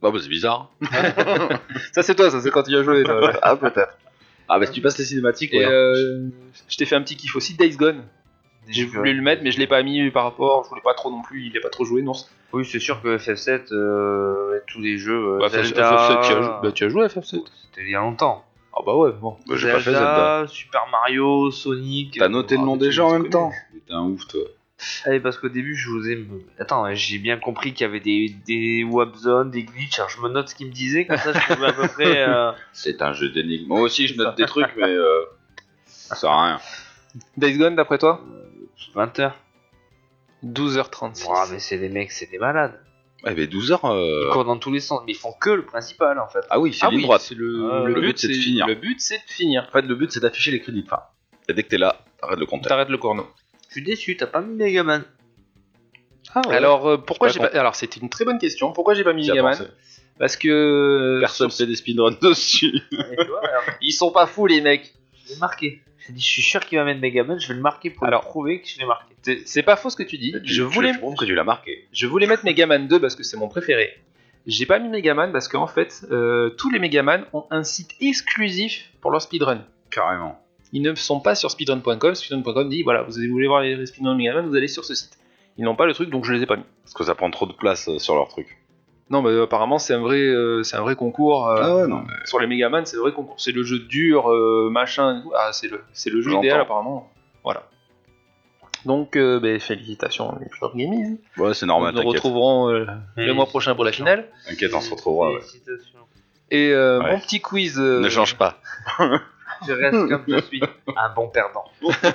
Bah, bah c'est bizarre. Ça c'est toi, ça c'est quand tu y as joué. Toi. Ah, peut-être. Ah, bah si tu passes les cinématiques, Et ouais. euh, je t'ai fait un petit kiff aussi, Days Gone. J'ai voulu le mettre, mais je l'ai pas mis par rapport. Je voulais pas trop non plus. Il est pas trop joué, non. Oui, c'est sûr que F F sept, euh, tous les jeux. Euh, Bah, Zelda, F F sept, tu as, jou- bah, tu as joué à F F sept. C'était il y a longtemps. Ah bah ouais, bon. Bah, j'ai pas fait Zelda. Super Mario, Sonic. T'as noté le Ah, nom mais des tu jeux les en même connais. temps. T'es un ouf, toi. Allez, parce qu'au début, je vous ai. Attends, j'ai bien compris qu'il y avait des, des warp zones, des glitches. Alors, je me note ce qu'il me disait, comme ça, je pouvais à peu près. Euh... C'est un jeu d'énigmes. Moi aussi, je note des trucs, mais euh, ça sert à rien. Days Gone, d'après toi vingt heures. douze heures trente-six. Oh, mais c'est des mecs, c'est des malades. Ouais, mais douze heures. euh, Ils courent dans tous les sens, mais ils font que le principal en fait. Ah oui, c'est Ah ligne oui, droite. c'est le, Ah, le le but, but, c'est de finir. Le but, c'est de finir. En fait, le but, c'est d'afficher les crédits de fin. Et dès que t'es là, t'arrêtes le compteur. T'arrêtes le corno. Je suis déçu, t'as pas mis Megaman. Ah Alors, euh, pourquoi Je sais j'ai pas pas... Alors, c'était une très bonne question. Pourquoi j'ai pas mis J'y ai Megaman pensé. Parce que... Personne fait des speedruns dessus. Et tu vois, alors, Ils sont pas fous, les mecs. je l'ai marqué. J'ai dit, je suis sûr qu'il va mettre Megaman, je vais le marquer pour Alors, alors, prouver que je l'ai marqué. C'est c'est pas faux ce que tu dis. Tu- Je tu- voulais... Je trouve que tu l'as marqué. Je voulais mettre Megaman deux parce que c'est mon préféré. J'ai pas mis Megaman parce qu'en fait, euh, tous les Megaman ont un site exclusif pour leur speedrun. Carrément. Ils ne sont pas sur speedrun point com. speedrun point com dit voilà, vous voulez voir les speedruns de Megaman, vous allez sur ce site. Ils n'ont pas le truc donc je les ai pas mis. Parce que ça prend trop de place euh, sur leur truc. Non, mais euh, apparemment c'est un vrai, euh, c'est un vrai concours. euh, Ah ouais, non. Sur les Megaman, c'est le vrai concours. C'est le jeu dur, euh, machin. Et tout. Ah, c'est le, c'est le jeu J'entends. idéal apparemment. Voilà. Donc, euh, ben, félicitations les joueurs gamies. Ouais, c'est normal, Nous nous t'inquiète. retrouverons euh, le mois prochain pour la finale. T'inquiète, on se retrouvera. Ouais. Félicitations. Et euh, Ouais. mon petit quiz. euh, Ne change pas. Je reste comme je suis, un bon perdant.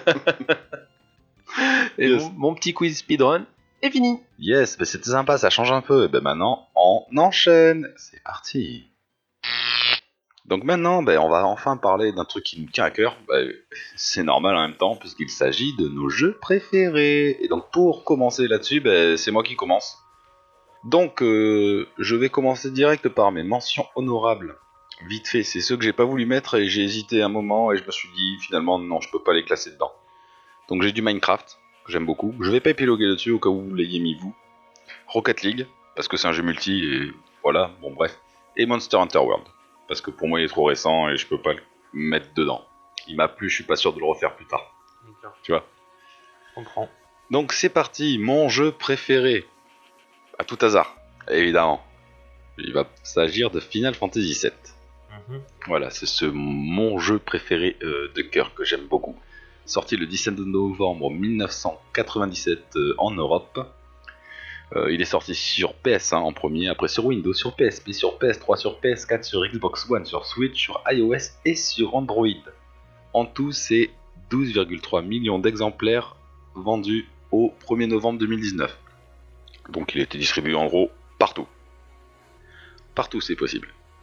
et Yes. mon, mon petit quiz speedrun est fini. Yes, bah c'était sympa, ça change un peu. Et ben maintenant, on enchaîne. C'est parti. Donc maintenant, ben, on va enfin parler d'un truc qui nous tient à cœur. Ben, c'est normal en même temps, puisqu'il s'agit de nos jeux préférés. Et donc pour commencer là-dessus, ben, c'est moi qui commence. Donc euh, je vais commencer direct par mes mentions honorables. Vite fait, c'est ceux que j'ai pas voulu mettre et j'ai hésité un moment et je me suis dit finalement non, je peux pas les classer dedans. Donc j'ai du Minecraft, que j'aime beaucoup. Je vais pas épiloguer dessus au cas où vous l'ayez mis vous. Rocket League, parce que c'est un jeu multi et voilà, bon bref. Et Monster Hunter World, parce que pour moi il est trop récent et je peux pas le mettre dedans. Il m'a plu, je suis pas sûr de le refaire plus tard. Tu vois. Je comprends. Donc c'est parti, mon jeu préféré. À tout hasard, évidemment. Il va s'agir de Final Fantasy sept. Mhm. Voilà, c'est ce mon jeu préféré euh, de cœur que j'aime beaucoup. Sorti le dix-sept novembre mille neuf cent quatre-vingt-dix-sept euh, en Europe. Euh, il est sorti sur P S un en premier, après sur Windows, sur P S P, sur P S trois, sur P S quatre, sur Xbox One, sur Switch, sur iOS et sur Android. En tout, c'est douze virgule trois millions d'exemplaires vendus au premier novembre deux mille dix-neuf. Donc il a été distribué en gros partout. Partout c'est possible.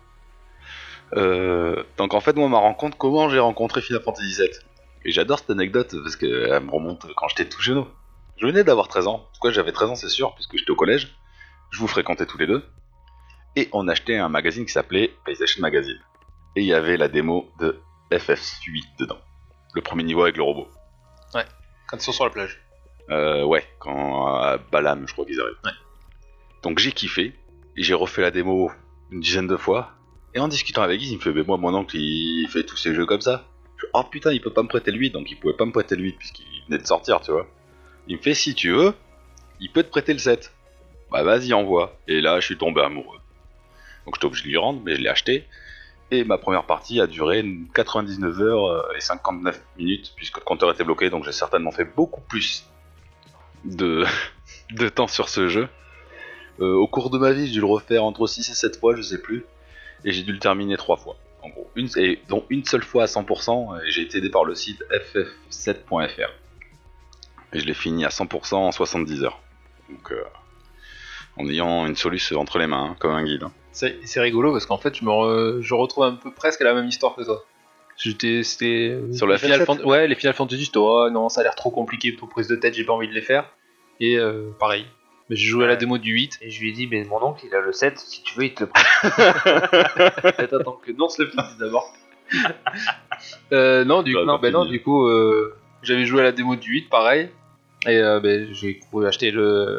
Euh, donc en fait moi ma rencontre, comment j'ai rencontré Final Fantasy sept. Et j'adore cette anecdote parce qu'elle me remonte quand j'étais tout jeune. Je venais d'avoir treize ans, en tout cas j'avais treize ans c'est sûr, puisque j'étais au collège. Je vous fréquentais tous les deux. Et on achetait un magazine qui s'appelait PlayStation Magazine. Et il y avait la démo de F F huit dedans. Le premier niveau avec le robot. Quand ils sont sur la plage. Euh, ouais, quand à Balam, je crois qu'ils arrivent. Ouais. Donc j'ai kiffé, et j'ai refait la démo une dizaine de fois, et en discutant avec Guy, il me fait, mais moi, mon oncle, il fait tous ces jeux comme ça. Je fais, oh putain, il peut pas me prêter le huit, donc il pouvait pas me prêter le huit, puisqu'il venait de sortir, tu vois. Il me fait, si tu veux, il peut te prêter le sept. Bah vas-y, envoie. Et là, je suis tombé amoureux. Donc j'étais obligé de lui rendre, mais je l'ai acheté. Et ma première partie a duré quatre-vingt-dix-neuf heures et cinquante-neuf minutes, puisque le compteur était bloqué, donc j'ai certainement fait beaucoup plus de, de temps sur ce jeu. Euh, au cours de ma vie, j'ai dû le refaire entre six et sept fois, je sais plus, et j'ai dû le terminer trois fois, en gros. Une, et dont une seule fois à cent pour cent, et j'ai été aidé par le site F F sept point F R. Et je l'ai fini à cent pour cent en soixante-dix heures. Donc, euh, en ayant une solution entre les mains, hein, comme un guide. Hein. C'est c'est rigolo parce qu'en fait, je me re- je retrouve un peu presque la même histoire que toi. J'étais, c'était Sur le les Final F F sept? Fan- ouais, les Final Fantasy. J'étais, oh non, ça a l'air trop compliqué pour prise de tête, j'ai pas envie de les faire. Et euh, pareil, mais j'ai joué à la Ouais. démo du huit. Et je lui ai dit, mais mon oncle il a le sept, si tu veux il te le prête. Attends, attends que non, se le finisse d'abord. euh, non, du Bah, coup, non, pas ben non, fini. du coup, euh, j'avais joué à la démo du huit, pareil. Et euh, ben, j'ai couru acheter le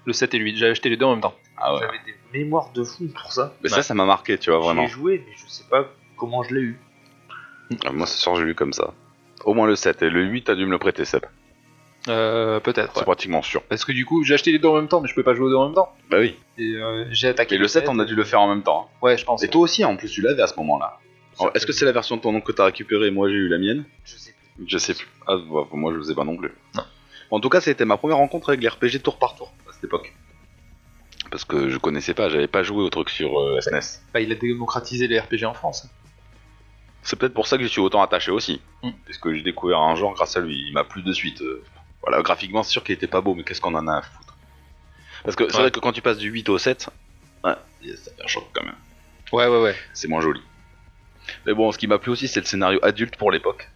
Le sept et le huit, j'ai acheté les deux en même temps. Ah ouais. J'avais des mémoires de fou pour ça. Mais Ouais. ça, ça m'a marqué, tu vois, J'y vraiment. ai joué, mais je sais pas comment je l'ai eu. Ah, moi, ce soir, j'ai lu comme ça. Au moins le sept. Et le huit, t'as dû me le prêter, Seb. Euh, peut-être, C'est ouais. pratiquement sûr. Parce que du coup, j'ai acheté les deux en même temps, mais je pouvais pas jouer aux deux en même temps. Bah oui. Et euh, j'ai attaqué Et le sept, on a dû le faire en même temps. hein. Ouais, je pense. Et toi aussi, en plus, tu l'avais à ce moment-là. Alors, est-ce que c'est la version de ton oncle que t'as récupérée et moi j'ai eu la mienne? Je sais plus. Je sais plus. Ah, bah, moi je le sais pas non plus. Non. En tout cas, c'était ma première rencontre avec les R P G tour par tour à cette époque. Parce que je connaissais pas, j'avais pas joué au truc sur euh, S N E S. Bah, il a démocratisé les R P G en France. C'est peut-être pour ça que je suis autant attaché aussi. Mm. Parce que j'ai découvert un genre grâce à lui. Il m'a plu de suite. euh. Voilà, graphiquement, c'est sûr qu'il était pas beau, mais qu'est-ce qu'on en a à foutre. Parce que c'est Ouais. vrai que quand tu passes du huit au sept, ouais, ça fait un choc quand même. Ouais, ouais, ouais. C'est moins joli. Mais bon, ce qui m'a plu aussi, c'est le scénario adulte pour l'époque.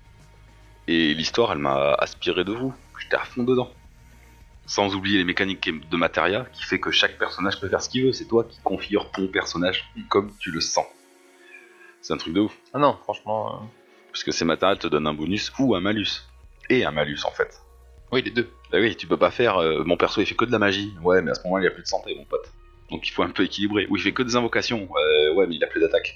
Et l'histoire, elle m'a aspiré de vous. J'étais à fond dedans. Sans oublier les mécaniques de Materia, qui fait que chaque personnage peut faire ce qu'il veut. C'est toi qui configures ton personnage comme tu le sens. C'est un truc de ouf. Ah non, franchement. euh, Parce que ces Materia te donnent un bonus ou un malus. Et un malus en fait. Oui, les deux. Bah oui, tu peux pas faire. euh, mon perso il fait que de la magie. Ouais, mais à ce moment-là, il a plus de santé, mon pote. Donc il faut un peu équilibrer. Ou il fait que des invocations. Euh, ouais, mais il a plus d'attaque.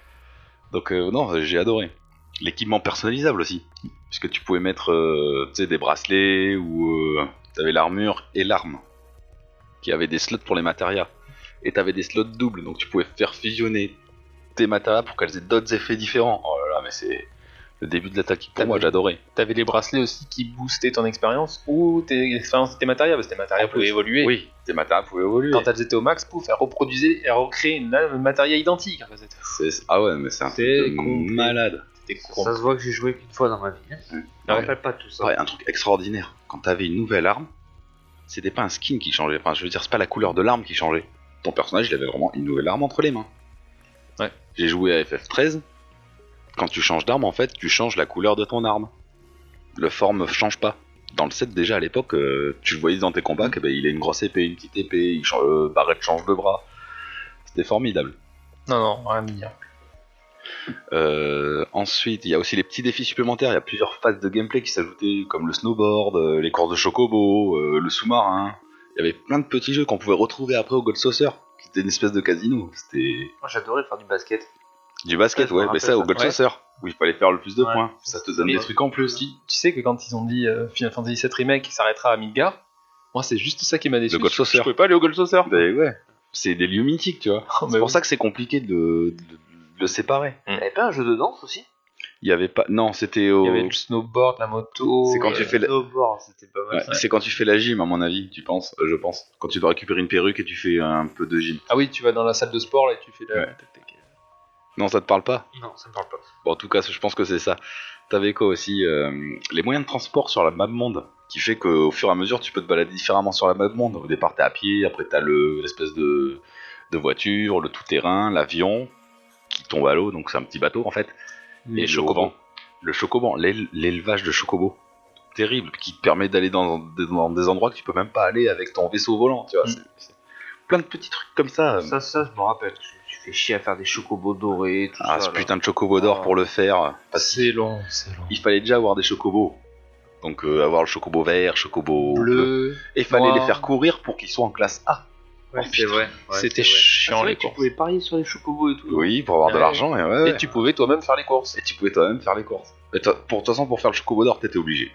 Donc euh, non, j'ai adoré. L'équipement personnalisable aussi. Puisque tu pouvais mettre euh, tu sais, des bracelets ou euh, t'avais l'armure et l'arme. Qui avaient des slots pour les matérias. Et t'avais des slots doubles. Donc tu pouvais faire fusionner tes matérias pour qu'elles aient d'autres effets différents. Oh là là, mais c'est le début de l'attaque pour T'avais- moi, j'adorais. T'avais les bracelets aussi qui boostaient ton expérience ou tes expériences, tes matérias, parce que tes matérias pouvaient évoluer. Oui, tes matérias pouvaient évoluer. Quand elles étaient au max, pouf, elles reproduisaient, elles recréaient une un matériel identique. Enfin, c'était C'est- Ah ouais, mais c'est un truc C'est de complet. malade. c'était Ça con. se voit que j'ai joué qu'une fois dans ma vie. Hein. Ouais. Je me rappelle pas tout ça. Ouais, un truc extraordinaire. Quand t'avais une nouvelle arme, c'était pas un skin qui changeait. Enfin, je veux dire, c'est pas la couleur de l'arme qui changeait. Ton personnage, il avait vraiment une nouvelle arme entre les mains. Ouais. J'ai joué à F F treize. Quand tu changes d'arme, en fait, tu changes la couleur de ton arme. Le forme change pas. Dans le set, déjà à l'époque, euh, tu le voyais dans tes combats, que, bah, il a une grosse épée, une petite épée, il change, euh, Barrett change de bras. C'était formidable. Non, non, rien à dire. Euh, ensuite, il y a aussi les petits défis supplémentaires. Il y a plusieurs phases de gameplay qui s'ajoutaient, comme le snowboard, euh, les courses de chocobo, euh, le sous-marin. Il y avait plein de petits jeux qu'on pouvait retrouver après au Gold Saucer. C'était une espèce de casino. C'était Moi j'adorais faire du basket. du basket, Ouais, je me ouais, mais rappelle ça au ça. Gold Ouais. Saucer, où il fallait faire le plus de Ouais. points. Ça te donne Mais- des trucs en plus. Tu, tu sais que quand ils ont dit euh, Final Fantasy sept Remake s'arrêtera à Midgar, moi c'est juste ça qui m'a déçu. Le Gold Je- Saucer. Je pouvais pas aller au Gold Saucer. Ben ouais, c'est des lieux mythiques, tu vois. Oh, C'est mais pour oui. ça que c'est compliqué de, de- de le séparer. T'avais pas un jeu de danse aussi? Il y avait pas. Non, c'était au. Il y avait le snowboard, la moto. C'est quand euh, tu fais la- snowboard, c'était pas mal. Ouais, c'est quand tu fais la gym, à mon avis, tu penses, euh, je pense. Quand tu dois récupérer une perruque et tu fais un peu de gym. Ah oui, tu vas dans la salle de sport là et tu fais la. Ouais. tac, tac. Non, ça te parle pas? Non, ça me parle pas. Bon, en tout cas, je pense que c'est ça. T'avais quoi aussi euh, les moyens de transport sur la map monde, qui fait qu'au fur et à mesure, tu peux te balader différemment sur la map monde. Au départ, t'es à pied, après t'as le l'espèce de, de voiture, le tout-terrain, l'avion, qui tombe à l'eau, donc c'est un petit bateau en fait. Les Et chocobos. le vent. Le chocoban, l'é- l'élevage de chocobo. Terrible, qui te permet d'aller dans des, dans des endroits que tu peux même pas aller avec ton vaisseau volant, tu vois. Mm. c'est- c'est plein de petits trucs comme ça. Ça, ça, je me rappelle. Tu, tu fais chier à faire des chocobos dorés, tout Ah, ça. ce là. putain de chocobo d'or Ah. pour le faire. Parce qu'il C'est long, c'est long. il fallait déjà avoir des chocobos. Donc euh, avoir le chocobo vert, chocobo Bleu. Et il fallait noir. les faire courir pour qu'ils soient en classe A. Ouais, Oh, c'est putain. vrai. Ouais, C'était c'est vrai. chiant Ah, c'est vrai les que tu courses. pouvais parier sur les chocobos et tout. Oui, pour avoir de Ouais. l'argent. Et, ouais, ouais. Et tu pouvais toi-même faire les courses. Et tu pouvais toi-même faire les courses. Mais toi- pour de toute façon, pour faire le chocobo d'or, t'étais obligé.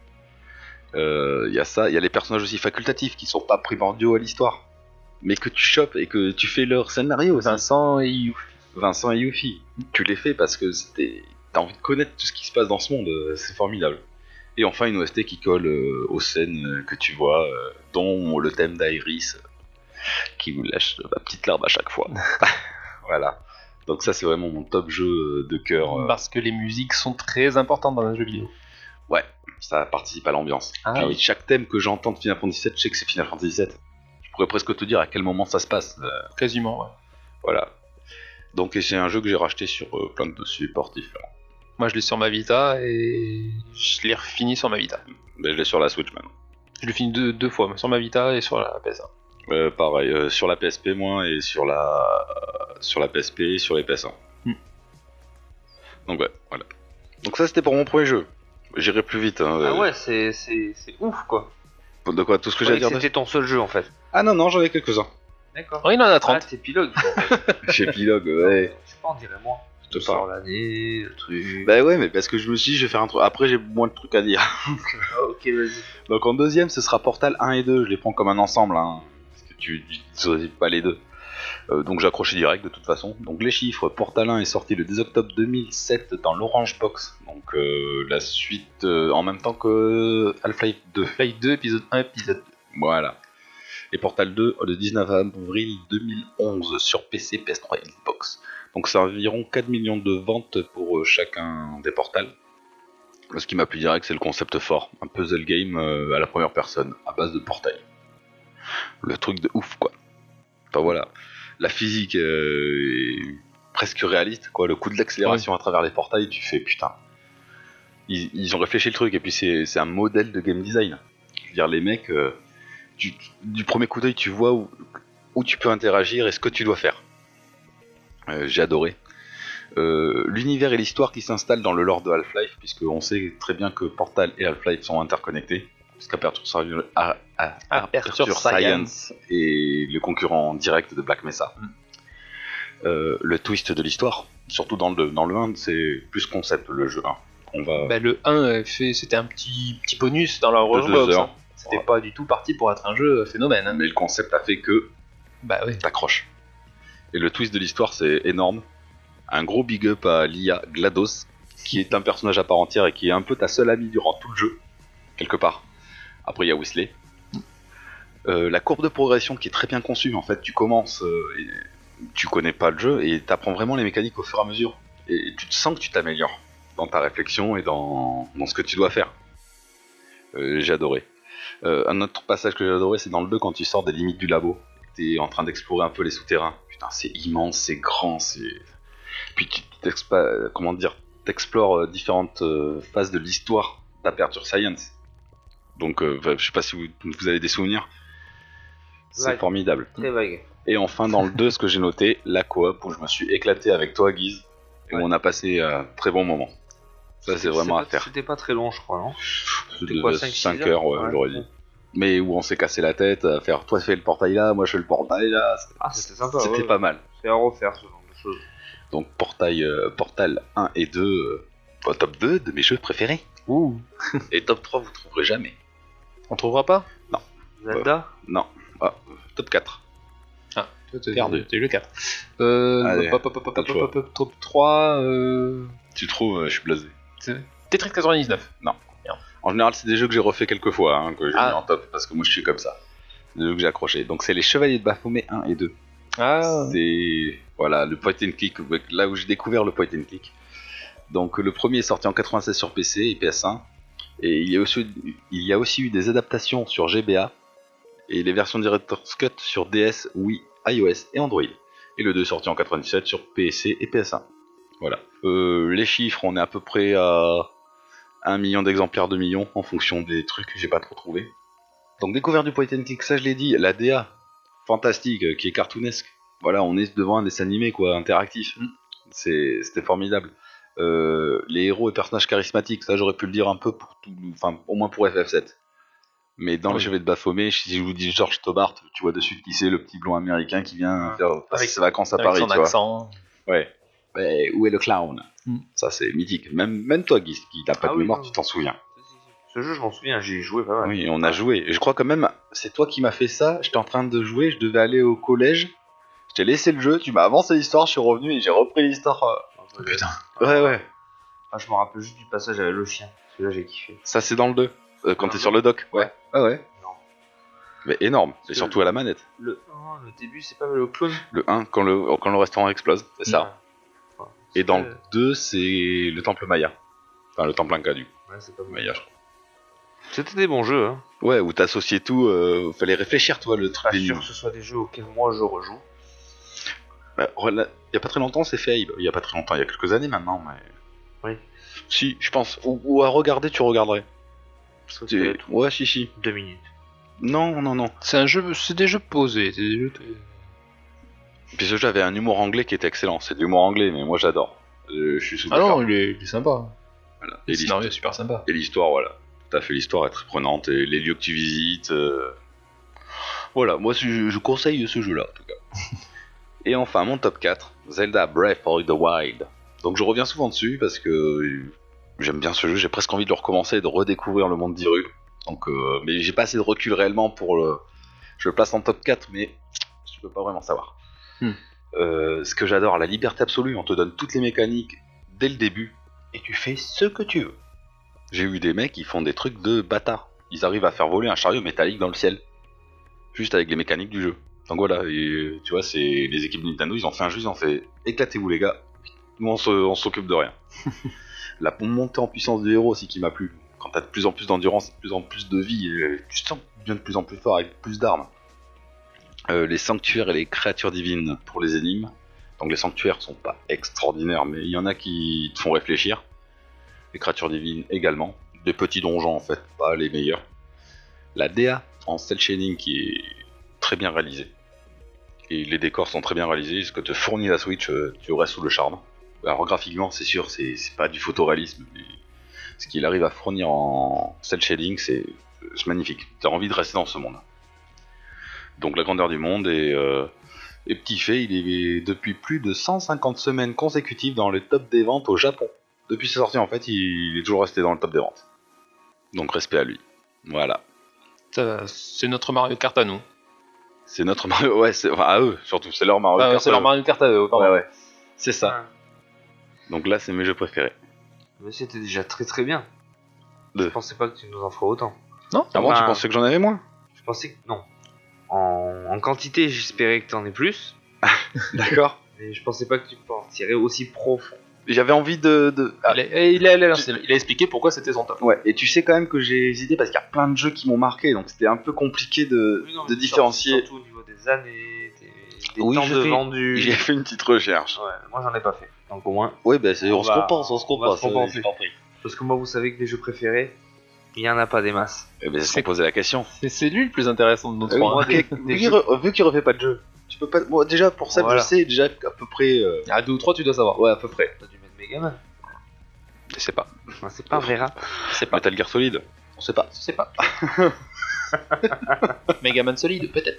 Il euh, y a ça, il y a les personnages aussi facultatifs qui sont pas primordiaux à l'histoire, mais que tu chopes et que tu fais leur scénario aussi. Vincent et You. Vincent et Yuffie, tu les fais parce que c'était... t'as envie de connaître tout ce qui se passe dans ce monde, euh, c'est formidable. Et enfin une O S T qui colle euh, aux scènes euh, que tu vois, euh, dont le thème d'Iris, euh, qui vous lâche ma petite larme à chaque fois. Voilà. Donc ça c'est vraiment mon top jeu euh, de cœur. euh, Parce que les musiques sont très importantes dans un jeu vidéo. Ouais, ça participe à l'ambiance. Ah Puis oui. chaque thème que j'entends de Final Fantasy sept, je sais que c'est Final Fantasy sept. Je pourrais presque te dire à quel moment ça se passe. euh, Quasiment, ouais. voilà. Donc et c'est un jeu que j'ai racheté sur euh, plein de supports différents. Moi je l'ai sur ma Vita et je l'ai refini sur ma Vita. Mais je l'ai sur la Switch maintenant. Je l'ai fini deux, deux fois, mais sur ma Vita et sur la P S un. Euh, pareil, euh, sur la P S P moi et sur la euh, sur la P S P et sur les P S un. Hmm. Donc ouais, voilà. Donc ça c'était pour mon premier jeu. J'irai plus vite. Hein, Ah euh, ouais, c'est, c'est, c'est ouf quoi. De quoi, tout ce que Je j'ai à croyais dire que de... c'était ton seul jeu en fait. Ah non, non, j'en ai quelques-uns. D'accord. Oh, il en a Ah, trente. t'épilogues. En fait. J'épilogue, ouais. Je sais pas, on dirait moi. Je te Sort parle. l'année, le truc. Bah ouais, mais parce que je me suis dit, je vais faire un truc. Après, j'ai moins de trucs à dire. Ah, ok, vas-y. Donc en deuxième, ce sera Portal un et deux. Je les prends comme un ensemble, hein. Parce que tu ne choisis pas les deux. Euh, donc j'ai accroché direct de toute façon. Donc les chiffres, Portal un est sorti le deux octobre deux mille sept dans l'Orange Box. Donc euh, la suite euh, en même temps que Half-Life deux. Half-Life deux, épisode un, épisode deux. Voilà. Et Portal deux le dix-neuf avril deux mille onze sur P C, P S trois et Xbox. Donc c'est environ quatre millions de ventes pour euh, chacun des Portals. Ce qui m'a plu direct, c'est le concept fort. Un puzzle game euh, à la première personne, à base de portail. Le truc de ouf, quoi. Enfin voilà. La physique euh, est presque réaliste, quoi. Le coup de l'accélération ouais. à travers les portails, tu fais putain. Ils, ils ont réfléchi le truc, et puis c'est, c'est un modèle de game design. Je veux dire, les mecs, euh, tu, du premier coup d'œil, tu vois où, où tu peux interagir et ce que tu dois faire. Euh, j'ai adoré. Euh, l'univers et l'histoire qui s'installent dans le lore de Half-Life, puisqu'on sait très bien que Portal et Half-Life sont interconnectés, puisqu'Aperture Science, à, à, Aperture Science est le concurrent direct de Black Mesa. Mm. Euh, le twist de l'histoire, surtout dans le, dans le un, c'est plus concept le jeu. Hein. On va... bah, le un, fait, c'était un petit, petit bonus dans la Orange Box. Hein. C'était ouais. pas du tout parti pour être un jeu phénomène. Hein. Mais le concept a fait que bah, oui. t'accroches. Et le twist de l'histoire, c'est énorme. Un gros big up à l'I A GLaDOS, qui est un personnage à part entière et qui est un peu ta seule amie durant tout le jeu, quelque part. Après, il y a Weasley. Euh, la courbe de progression qui est très bien conçue, en fait, tu commences, euh, et tu connais pas le jeu et t'apprends vraiment les mécaniques au fur et à mesure. Et tu te sens que tu t'améliores dans ta réflexion et dans, dans ce que tu dois faire. Euh, j'ai adoré. Euh, un autre passage que j'ai adoré, c'est dans le deux, quand tu sors des limites du labo. T'es en train d'explorer un peu les souterrains. Putain, c'est immense, c'est grand, c'est... Puis tu t'expa- comment dire, t'explores euh, différentes euh, phases de l'histoire d'Aperture Science. Donc, euh, je sais pas si vous, vous avez des souvenirs. C'est vague. Formidable. Très vague. Et enfin, dans le deux, ce que j'ai noté, la coop, où je me suis éclaté avec toi, Guise, et ouais. où on a passé un euh, très bon moment. Ça, c'est, c'est vraiment c'est à pas, faire. C'était pas très long, je crois, non? C'était quoi, cinq heures, ouais, ouais, j'aurais dit. Mais où on s'est cassé la tête à faire, toi fais le portail là, moi je fais le portail là. C'était, ah, c'était sympa. C'était ouais, pas mal. C'est à refaire ce genre de choses. Donc portail, euh, Portal un et deux, euh, au top deux de mes jeux préférés. Ouh. Et top trois, vous trouverez jamais. On trouvera pas? Non. Zelda euh, Non. Ah, top quatre. Ah, toi t'es, perdu. T'es le quatre. Euh, Allez, pop, pop, pop, pop, pop, pop, top trois. Euh... Tu trouves, euh, je suis blasé. C'est... Tetris quatre-vingt-dix-neuf. Non. Merde. En général, c'est des jeux que j'ai refait quelques fois, hein, que j'ai ah. mis en top, parce que moi je suis comme ça. C'est des jeux que j'ai accrochés. Donc c'est les Chevaliers de Baphomet un et deux. Ah. C'est voilà le point and click, là où j'ai découvert le point and click. Donc le premier est sorti en quatre-vingt-seize sur P C et P S un, et il y a aussi, il y a aussi eu des adaptations sur G B A et les versions Director's Cut sur D S, Wii, iOS et Android. Et le deux est sorti en quatre-vingt-dix-sept sur P C et P S un. Voilà. Euh, les chiffres, on est à peu près à un million d'exemplaires, deux millions en fonction des trucs que j'ai pas trop trouvé. Donc découvert du point and click, ça je l'ai dit, la D A fantastique, qui est cartoonesque. Voilà, on est devant un dessin animé quoi, interactif. Mm. C'est, c'était formidable. Euh, les héros et personnages charismatiques, ça j'aurais pu le dire un peu pour tout, enfin au moins pour F F sept. Mais dans oui. les Chevaliers de Baphomet, si je vous dis George Tobart, tu vois dessus qui c'est, le petit blond américain qui vient faire passer ses vacances à Paris, son tu accent. vois. Ouais. Mais où est le clown? mm. Ça c'est mythique. Même, même toi Guy, qui n'a pas ah de oui, mémoire, non. Tu t'en souviens. Ce jeu, je m'en souviens, j'y ai joué pas mal. Oui, on a joué. Et je crois quand même, c'est toi qui m'as fait ça. J'étais en train de jouer, je devais aller au collège. Je t'ai laissé le jeu, tu m'as avancé l'histoire, je suis revenu et j'ai repris l'histoire. Oh, putain. Ouais, ouais. Ah, je me rappelle juste du passage avec le chien. Parce que là, j'ai kiffé. Ça, c'est dans le deux. Euh, quand t'es sur le dock. Ouais. Ah ouais. Non. Mais énorme. Et surtout le, à la manette. Le un, le début, c'est pas le clone. Le un, quand le, quand le restaurant explose. C'est ça. Ouais. Et dans le deux, c'est le temple Maya. Enfin, le temple Inca, du coup. Ouais, c'est pas Maya, je crois. C'était des bons jeux, hein. Ouais, où t'associais tout, euh, fallait réfléchir, toi, le truc. Pas sûr que ce soit des jeux auxquels moi je rejoue. Bah, il y a pas très longtemps, c'est fait. Il y a pas très longtemps, il y a quelques années maintenant, mais. Oui. Si, je pense. Ou, ou à regarder, tu regarderais. Tu... Ouais, si, si. Deux minutes. Non, non, non. C'est un jeu, c'est des jeux posés, c'est des jeux. Puis ce jeu avait un humour anglais qui était excellent. C'est de l'humour anglais, mais moi j'adore. Euh, je suis sous. Ah non, il est, il est sympa. Voilà. Et le scénario est super sympa. Et l'histoire, voilà. tout à fait, l'histoire est très prenante et les lieux que tu visites. euh, Voilà, moi je, je conseille ce jeu-là en tout cas. Et enfin, mon top quatre, Zelda Breath of the Wild. Donc je reviens souvent dessus parce que euh, j'aime bien ce jeu, j'ai presque envie de le recommencer et de redécouvrir le monde d'Hyrule. Donc, euh, mais j'ai pas assez de recul réellement pour le. Je le place en top quatre, mais je peux pas vraiment savoir. Hmm. Euh, ce que j'adore, la liberté absolue, on te donne toutes les mécaniques dès le début et tu fais ce que tu veux. J'ai eu des mecs qui font des trucs de bâtards. Ils arrivent à faire voler un chariot métallique dans le ciel, juste avec les mécaniques du jeu. Donc voilà, et, tu vois, c'est les équipes Nintendo, ils ont fait un jeu, ils ont fait éclatez-vous les gars, nous on, se, on s'occupe de rien. La montée en puissance du héros aussi qui m'a plu. Quand t'as de plus en plus d'endurance, de plus en plus de vie, et tu sens que tu deviens de plus en plus fort avec plus d'armes. Euh, les sanctuaires et les créatures divines pour les énigmes. Donc les sanctuaires sont pas extraordinaires, mais il y en a qui te font réfléchir. Les créatures divines également. Des petits donjons en fait, pas les meilleurs. La D A en cel shading qui est très bien réalisée. Et les décors sont très bien réalisés. Ce que te fournit la Switch, tu restes sous le charme. Alors graphiquement, c'est sûr, c'est, c'est pas du photoréalisme, mais ce qu'il arrive à fournir en cel shading, c'est, c'est magnifique. T'as envie de rester dans ce monde. Donc la grandeur du monde est, euh, est petit fait. Il est depuis plus de cent cinquante semaines consécutives dans le top des ventes au Japon. Depuis sa sortie, en fait, il est toujours resté dans le top des ventes. Donc respect à lui. Voilà. Ça, c'est notre Mario Kart à nous. C'est notre Mario, ouais, c'est, enfin, à eux surtout, c'est leur Mario Ah, Kart. c'est leur Mario Kart à eux, pardon. Ouais, ouais. C'est ça. Ouais. Donc là, c'est mes jeux préférés. Mais c'était déjà très très bien. Deux. Je pensais pas que tu nous en ferais autant. Non Avant, Bah, tu pensais que j'en avais moins? Je pensais que non. En, en quantité, j'espérais que t'en aies plus. D'accord. Mais je pensais pas que tu partirais aussi profond. J'avais envie de. de... Ah, il, a, il, a, il, a, il a expliqué pourquoi c'était son top. ouais, et tu sais quand même que j'ai hésité parce qu'il y a plein de jeux qui m'ont marqué, donc c'était un peu compliqué de, Oui, non, de mais différencier. Surtout au niveau des années, des, des Oui, temps je de fais- vendu. J'ai fait une petite recherche. Ouais, moi j'en ai pas fait. Donc au moins. Ouais, bah c'est, on, On se va- compense, on se on va compense. se compenser. je t'en prie. Parce que moi, vous savez que des jeux préférés, il y en a pas des masses. Eh ben, c'est C'est- qu'on posait la question. C'est, c'est lui le plus intéressant de notre Oui, trois. moi, hein. des- vu, des qu'il jeux- re- vu qu'il refait pas de jeu, tu peux pas. Moi, déjà pour ça, Voilà. je sais déjà à peu près. euh, À deux ou trois, tu dois savoir. Ouais, à peu près. T'as dû mettre Megaman. Je sais pas. Enfin, c'est pas vrai, hein. C'est pas. Metal Gear Solid, on sait pas. Je sais pas. Megaman solide, peut-être.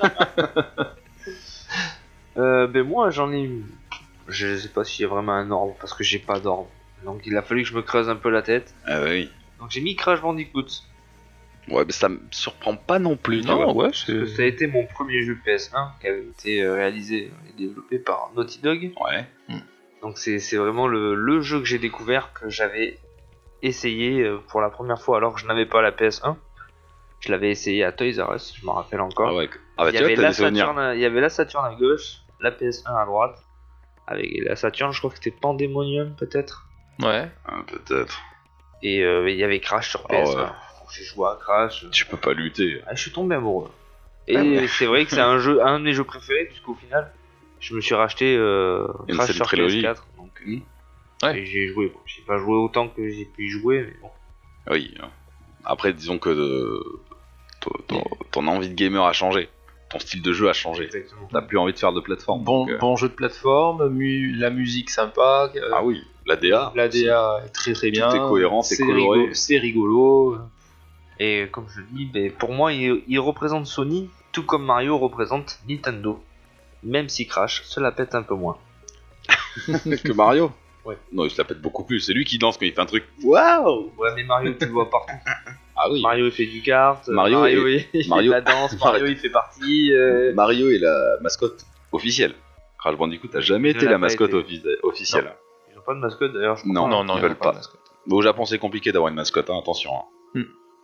Euh, ben moi j'en ai eu. Je sais pas s'il y a vraiment un ordre parce que j'ai pas d'ordre. Donc il a fallu que je me creuse un peu la tête. Ah oui. Donc j'ai mis Crash Bandicoot. Ouais, mais ça me surprend pas non plus. tu Non, vois. ouais, Parce que ça a été mon premier jeu P S un qui avait été euh, réalisé et développé par Naughty Dog. Ouais. Donc c'est c'est vraiment le, le jeu que j'ai découvert, que j'avais essayé euh, pour la première fois alors que je n'avais pas la P S un. Je l'avais essayé à Toys R Us, je m'en rappelle encore. Ah ouais. Ah bah il, y tu vois, avait t'as la des souvenirs. Saturn, à- il y avait la Saturn à gauche, la P S un à droite. Avec la Saturn, je crois que c'était Pandemonium peut-être. Ouais. Ah, peut-être. Et euh, il y avait Crash sur P S un. Ah ouais. Donc, j'ai joué à Crash. Tu peux pas lutter. Ah, je suis tombé amoureux. Et Ah ouais. c'est vrai que c'est un jeu, un de mes jeux préférés, puisqu'au final, je me suis racheté euh, Une Crash seule sur trilogie. P S quatre. Donc, euh, Ouais. et j'ai joué. Bon, j'ai pas joué autant que j'ai pu y jouer, mais bon. Oui. Après, disons que euh, ton, ton- ton envie de gamer a changé. Ton style de jeu a changé. Exactement. T'as plus envie de faire de plateforme. Bon, donc, euh, bon jeu de plateforme, mu- la musique sympa. euh, Ah oui, la D A. La D A est très très Tout bien. est cohérent, c'est coloré. rigolo, c'est rigolo. Et comme je dis, ben, pour moi, il, il représente Sony, tout comme Mario représente Nintendo. Même si Crash se la pète un peu moins. que Mario. Ouais. Non, il se la pète beaucoup plus. C'est lui qui danse quand il fait un truc. Waouh. Ouais, mais Mario, tu le vois partout. Ah oui. Mario, il fait du kart. Mario Mario, est- il, il Mario- fait de la danse. Mario, il fait partie. euh, Mario est la mascotte officielle. Crash Bandicoot a jamais Ne été l'a la pas mascotte été. offici- officielle. Ils ont pas de mascotte d'ailleurs, je crois. Non, non, non, ils ils veulent ont pas de pas. mascotte. Mais au Japon, c'est compliqué d'avoir une mascotte, hein, attention. hein.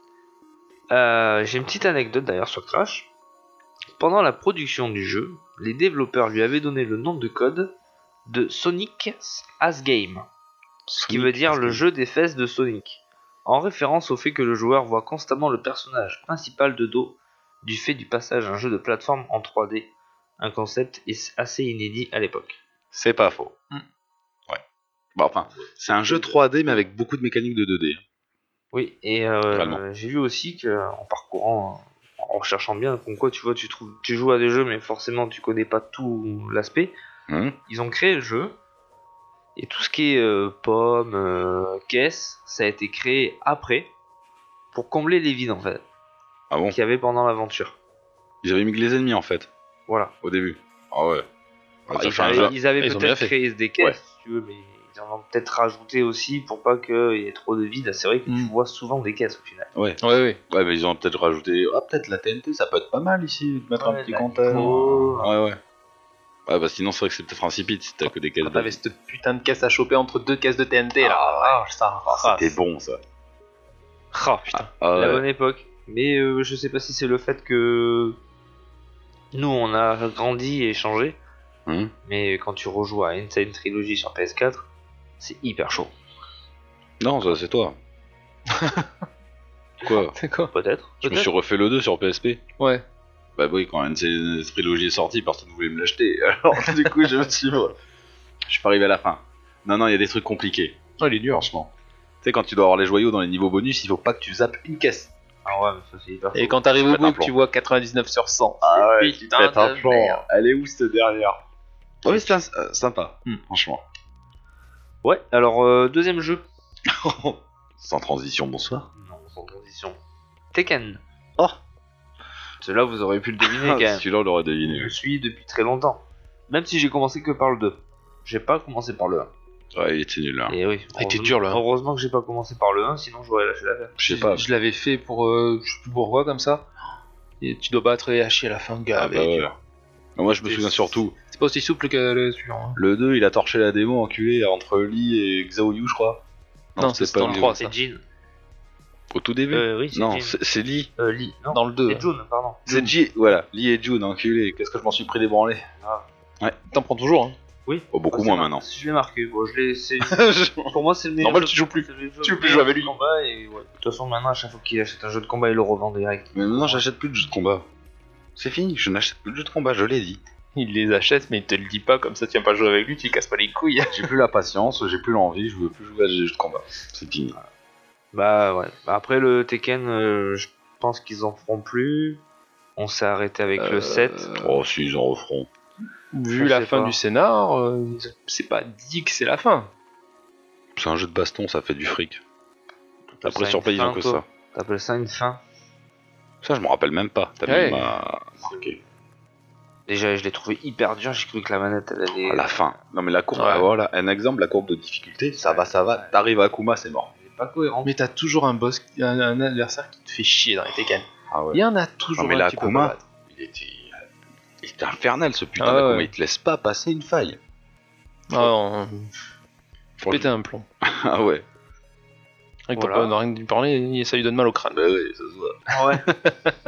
Euh, J'ai une petite anecdote d'ailleurs sur Crash. Pendant la production du jeu, les développeurs lui avaient donné le nom de code de Sonic As Game, ce qui veut dire le jeu des fesses de Sonic, en référence au fait que le joueur voit constamment le personnage principal de dos du fait du passage à un jeu de plateforme en trois D, un concept assez inédit à l'époque. C'est pas faux. Mm. Ouais. Bah, enfin, c'est un jeu trois D mais avec beaucoup de mécaniques de deux D. Oui, et Totalement. euh, j'ai vu aussi que en parcourant, en recherchant bien, comme quoi tu vois, tu trouves, tu joues à des jeux, mais forcément tu connais pas tout l'aspect. Hum. Ils ont créé le jeu et tout ce qui est euh, pommes, euh, caisse, ça a été créé après pour combler les vides en fait Ah bon? qu'il y avait pendant l'aventure. Ils avaient mis que les ennemis en fait, Voilà. au début. Ah ouais. Ah, Alors, ça ils, fait un avaient, jeu. ils avaient Ils ont bien peut-être fait. créé des caisses, Ouais. si tu veux, mais ils en ont peut-être rajouté aussi pour pas qu'il y ait trop de vide. C'est vrai que tu Mm. vois souvent des caisses au final. Ouais. Ouais, ouais. Ouais, mais ils ont peut-être rajouté. Ah, peut-être la T N T, ça peut être pas mal ici, de mettre Ouais, un petit la compteur. Nico. Ouais, ouais. Ouais, bah sinon, c'est vrai que c'est peut-être insipide si t'as que des caisses Quand de. t'avais cette putain de caisse à choper entre deux caisses de T N T là. Ah, ça. Ah, c'était bon ça. Ah, putain. Ah, La ouais. bonne époque. Mais euh, je sais pas si c'est le fait que nous on a grandi et changé. Hum. Mais quand tu rejoues à Insane Trilogy sur P S quatre, c'est hyper chaud. Non, ça c'est toi. Quoi? C'est quoi? Peut-être. Je me peut-être. suis refait le deux sur P S P. Ouais. Bah oui, quand N C Trilogy est sorti, personne ne voulait me l'acheter. Alors du coup, je me suis dit, voilà. Je suis pas arrivé à la fin. Non, non, il y a des trucs compliqués, Oh, il est dur. franchement. Tu sais, quand tu dois avoir les joyaux dans les niveaux bonus, il faut pas que tu zappes une caisse. Ah ouais, mais ça c'est hyper chaud. Et quand t'arrives au Pète un bout, que plomb. tu vois quatre-vingt-dix-neuf sur cent. Ah ouais, tu putain pètes un de plomb. merde. Elle est où cette dernière? Ah oui, c'était un- euh, sympa, Hmm. franchement. Ouais, alors euh, deuxième jeu. Sans transition, bonsoir. Non, sans transition. Tekken. Oh, Celui-là vous aurez pu le deviner quand même. celui-là on l'aurait Je deviné. le suis depuis très longtemps. Même si j'ai commencé que par le deux. J'ai pas commencé par le un. Ouais, il était nul là. Et oui. Ah, il était heureusement- dur, le un. Heureusement que j'ai pas commencé par le un, sinon j'aurais lâché l'affaire. Je sais pas. Je l'avais fait pour. Euh, je sais plus pourquoi, comme ça. Et tu dois battre et hacher à la fin, gars. Ah mais bah ouais. dur. Moi je me C'est- souviens surtout, C'est pas aussi souple que le suivant. Hein. le deux il a torché la démo enculé entre Lee et Xiaoyu, je crois. Non, c'est dans le Lee. trois. C'est ça. Jin. Au tout début. Euh, oui, c'est Non, Jin. c'est c'est Lee. Euh, Lee. Non, Dans le deux. c'est Jun, pardon. C'est J, voilà, Lee et June, enculé. Qu'est-ce que je m'en suis pris des branlés. T'en prends toujours, hein. Oui. Oh, beaucoup Bah, c'est moins mar- maintenant. Je l'ai marqué. Bon, je l'ai. c'est- Pour moi, c'est le meilleur. Normal, jeu- tu joues plus. c'est le jeu- Tu veux plus le jouer avec meilleur lui. combat et, ouais. De toute façon, maintenant, à chaque fois qu'il achète un jeu de combat, il le revend direct. Mais maintenant j'achète plus de jeux de combat. C'est fini, je n'achète plus de jeux de combat, je l'ai dit. Il les achète, mais il te le dit pas, comme ça tu viens pas jouer avec lui, tu lui casses pas les couilles. J'ai plus la patience, j'ai plus l'envie, je veux plus jouer à des jeux de combat. C'est fini. Bah ouais. Bah, après le Tekken, euh, je pense qu'ils en feront plus. On s'est arrêté avec Euh, le sept. Oh, si, ils en referont. Vu Je la sais fin pas. du scénar, euh, c'est pas dit que c'est la fin. C'est un jeu de baston, ça fait du fric. T'appelles Après ça sur une P ils fin, ont que toi ça. T'appelles ça une fin? Ça, je me rappelle même pas. T'as Ouais. mis ma. marqué. Déjà, je l'ai trouvé hyper dur. J'ai cru que la manette, elle allait. À la fin. Non, mais la courbe, Ouais. voilà, un exemple, la courbe de difficulté, ça va, ça va. T'arrives à Akuma, c'est mort. Elle est pas cohérente. Mais t'as toujours un boss, un, un adversaire qui te fait chier dans les Tekken. Ah Il y en a toujours Non, mais un la qui peut Akuma, pas battre. Il était. Il était infernal ce putain Ah, d'Akuma, ouais. il te laisse pas passer une faille. Ah non, Franchement. péter un plomb. Ah ouais. Rien que Voilà. pour pas rien lui parler, ça lui donne mal au crâne. Bah ouais, ça se voit. Ah ouais.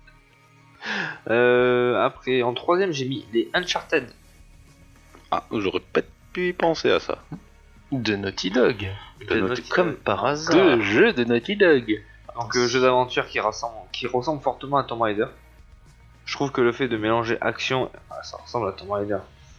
euh, après, en troisième, j'ai mis les Uncharted. Ah, j'aurais peut-être pu y penser à ça. De Naughty Dog. De noter comme par hasard. Deux jeux de Naughty Dog. Donc, euh, jeu d'aventure qui ressemble, qui ressemble fortement à Tomb Raider. Je trouve que le fait de mélanger action, ah, ça ressemble à Tomb Raider.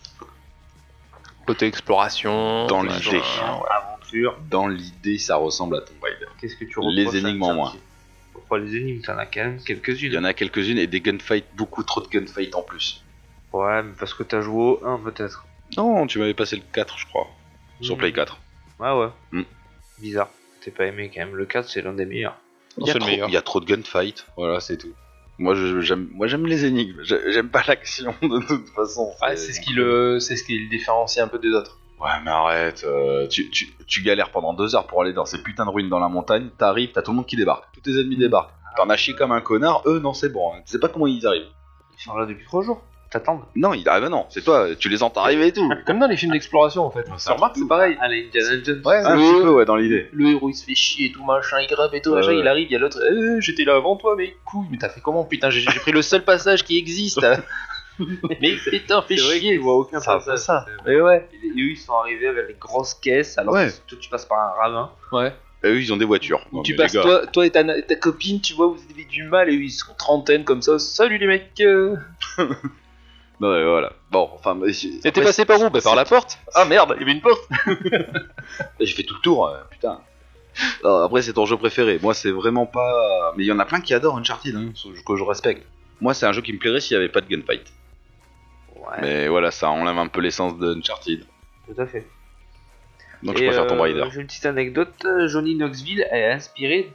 Côté exploration. Dans machin, l'idée. ouais. Aventure. Dans l'idée, ça ressemble à Tomb Raider. Qu'est-ce que tu Les reproches à énigmes en Uncharted? moins. Pourquoi les énigmes? T'en as quand même quelques-unes. Il y en a quelques-unes et des gunfights, beaucoup trop de gunfights en plus. Ouais, mais parce que t'as joué au un peut-être. Non, tu m'avais passé le quatre, je crois. Sur Hmm. Play quatre. Ouais, ouais. Hmm. Bizarre. T'es pas aimé quand même. Le quatre, c'est l'un des meilleurs. Il y, a C'est le trop, meilleur. il y a trop de gunfights, voilà, c'est tout. Moi, je- j'aime, moi, j'aime les énigmes. J'ai- J'aime pas l'action de toute façon. Ouais, c'est ce qui le, c'est ce qui le différencie un peu des autres. Ouais, mais arrête. euh, tu, tu, tu galères pendant deux heures pour aller dans ces putains de ruines dans la montagne. T'arrives, t'as tout le monde qui débarque. Tous tes ennemis débarquent. T'en as chié comme un connard. Eux, non, c'est bon. Hein. Tu sais pas comment ils arrivent. Ils sont là depuis trois jours. T'attends. Non, ils arrivent, non. C'est toi. Tu les entends arriver et tout. Comme dans les films d'exploration en fait. c'est Tu remarques, c'est pareil. Allez, Indiana Jones. Ouais, Un le, petit peu, ouais, dans l'idée. le héros il se fait chier et tout machin, il grimpe et tout Ouais, machin, ouais. il arrive, il y a l'autre. Euh, j'étais là avant toi, mais couille, mais t'as fait comment putain? J'ai j'ai pris le seul passage qui existe. Mais putain, fais C'est vrai chier. qu'il voit aucun Ça passage. fait ça. Mais ouais. Et eux, ils sont arrivés avec les grosses caisses, alors Ouais. que toi, tu passes par un ravin. Ouais. Et eux, ils ont des voitures. Non, tu mais les passes, gars. toi, toi et ta, na- ta copine, tu vois, vous avez du mal et eux ils sont trentaine comme ça. Salut les mecs. Euh... Non, mais voilà. Bon, enfin. mais j'ai- Et t'es après, passé par où? Bah par la porte. Ah merde, il y avait une porte. J'ai fait tout le tour, euh, putain. Alors, après, c'est ton jeu préféré. Moi, c'est vraiment pas. Mais il y en a plein qui adorent Uncharted, hein, ce jeu que je respecte. Moi, c'est un jeu qui me plairait s'il n'y avait pas de gunfight. Ouais, Mais voilà, ça enlève un peu l'essence de Uncharted. tout à fait. Donc, Et, je préfère Tomb euh, Raider. J'ai une petite anecdote. euh, Johnny Knoxville est inspiré de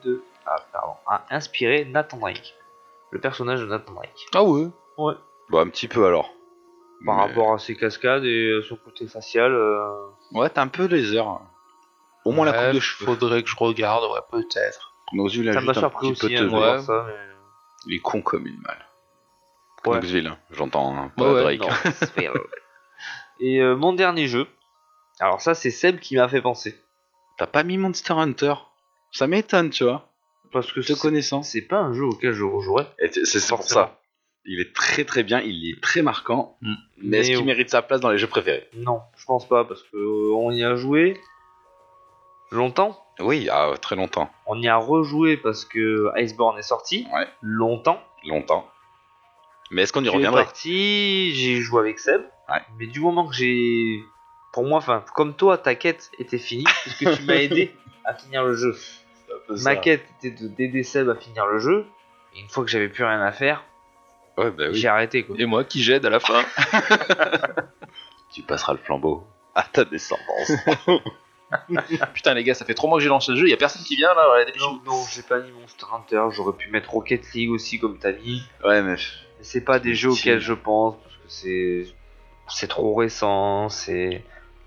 a, pardon, a inspiré Nathan Drake. Le personnage de Nathan Drake. Ah ouais. Ouais. Bah, un petit peu alors. Par Mais- rapport à ses cascades et à son côté facial. Euh... Ouais, t'as un peu laser. Au moins la coupe de Ouais, cheveux. faudrait que je regarde, ouais, peut-être. Nos yeux, là, Ça m'a juste un surpris petit peu aussi hein, de teubé. ouais. voir ça. Mais... Il est con comme une malle. Ouais. Knoxville, hein, j'entends, hein, pas Ouais, ouais, Drake. Non, c'est pas grave. Et euh, mon dernier jeu. Alors ça, c'est Seb qui m'a fait penser. T'as pas mis Monster Hunter? Ça m'étonne, tu vois. Parce que Te c'est, connaissant. c'est pas un jeu auquel je rejouerais. Et c'est c'est pour Forcément. ça. Il est très très bien, il est très marquant. Mm. Mais est-ce Mais qu'il oh. mérite sa place dans les jeux préférés? Non, je pense pas parce que euh, on y a joué longtemps. Oui, ah, très longtemps. On y a rejoué parce que Iceborne est sorti. Ouais. Longtemps. Longtemps. Mais est-ce qu'on y J'ai reviendrait? parti, j'ai joué avec Seb. Ouais. Mais du moment que j'ai, pour moi, enfin, comme toi, ta quête était finie puisque tu m'as aidé à finir le jeu. Ma quête était de d'aider Seb à finir le jeu. Et une fois que j'avais plus rien à faire, Ouais, bah oui. j'ai arrêté quoi. Et moi qui j'aide à la fin. Tu passeras le flambeau à ta descendance. Putain les gars, ça fait trois mois que j'ai lancé le jeu, y a personne qui vient là, voilà, des Non, non, j'ai pas mis Monster Hunter. J'aurais pu mettre Rocket League aussi comme t'as mis. Ouais, mais. Mais c'est pas des jeux Utile. auxquels je pense parce que c'est c'est trop récent, c'est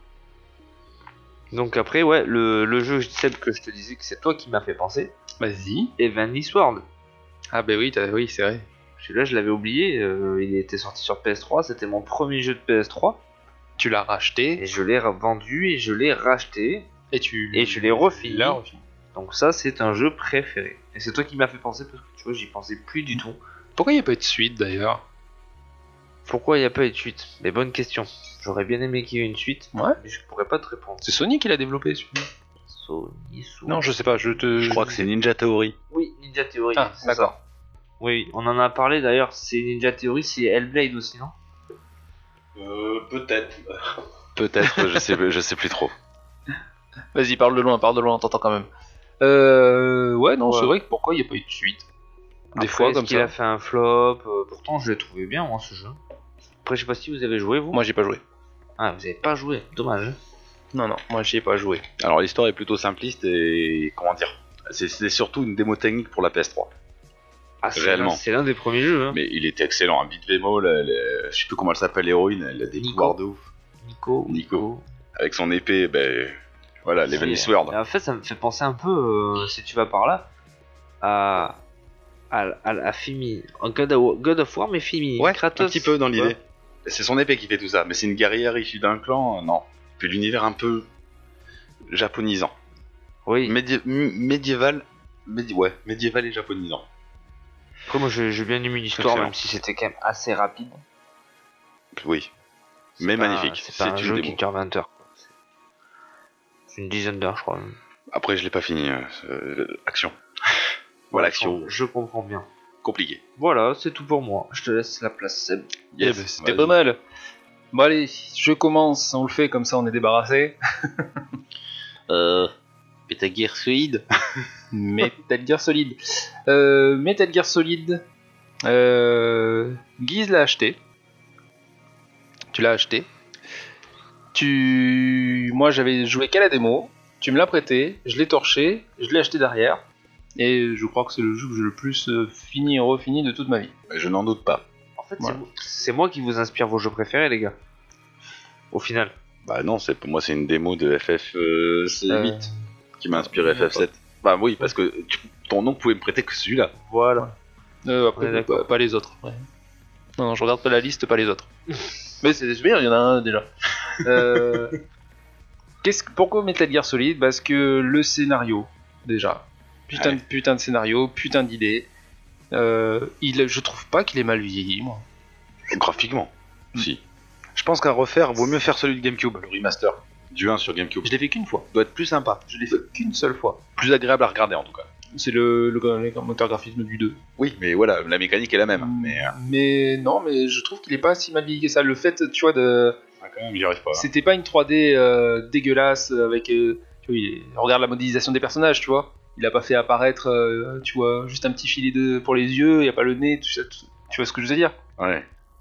donc après ouais le, le jeu Seb que je te disais que c'est toi qui m'as fait penser, Vas-y. Evanly Sword. Ah bah oui, t'as- oui c'est vrai. Celui-là je l'avais oublié, euh, il était sorti sur P S trois, c'était mon premier jeu de P S trois Tu l'as racheté et je l'ai vendu et je l'ai racheté. et tu... Et je l'ai refini. Là, refini. Donc ça c'est un jeu préféré. Et c'est toi qui m'as fait penser parce que tu vois j'y pensais plus du tout. Pourquoi y a pas eu de suite d'ailleurs? Pourquoi il n'y a pas eu de suite? Mais bonne question. J'aurais bien aimé qu'il y ait une suite, Ouais. mais je pourrais pas te répondre. C'est Sony qui l'a développé celui-là? Sony Sou- Non, je sais pas, je te... Je crois que c'est Ninja Theory. Oui, Ninja Theory. Ah, c'est d'accord. ça. Oui, on en a parlé d'ailleurs. C'est Ninja Theory, c'est Hellblade aussi, non? Euh, peut-être. Peut-être, je sais, je sais plus trop. Vas-y, parle de loin, parle de loin, on t'entend quand même. Euh... Ouais, non, Ouais. c'est vrai que pourquoi y a pas eu de suite? Des Après, fois est-ce comme qu'il ça. a fait un flop. euh, pourtant, je l'ai trouvé bien, moi, ce jeu. Après, je sais pas si vous avez joué, vous. Moi j'ai pas joué. Ah, vous avez pas joué. Dommage. hein. Non, non, moi j'y ai pas joué. Alors l'histoire est plutôt simpliste et comment dire, c'est c'est surtout une démo technique pour la P S trois. Ah, c'est Réellement. l'un- c'est l'un des premiers jeux. Hein. Mais il était excellent, un beat Vemo, la- la- je sais plus comment elle s'appelle l'héroïne, elle a des Nico. pouvoirs de ouf. Nico. Nico. Avec son épée, ben voilà, l'Evanly C'est- Sword. Et en fait, ça me fait penser un peu, euh, si tu vas par là, à. à, à, à Fimi. En God of, God of War, mais Fimi. Ouais, Kratos, un petit peu dans tu vois. l'idée. C'est son épée qui fait tout ça, mais c'est une guerrière issue d'un clan, euh, non. Puis l'univers un peu japonisant. Oui. Médi- m- médiéval, médi- ouais, médiéval et japonisant. Après, moi, j'ai j'ai bien aimé l'histoire, Excellent. même si c'était quand même assez rapide. Oui, C'est mais pas- magnifique. C'est pas un une jeu démo. qui dure vingt heures. quoi. C'est- C'est une dizaine d'heures, je crois. même. Après, je l'ai pas fini. euh, euh, action. voilà, action. Je comprends bien. Compliqué. Voilà, c'est tout pour moi. Je te laisse la place, Seb. Eh Yes, ben, c'était vas-y. pas mal. Bon allez, je commence, on le fait comme ça on est débarrassé. Euh. Metal Gear Solid. Metal Gear Solid. Euh, Metal Gear Solid. Euh, Guise l'a acheté. Tu l'as acheté. Tu, moi j'avais joué qu'à la démo. Tu me l'as prêté, je l'ai torché, je l'ai acheté derrière. Et je crois que c'est le jeu que j'ai le plus euh, fini et refini de toute ma vie. Je n'en doute pas. En fait, Voilà. c'est moi- c'est moi qui vous inspire vos jeux préférés, les gars. Au final. Bah non, c'est pour moi c'est une démo de F F euh, c'est Euh, huit qui m'a inspiré F F sept. Bah oui, parce que tu- ton nom pouvait me prêter que celui-là. Voilà. Euh, On après, est d'accord. pas, pas les autres. Ouais. Non, non, je regarde pas la liste, pas les autres. Mais c'est bien, il y en a un déjà. Euh, qu'est-ce que- pourquoi Metal Gear Solid? Parce que le scénario, déjà. Putain, Ouais. de, putain de scénario, putain d'idée. Euh, il, je trouve pas qu'il est mal vieilli, moi. Graphiquement. Mm. Si. Je pense qu'à refaire, vaut mieux faire celui de GameCube, le remaster. Du un sur GameCube. Je l'ai fait qu'une fois. Doit être plus sympa. Je l'ai fait qu'une seule fois. Plus agréable à regarder en tout cas. C'est le, le, le moteur graphisme du deux. Oui, mais voilà, la mécanique est la même. Mais euh, Mais non, mais je trouve qu'il est pas si mal vieilli que ça. Le fait, tu vois, de. ah, quand même, j'y arrive pas. hein. C'était pas une trois D euh, dégueulasse avec. euh, tu vois, il- regarde la modélisation des personnages, tu vois. Il a pas fait apparaître, euh, tu vois, juste un petit filet de pour les yeux. Il y a pas le nez. Tu, sais- tu vois ce que je veux dire? Ouais.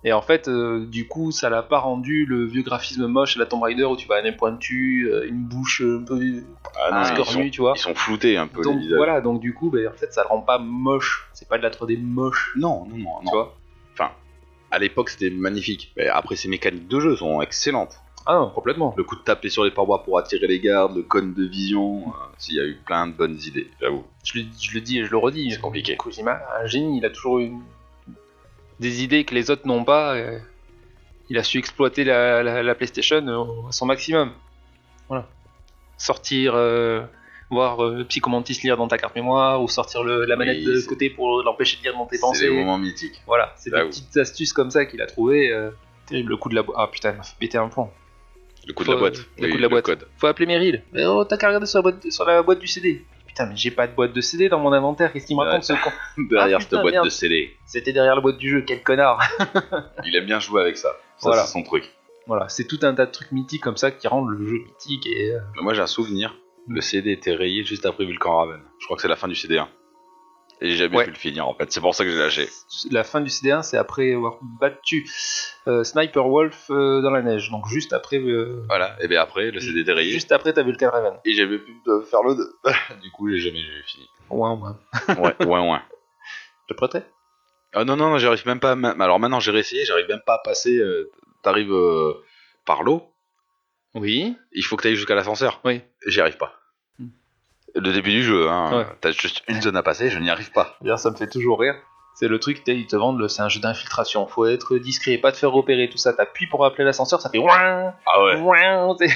Et en fait, euh, du coup, ça l'a pas rendu le vieux graphisme moche à la Tomb Raider où tu vas à nez pointu, euh, une bouche un peu Ah non, ils scornue, sont, tu vois. ils sont floutés un peu Donc les visages. voilà, donc du coup, bah, en fait, ça le rend pas moche. C'est pas de la trois D moche, Non, non, non, tu non. vois. Enfin, à l'époque c'était magnifique. Mais après, ces mécaniques de jeu sont excellentes. Ah non, complètement. Le coup de taper sur les parois pour attirer les gardes, le cône de vision, euh, s'il y a eu plein de bonnes idées, j'avoue. Je le, je le dis et je le redis. C'est compliqué. Kojima, un génie, il a toujours eu des idées que les autres n'ont pas. Et il a su exploiter la, la, la PlayStation au- à son maximum. Voilà. Sortir, euh, voir euh, Psychomantis lire dans ta carte mémoire, ou sortir le, la manette Oui, de c'est- côté pour l'empêcher de lire dans tes C'est pensées. des moments mythiques. Voilà, c'est des Là où- petites astuces comme ça qu'il a trouvé. Euh, terrible, le coup de la boîte. Ah putain, il m'a fait péter un plomb. Le coup Faut- de la boîte. Le Oui, coup de la boîte. code. Faut appeler Meryl. Mais oh, t'as qu'à regarder sur la boîte, sur la boîte du C D. Putain, mais j'ai pas de boîte de C D dans mon inventaire. Qu'est-ce qu'il me Ouais. raconte ce con? Derrière Ah, cette putain, boîte merde. de C D. C'était derrière la boîte du jeu, quel connard. Il aime bien jouer avec ça. Ça, Voilà. c'est son truc. Voilà, c'est tout un tas de trucs mythiques comme ça qui rendent le jeu mythique et. euh, Mais moi, j'ai un souvenir. Le C D était rayé juste après Vulcan Raven. Je crois que c'est la fin du C D un. Et j'ai jamais Ouais. pu le finir en fait. C'est pour ça que j'ai lâché. La fin du C D un, c'est après avoir battu euh, Sniper Wolf euh, dans la neige. Donc juste après. euh, Voilà. Et bien après, le C D était rayé. Juste après, t'as vu le Vulcan Raven. Et j'avais pu euh, faire le deux. Du coup, j'ai jamais j'ai fini. Ouais, ouais. Ouais, ouais, ouais. Je te prêterai. Ah non, non, non, j'arrive même pas. à ma- Alors maintenant, j'ai réessayé, j'arrive même pas à passer. euh, T'arrives euh, par l'eau, Oui. il faut que t'ailles jusqu'à l'ascenseur. Oui. J'y arrive pas. Hmm. Le début du jeu, hein. Ouais. T'as juste une zone à passer, je n'y arrive pas. D'ailleurs, ça me fait toujours rire. C'est le truc, t'es- ils te vendent, le- c'est un jeu d'infiltration. Faut être discret, pas te faire repérer, tout ça. T'appuies pour appeler l'ascenseur, ça fait ouin, Ah ouais, ouin, t'sais.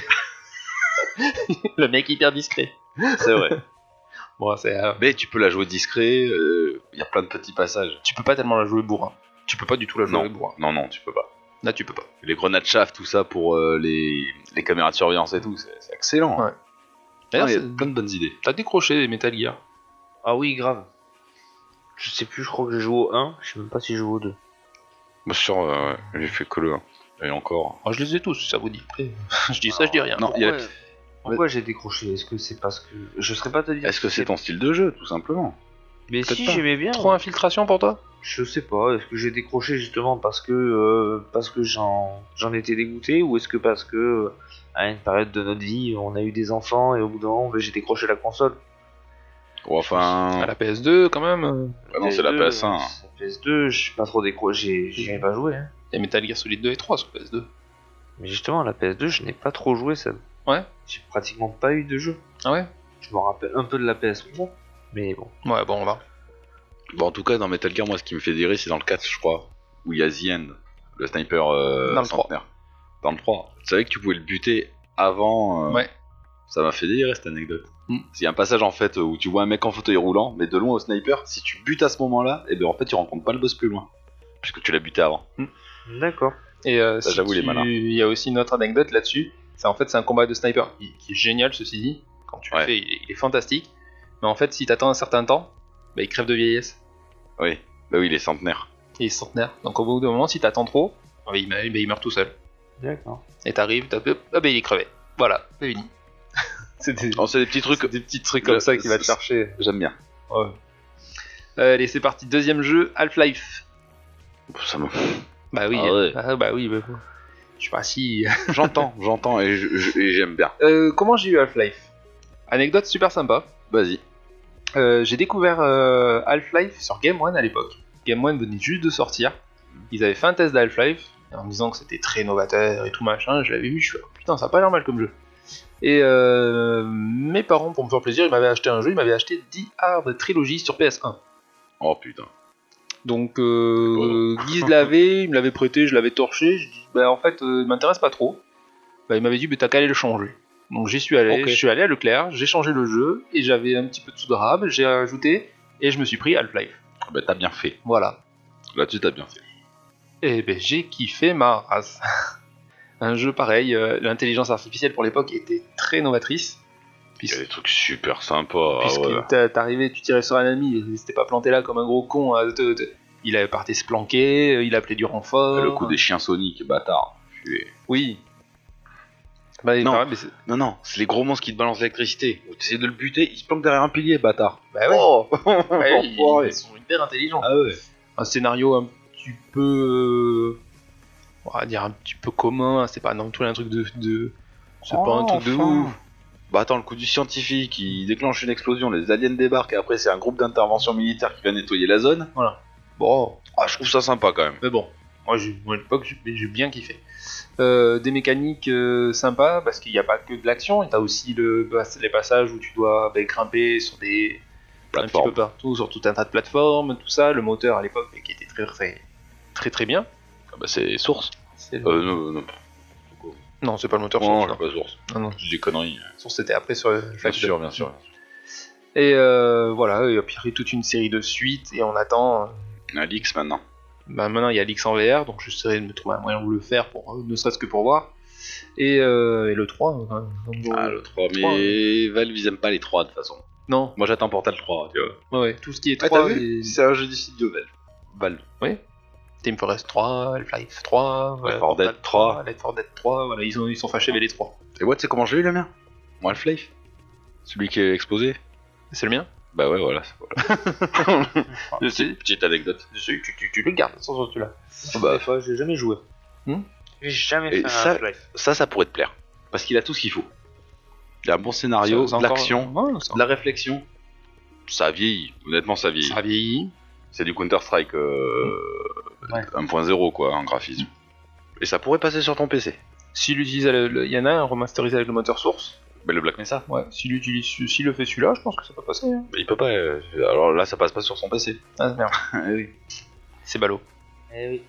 Le mec hyper discret. c'est vrai. Bon, c'est. euh, Mais tu peux la jouer discret, il y a plein de petits passages. Tu peux pas tellement la jouer bourrin. Tu peux pas du tout la jouer Non. bourrin. Non, non, tu peux pas. Là, tu peux pas. Les grenades chaff, tout ça pour euh, les... les caméras de surveillance et tout, c'est c'est excellent. Ouais. Ah, D'ailleurs, il y a c'est- plein de bonnes idées. t'as décroché les Metal Gear. Ah oui, grave. Je sais plus, je crois que j'ai joué au un, je sais même pas si j'ai joué au deux. Moi, sur, euh, ouais, j'ai fait que le un. Et encore. Moi, je les ai tous, si ça vous dit. Après, je dis ça, je dis rien. Non, il y a la Pourquoi, pourquoi j'ai décroché? Est-ce que c'est parce que. Je saurais pas te dire. Est-ce que c'est ton style de jeu, tout simplement? Mais Peut-être si, pas. j'aimais bien. Trop infiltration pour toi? Je sais pas, est-ce que j'ai décroché justement parce que euh, parce que j'en j'en étais dégoûté, ou est-ce que parce que euh, à une période de notre vie on a eu des enfants et au bout d'un moment ben, j'ai décroché la console. Ou enfin. À la P S deux, quand même. euh, Ah non, c'est la P S un. La P S deux, je suis pas trop décroché, j'y ai pas joué. Hein. Il y a Metal Gear Solid deux et trois sur P S deux. Mais justement, la P S deux, je n'ai pas trop joué ça. Ouais. J'ai pratiquement pas eu de jeu. Ah ouais? Je me rappelle un peu de la P S trois, mais bon. Ouais, bon, on va. Bon, en tout cas, dans Metal Gear, moi, ce qui me fait délirer, c'est dans le quatre, je crois, où il y a The End, le sniper euh, Dans le trois. centenaire. Dans le trois. Tu savais que tu pouvais le buter avant. euh, Ouais. Ça m'a fait délirer cette anecdote. Mm. Il y a un passage en fait où tu vois un mec en fauteuil roulant, mais de loin au sniper, si tu butes à ce moment-là, et ben en fait tu rencontres pas le boss plus loin. Puisque tu l'as buté avant. D'accord. Et euh, Ça, si j'avoue, il est tu- malin. il y a aussi une autre anecdote là-dessus. C'est en fait c'est un combat de sniper qui, qui est génial, ceci dit. Quand tu Ouais. le fais, il est, il est fantastique. Mais en fait, si t'attends un certain temps, bah, il crève de vieillesse. Oui. Bah oui, il est centenaire. Et il est centenaire. Donc au bout d'un moment, si t'attends trop, bah, il, meurt- bah, il meurt tout seul. D'accord. Et t'arrives, t'as ah bah il est crevé. Voilà, c'est fini. c'est des, Non, c'est des petits trucs. c'est des petits trucs comme Le- ça qui va te c'est- chercher. J'aime bien. Ouais. Euh, allez, c'est parti. Deuxième jeu, Half-Life. Ça me... Bah oui. Ah ouais. Ah bah oui. Bah... Je sais pas si. J'entends, j'entends et je- je- et j'aime bien. Euh, comment j'ai eu Half-Life? Anecdote super sympa. Vas-y. Euh, j'ai découvert euh, Half-Life sur Game One à l'époque. Game One venait juste de sortir. Ils avaient fait un test d'Half-Life en me disant que c'était très novateur et tout machin. Je l'avais vu, je suis oh, putain, ça a pas l'air mal comme jeu. Et euh, mes parents, pour me faire plaisir, ils m'avaient acheté un jeu. Ils m'avaient acheté The Hard Trilogy sur P S un. Oh putain. Donc euh, Guise l'avait, il me l'avait prêté, je l'avais torché. Je dis bah en fait, euh, il m'intéresse pas trop. Bah il m'avait dit bah t'as qu'à aller le changer. Donc j'y suis allé, Ok. je suis allé à Leclerc, j'ai changé le jeu et j'avais un petit peu de soudrable, j'ai ajouté et je me suis pris Half-Life. Bah t'as bien fait. Voilà. Là-dessus t'as bien fait. Et ben j'ai kiffé ma race. Un jeu pareil, euh, l'intelligence artificielle pour l'époque était très novatrice. Il y a Puisque, des trucs super sympas. puisque ouais. t'a- t'arrivais, tu tirais sur un ami, il s'était pas planté là comme un gros con. à te- te- il avait parté se planquer, il appelait du renfort. Le coup des chiens Sonic, bâtard. Tu es- Oui. Bah, Non. pareil, mais c'est- Non, non, c'est les gros monstres qui te balancent l'électricité. Tu essaies de le buter, il se planque derrière un pilier, bâtard. bah ouais. Oh Ouais, ils, Enfoiré. ils sont hyper intelligents. Ah ouais. Un scénario un petit peu euh, on va dire un petit peu commun, c'est pas non plus un truc de... de c'est Oh, pas un truc de enfin. ouf. Bah attends, le coup du scientifique, il déclenche une explosion, les aliens débarquent et après c'est un groupe d'intervention militaire qui va nettoyer la zone. Voilà. Bon, Ah, je trouve ça sympa quand même. mais bon, moi, j'ai, moi à l'époque, j'ai, j'ai bien kiffé. Euh, des mécaniques euh, sympas, parce qu'il n'y a pas que de l'action, t'as aussi le, les passages où tu dois bah, grimper sur des... un petit Plateforme. peu partout, sur tout un tas de plateformes, tout ça. Le moteur à l'époque qui était très très très très bien. Ah bah c'est Source. C'est le- Euh, non, non. Non, c'est pas le moteur. Non, Source, c'est pas Source. non, non. Je dis des conneries. Source, c'était après sur le Bien Flash sûr, deux. bien sûr. Et euh, voilà, et puis il y a toute une série de suites et on attend. euh, Alix maintenant. Bah, maintenant il y a l'X en V R, donc j'essaierai de me trouver un moyen de le faire, pour, euh, ne serait-ce que pour voir. Et, euh, et le trois. euh, donc, Ah, euh, le trois, trois, mais Valve ils aiment pas les trois de toute façon. Non, Moi j'attends Portal trois, tu vois. ouais, ouais, tout ce qui est Ah, trois. t'as vu et- C'est un jeu du studio Valve. Valve. Oui. Team Forest trois, Half-Life trois, Left four Dead trois. Left four Dead trois, voilà, ils, ont, ils sont fâchés avec les trois. Et ouais, tu sais comment je l'ai eu le mien Moi Half-Life. Celui qui est exposé. C'est le mien. Bah ouais, voilà. voilà. Je sais, Petite anecdote. je sais, tu, tu, tu le gardes, sans celui-là. Bah, Des fois, j'ai jamais joué. Hmm J'ai jamais Et fait ça- un Half-Life. ça, ça pourrait te plaire. Parce qu'il a tout ce qu'il faut. Il y a un bon scénario, C'est- c'est de encore- l'action, Ouais, c'est- de la réflexion. Ça vieillit, honnêtement ça vieillit. ça vieillit. C'est du Counter-Strike euh, Ouais. un point zéro quoi, en graphisme. Et ça pourrait passer sur ton P C. S'il utilise, le- le- il y en a un remasterisé avec le moteur source. Mais le Black Mesa, Ouais. S'il utilise, s'il le fait celui-là, je pense que ça peut passer. Hein. il peut pas. euh, alors là, ça passe pas sur son P C. Ah merde, oui. c'est ballot. Eh oui.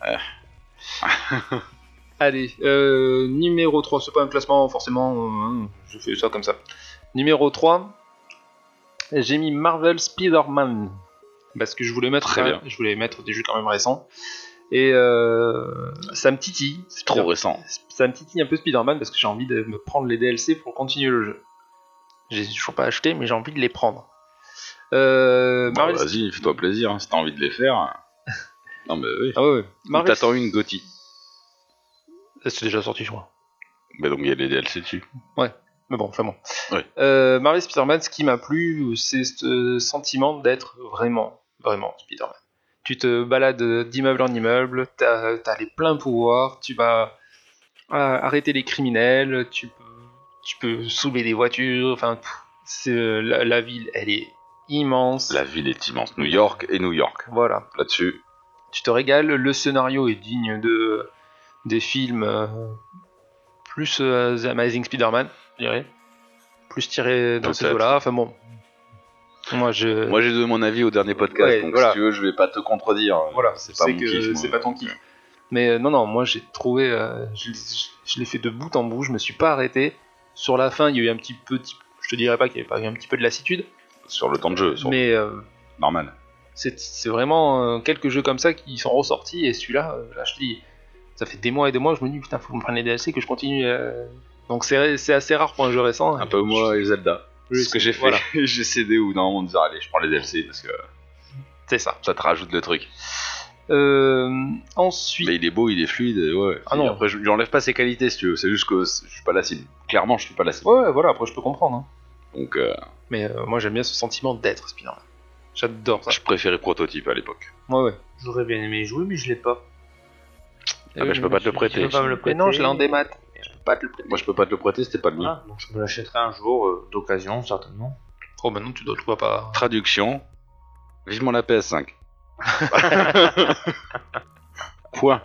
Allez, euh, numéro trois, c'est pas un classement forcément, euh, je fais ça comme ça. Numéro trois, j'ai mis Marvel Spider-Man. Parce que je voulais mettre, Très quand bien. même- je voulais mettre des jeux quand même récents. Et euh, ça me titille. C'est trop récent. Ça me titille un peu Spider-Man parce que j'ai envie de me prendre les D L C pour continuer le jeu. J'ai toujours pas acheté, mais j'ai envie de les prendre. Euh, Bah, Marvel... vas-y, fais-toi plaisir, hein, si t'as envie de les faire. Non mais oui. Ah ouais, ouais. Ou Marvel... t'attends une Gotti. C'est déjà sorti, je crois. Mais donc il y a les D L C dessus. Mais bon, enfin bon. Ouais. Euh, Marvel Spider-Man, ce qui m'a plu, c'est ce sentiment d'être vraiment, vraiment Spider-Man. Tu te balades d'immeuble en immeuble, t'as as les pleins pouvoirs, tu vas euh, arrêter les criminels, tu peux, tu peux soulever des voitures, enfin, pff, c'est, euh, la, la ville, elle est immense. La ville est immense. New York et New York. Voilà, Là-dessus, tu te régales, le scénario est digne de des films euh, plus euh, The Amazing Spider-Man, je dirais. Plus tiré dans ces Peut-être. eaux-là, enfin bon. Moi je. moi j'ai donné mon avis au dernier podcast, Ouais, donc voilà. si tu veux, je vais pas te contredire. Voilà, c'est c'est pas mon que kiff. moi. c'est pas ton kiff. Mais euh, non, non, moi j'ai trouvé, euh, je, je- je l'ai fait de bout en bout, je me suis pas arrêté. Sur la fin, il y a eu un petit peu, je te dirais pas qu'il y avait pas eu un petit peu de lassitude, Sur le temps de jeu, sur mais euh, normal. c'est c'est vraiment euh, quelques jeux comme ça qui sont ressortis, et celui-là, euh, là je te dis, ça fait des mois et des mois, je me dis putain, faut que je me prenne les D L C, que je continue. euh. Donc c'est c'est assez rare pour un jeu récent. Un peu moi et Zelda. Oui, C'est ce que j'ai fait. voilà. J'ai cédé ou non, on me disait allez, je prends les D L C parce que C'est ça. ça te rajoute le truc. Euh, ensuite, Mais il est beau, il est fluide, et ouais. Ah Et non. Après, je lui enlève pas ses qualités si tu veux, c'est juste que je suis pas la cible. Clairement, je suis pas la cible. ouais, voilà, après je peux comprendre. hein. Donc, euh, Mais euh, moi j'aime bien ce sentiment d'être Spider-Man. J'adore ça. je préférais Prototype à l'époque. Ouais, ouais. J'aurais bien aimé y jouer, mais je l'ai pas. Ah bah, je peux pas te le prêter. Tu peux pas me le Mais prêter. non, je l'ai en démat. Je peux pas te le prêter. Moi, je peux pas te le prêter, c'était pas le mien. Ah, donc je me l'achèterai un jour, euh, d'occasion, certainement. Oh, maintenant tu dois le trouver pas. Traduction. Vivement la P S cinq. Point.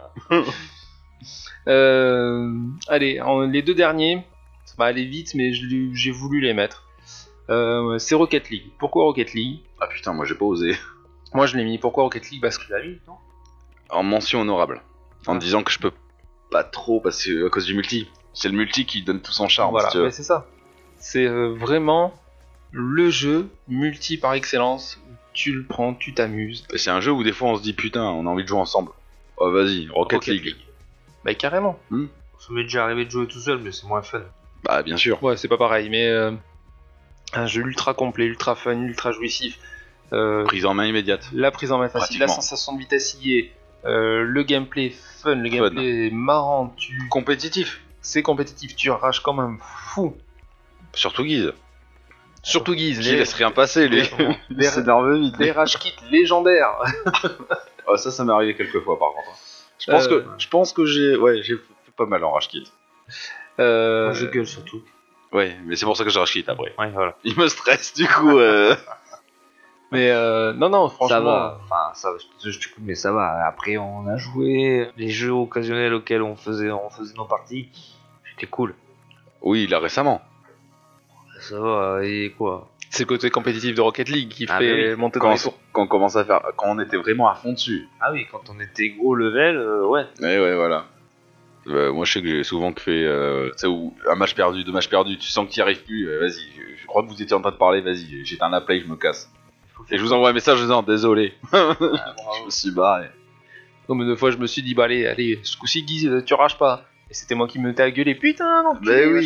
Euh, allez, en- les deux derniers, ça va aller vite, mais je l'ai- j'ai voulu les mettre. Euh, c'est Rocket League. Pourquoi Rocket League? Ah putain, moi j'ai pas osé. Moi je l'ai mis. Pourquoi Rocket League? Parce que Tu l'as vu, non? En mention honorable. En Ah. disant que je peux pas trop parce que à cause du multi. C'est le multi qui donne tout son charme. voilà, si tu veux. mais c'est ça. C'est euh, vraiment le jeu multi par excellence. Tu le prends, tu t'amuses. Et c'est un jeu où des fois on se dit putain, on a envie de jouer ensemble. Oh vas-y, Rocket, League. Bah carrément. Ça m'est déjà arrivé de jouer tout seul, mais c'est moins fun. Bah bien sûr. Ouais, c'est pas pareil, mais euh, un jeu ultra complet, ultra fun, ultra jouissif. Euh, Prise en main immédiate. la prise en main facile, la Pratiquement. sensation de vitesse y est, euh, le gameplay fun, le Fun. gameplay marrant, tu... Compétitif. c'est compétitif, tu arraches comme un fou. Surtout Guise. Surtout Guise, Qui laisse rien passer, lui. les, Il les, s'énerve vite. les rage kits légendaires. Oh, ça, ça m'est arrivé quelques fois par contre. Je pense Euh, que je pense que j'ai ouais j'ai fait pas mal en Rage Quit. Euh, Moi, je gueule surtout. Ouais, mais c'est pour ça que je Rage Quit après. Ouais, voilà. Il me stresse du coup. euh. mais euh, non, non, franchement. Ça va, enfin ça va, je, je, je- mais ça va. Après, on a joué les jeux occasionnels auxquels on faisait, on faisait nos parties. C'était cool. Oui, là récemment. Ça va, et quoi? C'est le côté compétitif de Rocket League qui Ah, fait mais oui. monter dans Quand, les tours. quand on commence à faire, quand on était vraiment à fond dessus. Ah oui, quand on était gros level, euh, ouais. Ouais ouais voilà. Euh, moi je sais que j'ai souvent fait euh, tu sais, où un match perdu, deux matchs perdus, tu sens que tu n'y arrives plus. euh, vas-y, je, je crois que vous étiez en train de parler. Vas-y, j'éteins la play, je me casse. Et je vous envoie un message en disant désolé. Je me suis barré. Comme deux fois, je me suis dit, bah allez, allez, ce coup-ci, Guy, tu rages pas. Et c'était moi qui me mettais à gueuler, putain, non, Mais oui.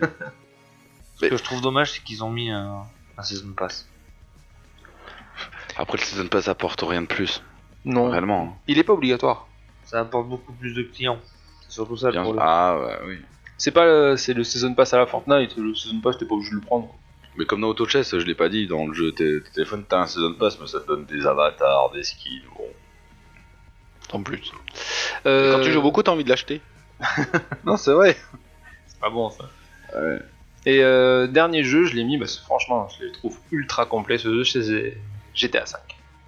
Ce que je trouve dommage, c'est qu'ils ont mis un, un season pass. Après le season pass apporte rien de plus. Non, Réellement. il est pas obligatoire. Ça apporte beaucoup plus de clients. C'est surtout ça le Bien- problème. Ah ouais, oui. C'est pas le, c'est le season pass à la Fortnite, le season pass, t'es pas obligé de le prendre. Mais comme dans Auto Chess, je l'ai pas dit, dans le jeu t- téléphone, t'as un season pass, mais ça te donne des avatars, des skins. Bon. En plus. Et Euh, quand tu joues beaucoup, t'as envie de l'acheter. Non, c'est vrai. c'est pas bon ça. Ouais. Et euh, dernier jeu, je l'ai mis, parce que franchement, je le trouve ultra complet ce jeu, c'est G T A cinq.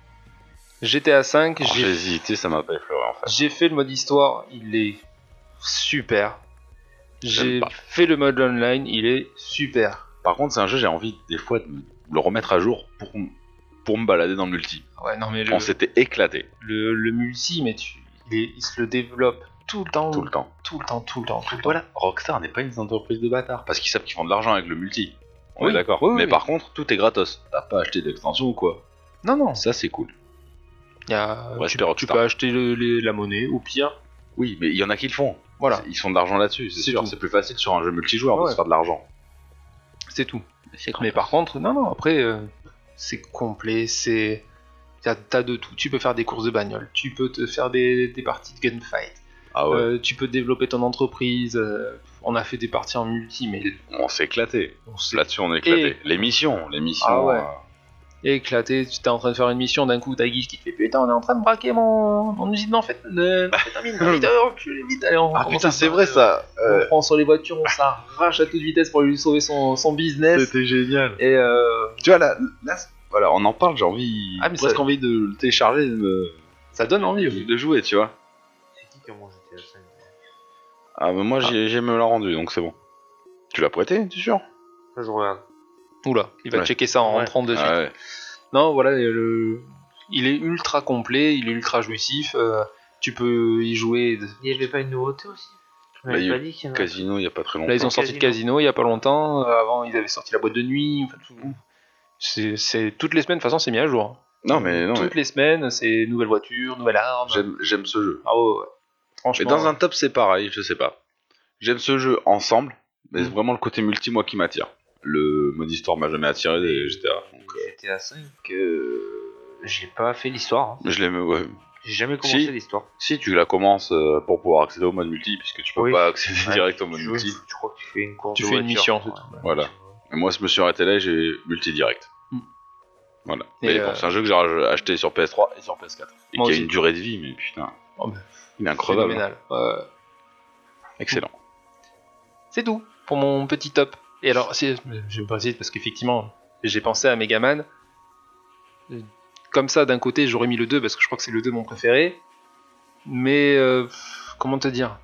G T A cinq, Oh, j'ai j'ai hésité, ça m'a pas effleuré en fait. J'ai fait le mode histoire, il est super. J'ai J'aime pas. fait le mode online, il est super. Par contre, c'est un jeu, j'ai envie des fois de me- le remettre à jour pour, m- pour me balader dans le multi. Ouais, non mais le, On s'était éclaté le, le multi, mais tu, il, est- il se le développe tout le temps, tout le temps. tout le temps, tout le temps, tout le temps. Voilà, Rockstar n'est pas une entreprise de bâtards, parce qu'ils savent qu'ils font de l'argent avec le multi. On Oui, est d'accord. oui, mais oui. par contre, tout est gratos. T'as pas acheté d'extension ou quoi. Non, non. Ça, c'est cool. Il y a, Respect tu, tu Rockstar. peux acheter le- les- la monnaie, au pire. Oui, mais il y en a qui le font. Voilà, Ils font de l'argent là-dessus, c'est C'est sûr. tout. C'est plus facile sur un jeu multijoueur de Ouais. se faire de l'argent. c'est tout. Mais par contre, non, non, après, euh, c'est complet, c'est. T'as t'as de tout. Tu peux faire des courses de bagnole, tu peux te faire des, des parties de gunfight, Ah ouais, euh, tu peux développer ton entreprise. euh, on a fait des parties en multi, mais on s'est éclaté. on s'est Là-dessus, on est éclaté. Et- Les missions, les missions. Ah ouais. euh, éclaté. Tu t'es en train de faire une mission, d'un coup, t'as Guy qui te fait putain, on est en train de braquer mon, mon usine d'amphétamine. Vite, allez, reculez, vite, allez, on Ah commence putain, à c'est se- vrai ça. On Euh, prend sur les voitures, on s'arrache à toute vitesse pour lui sauver son, son business. C'était génial. Et euh, Tu vois là, là, c'est- voilà, on en parle. J'ai envie, Ah, mais presque ça- envie de le télécharger, de, me- ça donne envie. oui. de jouer, tu vois. C'est qui qui a mangé G T A cinq? Ah mais moi, j'ai, j'ai me l'a rendu, donc c'est bon. Tu l'as prêté, tu es sûr? Ça, je regarde. Oula, il va Ouais. checker ça en Ouais. rentrant de suite. Ah ouais. Non, voilà, le... il est ultra complet, il est ultra jouissif. euh, tu peux y jouer. de- Il n'y avait pas une nouveauté aussi? On Bah, avait il y a pas dit qu'il y en a. Casino, il y a pas très longtemps. Là, ils ont sorti le casino il y a pas longtemps. euh, Avant, ils avaient sorti la boîte de nuit. Enfin, tout- c'est, c'est toutes les semaines. De toute façon, c'est mis à jour. Non mais non. Toutes mais les semaines, c'est nouvelle voiture, nouvelle arme. J'aime, j'aime ce jeu. Ah ouais, ouais. Mais Franchement. dans un top, c'est pareil, je sais pas. J'aime ce jeu ensemble, mais Mm. c'est vraiment le côté multi moi qui m'attire. Le mode histoire m'a jamais attiré des G T A. Donc, euh, G T A cinq, euh, j'ai pas fait l'histoire. Hein. je l'aime. Ouais. J'ai jamais commencé Si. l'histoire. Si tu la commences euh, pour pouvoir accéder au mode multi, puisque tu peux Oui. pas accéder Ouais, direct au mode tu, multi. je crois que tu fais une course Tu de fais une voiture. mission, c'est Ouais. tout. Voilà. Et moi, je me suis arrêté là et j'ai multi direct. Mm. Voilà. Et Mais euh, bon, c'est un jeu que j'ai acheté sur P S trois et sur P S quatre. Et Moi qui a aussi. une durée de vie, mais putain, Oh, bah, il est incroyable. phénoménal. Ouais. Excellent. C'est tout pour mon petit top. Et alors, si, je vais préciser parce qu'effectivement, j'ai pensé à Megaman. Euh, Comme ça, d'un côté, j'aurais mis le deux parce que je crois que c'est le deux mon préféré. Mais euh, comment te dire,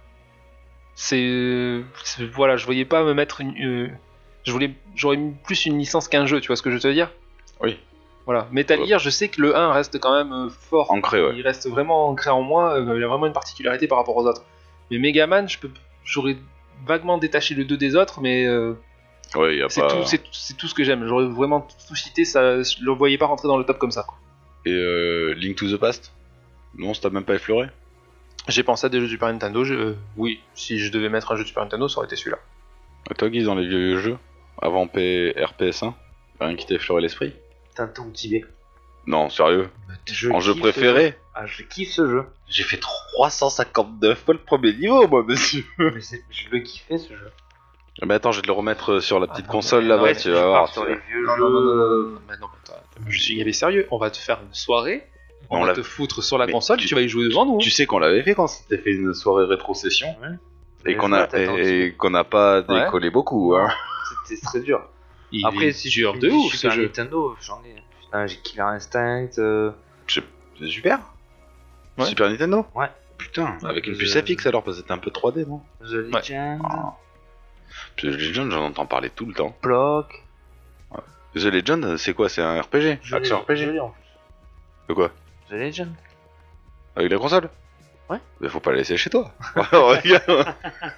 c'est, c'est- voilà, je voyais pas me mettre une, euh, je voulais, j'aurais mis plus une licence qu'un jeu. Tu vois ce que je veux te dire? Oui. Voilà. Metal Gear, je sais que le un reste quand même euh, fort. Ancré, ouais. Il reste vraiment ancré en moi, euh, il a vraiment une particularité par rapport aux autres. Mais Megaman, je peux, j'aurais vaguement détaché le deux des autres, mais euh, Ouais, y a c'est pas. tout, c'est, c'est tout ce que j'aime. J'aurais vraiment tout cité, ça, je le voyais pas rentrer dans le top comme ça. quoi. Et euh, Link to the Past? Non, ça t'a même pas effleuré? J'ai pensé à des jeux de Super Nintendo, je- euh, oui, si je devais mettre un jeu de Super Nintendo, ça aurait été celui-là. Et toi, Guy, dans les vieux jeux, avant P... R P S un, rien qui t'a effleuré l'esprit? Tintin Tibet. Non, sérieux? Je En jeu kiffe ce préféré? jeu. Ah, je kiffe ce jeu. J'ai fait trois cent cinquante-neuf fois le premier niveau, moi, monsieur. Mais c'est- je le kiffais ce jeu. Mais attends, je vais te le remettre sur la petite Ah, console non, là-bas, ouais, tu je vas pars voir. sur tu les vois. vieux Non, jeux. non, non, non, non, non, mais non, attends, je suis y allé sérieux. On va te faire une soirée On, On va l'a- te foutre sur la Mais console, tu- tu... vas y jouer devant nous. Tu sais qu'on l'avait fait quand c'était fait une soirée rétro-session et Et qu'on je a, m'attends et, et qu'on n'a pas décollé beaucoup. Hein. C'était très dur. Il Après, est si dur tu de me dis ouf ce Super jeu. Nintendo, j'en ai. Putain, j'ai Killer Instinct. euh, C'est super. Ouais. Super Nintendo. Ouais. Putain, avec une Je- puce F X alors parce que c'était un peu trois D non. The Legend. Ah. The Legend, j'en entends parler tout le temps. Block. The Legend, c'est quoi? C'est un R P G? Je Action l'ai- R P je G? l'ai en plus. De quoi? The Legend. Avec la console? Ouais. Mais faut pas la laisser chez toi. Regarde.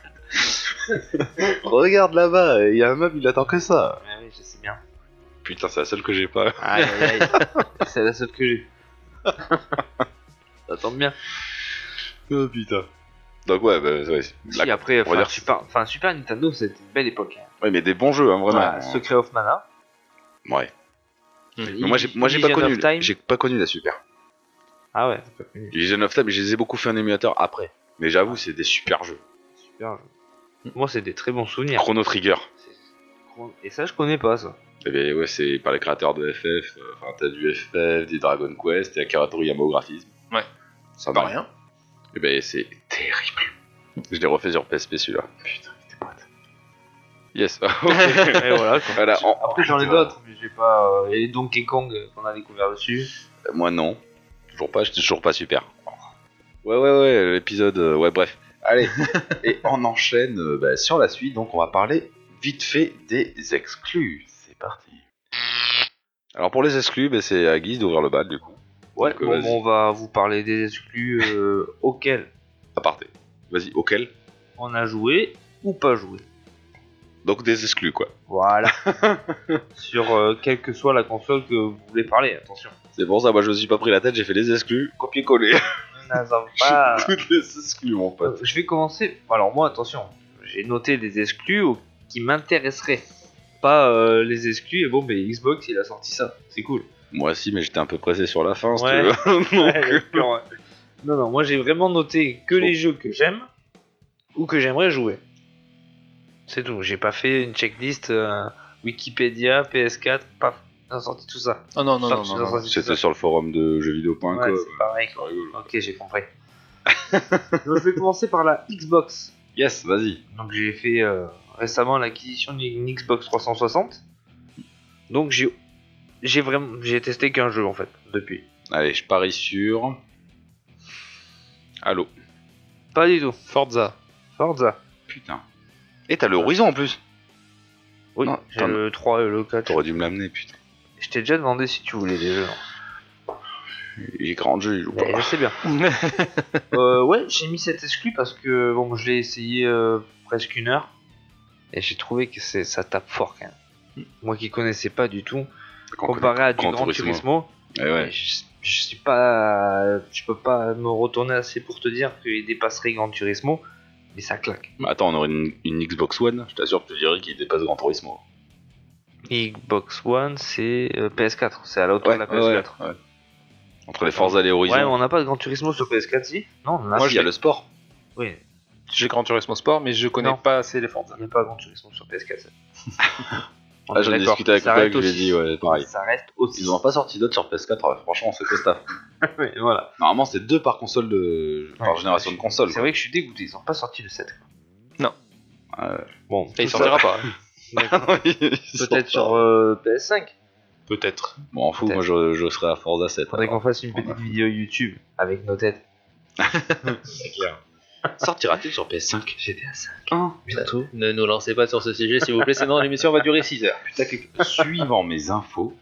Regarde là-bas, il y a un meuble, il attend que ça. Ouais, oui, je sais bien. Putain, c'est la seule que j'ai pas. Aïe aïe aïe. C'est la seule que j'ai. Ça tombe bien. Oh putain. Donc ouais, bah ouais. Si, La- après, on va enfin, dire- Super... Enfin, Super Nintendo, c'était une belle époque. Hein. Ouais, mais des bons jeux, hein, vraiment. Voilà, Secret of Mana. Ouais. Mmh. Mais moi, j'ai, moi, j'ai pas Illusion connu, of Time. j'ai pas connu la Super. Ah ouais, t'as pas connu. Illusion of Time, je les ai beaucoup fait en émulateur après. Mais j'avoue, c'est des super jeux. Super jeu. Moi, c'est des très bons souvenirs. Chrono Trigger. C'est- Et ça, je connais pas ça. Eh ben, ouais, c'est par les créateurs de F F. euh, Enfin, t'as du F F, des Dragon Quest, et Akira Toriyama au graphisme. Ouais. Ça Pas va. rien. Eh ben, c'est terrible. Je l'ai refait sur P S P celui-là. Putain, il était pote. Yes. Et voilà. quoi. Voilà, en- Après, j'en ai putain. d'autres, mais j'ai pas. euh, Et Donkey Kong euh, qu'on a découvert dessus. Euh, Moi non. Toujours pas, j'étais toujours pas super. Ouais, ouais, ouais, l'épisode. euh, ouais, bref. Allez. Et on enchaîne euh, bah, sur la suite, donc on va parler vite fait des exclus. C'est parti. Alors pour les exclus, bah, c'est à Guise d'ouvrir le bal du coup. Ouais, Donc, euh, bon, vas-y. bon, on va vous parler des exclus euh, auxquels Aparté. Vas-y, auquel? on a joué ou pas joué. Donc des exclus quoi. Voilà. Sur euh, quelle que soit la console que vous voulez parler, attention. C'est pour ça, moi je me suis pas pris la tête, j'ai fait les exclus, copier-coller. Ne n'avons pas. Toutes les exclus mon pote. Euh, Je vais commencer. Alors, moi, attention, j'ai noté des exclus au- qui m'intéresseraient. Pas euh, les exclus, et bon, mais Xbox il a sorti ça, c'est cool. Moi aussi, mais j'étais un peu pressé sur la fin, si Ouais. tu veux. Donc, Ouais, d'accord, ouais. Non, non, moi j'ai vraiment noté que les jeux que j'aime ou que j'aimerais jouer. C'est tout, j'ai pas fait une checklist euh, Wikipédia, P S quatre, paf, ils ont sorti tout ça. Oh non, non, Paf, non, ils ont non, non. sorti tout C'était ça. sur le forum de jeuxvideo point com. Ouais, c'est pareil. Ça rigole. Ok, j'ai compris. Donc je vais commencer par la Xbox. Yes, vas-y. Donc j'ai fait euh, récemment l'acquisition d'une Xbox trois cent soixante. Donc j'ai j'ai vraiment j'ai testé qu'un jeu en fait depuis. Allez, je parie sur. Allô. Pas du tout. Forza. Forza. Putain. Et t'as le Horizon en plus. Oui, Non, j'ai t'en- le trois et le quatre. T'aurais dû me l'amener, putain. Je t'ai déjà demandé si tu voulais des jeux. Il est grand jeu, il joue Ouais, pas. je sais bien. euh, ouais, j'ai mis cet exclu parce que bon, je l'ai essayé euh, presque une heure et j'ai trouvé que c'est ça tape fort quand même. Moi qui connaissais pas du tout, comparé à du Gran Gran Turismo. Turismo, Eh ouais. je, je suis pas, je peux pas me retourner assez pour te dire qu'il dépasserait Gran Turismo, mais ça claque. Bah, attends, on aurait une, une Xbox One, je t'assure que je te dirais qu'il dépasse Gran Turismo. Xbox One, c'est euh, P S quatre, c'est à la hauteur de la P S quatre. ouais, ouais. Entre les Forza et les Horizon. Ouais, mais on n'a pas de Gran Turismo sur P S quatre, si? Non, on en a. Moi, je il y a l'ai. le sport. Oui, J'ai Gran Turismo Sport, mais je connais Non. pas assez les Forza. il n'y a pas Gran Turismo sur P S quatre. On Ah, est j'en ai d'accord. discuté avec Ça mon père, reste je lui ai aussi- dit, ouais, pareil. Ça reste aussi. Ils en ont pas sorti d'autres sur P S quatre, ouais, franchement, c'est costaud. Oui, voilà. Normalement, c'est deux par console de. par Ouais, génération de console. C'est vrai que je suis dégoûté, ils ont pas sorti le sept. Non. Bon, Et il tout sortira ça- pas. Peut-être sur euh, P S cinq. Peut-être. Bon, en fou, moi je, je serais à Forza sept. Faudrait alors. qu'on fasse une petite vidéo YouTube avec nos têtes. Sortira-t-il sur P S cinq? G T A cinq. Ah, Bientôt. Ne nous lancez pas sur ce sujet, s'il vous plaît, sinon l'émission va durer six heures. putain, que- suivant mes infos.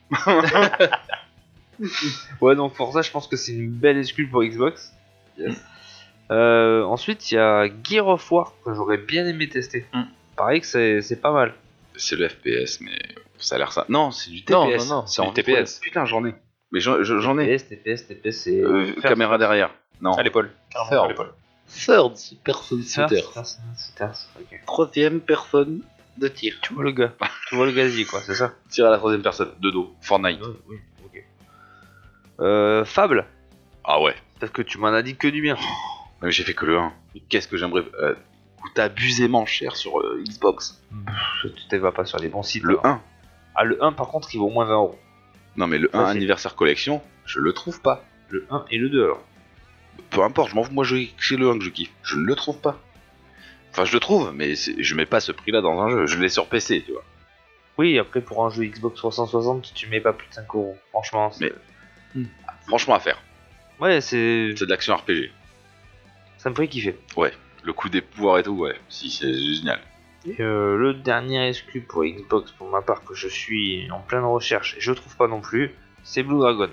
Ouais, donc Forza, je pense que c'est une belle excuse pour Xbox. Euh, ensuite, il y a Gear of War que j'aurais bien aimé tester. Mm. Pareil que c'est c'est pas mal. C'est le F P S, mais ça a l'air ça. Non, c'est du T P S. Non, non, non, c'est c'est en du T P S. Putain, j'en ai. Mais j'en j'en- j'en T P ai. S, T P S, T P S, c'est. Euh, First- caméra derrière. Non. À l'épaule. Third. À l'épaule. Third person First, shooter. first, first, ok. Troisième personne de tir. Tu vois le gars. Tu vois le gazier, quoi, c'est ça? Tir à la troisième personne, de dos. Fortnite. Oui, ok. Euh, Fable, Ah ouais. parce que tu m'en as dit que du bien. Mais j'ai fait que le un. Mais qu'est-ce que j'aimerais. Euh, coûte abusément cher sur euh, Xbox. Tu te vas pas sur les bons sites. Le alors. un. Ah, le un, par contre, il vaut moins vingt euros. Non, mais le un Ça, c'est- anniversaire collection, je le trouve pas. Le un et le deux alors. Peu importe, je m'en fous, moi je- c'est le un que je kiffe. Je ne le trouve pas. Enfin, je le trouve, mais c'est- je mets pas ce prix-là dans un jeu. Je l'ai sur P C, tu vois. Oui, après pour un jeu Xbox trois cent soixante, tu mets pas plus de cinq euros. Franchement, c'est- Mais- Franchement, à faire. ouais, c'est C'est de l'action R P G. ça me ferait kiffer. Le coup des pouvoirs et tout, ouais. Si, c'est génial. Et euh, le dernier exclu pour Xbox, pour ma part, que je suis en pleine recherche et je trouve pas non plus, c'est Blue Dragon.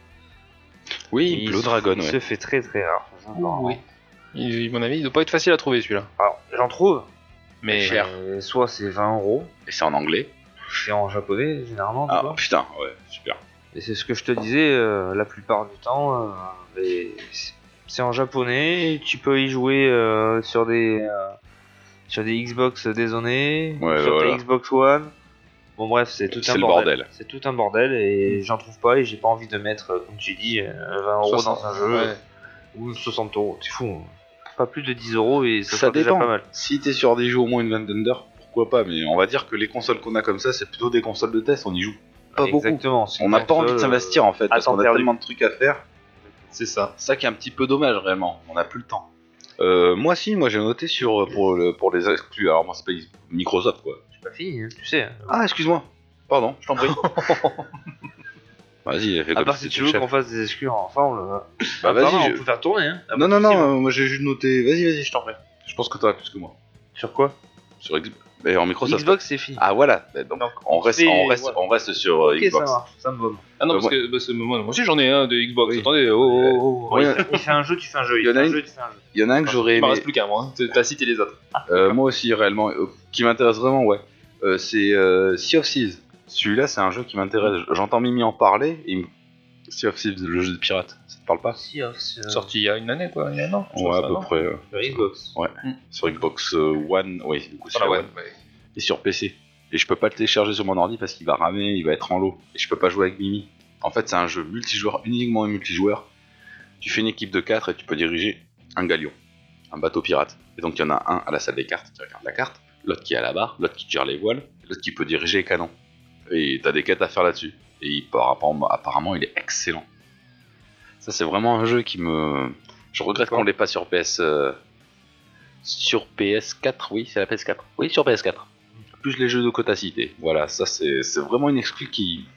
Oui, Il Blue se- Dragon, il ouais. se fait très très rare. Oui. Il- à mon avis, il doit pas être facile à trouver celui-là. Alors, j'en trouve, Mais cher. mais soit c'est vingt euros, Et c'est en anglais. c'est en japonais généralement, tu Ah, vois. putain, ouais, super. Et c'est ce que je te disais, euh, la plupart du temps, euh, les- c'est en japonais, et tu peux y jouer euh, sur des euh, sur des Xbox dézonés, Ouais, sur voilà. des Xbox One. Bon bref, c'est tout C'est un le bordel. bordel. C'est tout un bordel et j'en trouve pas et j'ai pas envie de mettre, euh, comme tu dis, euh, vingt euros soixante, dans un jeu ouais. ou soixante euros. C'est fou. hein. Pas plus de dix euros et ça, Ça sera déjà dépend. pas mal. Si t'es sur des jeux au moins une vingtaine d'heures, pourquoi pas, mais on va dire que les consoles qu'on a comme ça, c'est plutôt des consoles de test, on y joue pas beaucoup. Exactement. c'est On une n'a pas envie de console, s'investir en fait, à parce temps qu'on a perdu. tellement de trucs à faire. C'est ça. C'est ça qui est un petit peu dommage réellement, on n'a plus le temps. Euh, moi si, moi j'ai noté sur pour, le, pour les exclus, alors moi c'est pas Microsoft quoi. J'ai pas fini, hein, tu sais. hein. Ah excuse-moi, pardon, je t'en prie. Vas-y, fais À comme part si si tu c'était veux le chef. qu'on fasse des exclus ensemble. euh, Bah apparemment, vas-y, on je- peut faire tourner. Hein. Ah, Non pas non de souci, non, moi. euh, moi j'ai juste noté, vas-y vas-y, je t'en prie. Je pense que t'auras plus que moi. Sur quoi Sur Xbox. Et en Microsoft. Xbox, c'est fini. Ah voilà, donc, Donc, on reste, fait- on reste, voilà. on reste sur euh, ok, ça Xbox. marche, ça me va. Ah non, Euh, parce moi- que bah, c'est- moi, moi aussi j'en ai un de Xbox. Oui. Attendez, oh, oh, oh, oh. Oui, Il fait un jeu, tu fais un jeu. Il y en fait a un une- jeu, tu fais un jeu. Il y en a un que j'aurais Il m'en aimé. reste plus qu'un, moi. hein. T'as cité les autres. Euh, moi aussi réellement, euh, qui m'intéresse vraiment, ouais. Euh, c'est euh, Sea of Thieves. Celui-là, c'est un jeu qui m'intéresse. J'entends Mimi en parler. Et il me- Sea of Thieves, le jeu de pirate, ça te parle pas? Si, hein, c'est, euh, Sorti il y a une année, quoi. Il y a un an. je Ouais, pense, à ça, peu non près. euh, sur Xbox. sur Xbox euh, One, oui, du coup, Sur c'est la la One, One. ouais. Et sur P C. Et je peux pas le télécharger sur mon ordi parce qu'il va ramer, il va être en lot. Et je peux pas jouer avec Mimi. En fait, c'est un jeu multijoueur, uniquement multijoueur. Tu fais une équipe de quatre et tu peux diriger un galion, un bateau pirate. Et donc, il y en a un à la salle des cartes qui regarde la carte, l'autre qui est à la barre, l'autre qui gère les voiles, l'autre qui peut diriger les canons. Et t'as des quêtes à faire là-dessus. Et il part- apparemment, apparemment, il est excellent. Ça, c'est vraiment un jeu qui me. Je regrette qu'on l'ait pas sur P S. euh, Sur P S quatre, oui, c'est la P S quatre. Oui, sur P S quatre. Plus les jeux de quota cité. Voilà, ça c'est c'est vraiment une exclu qui.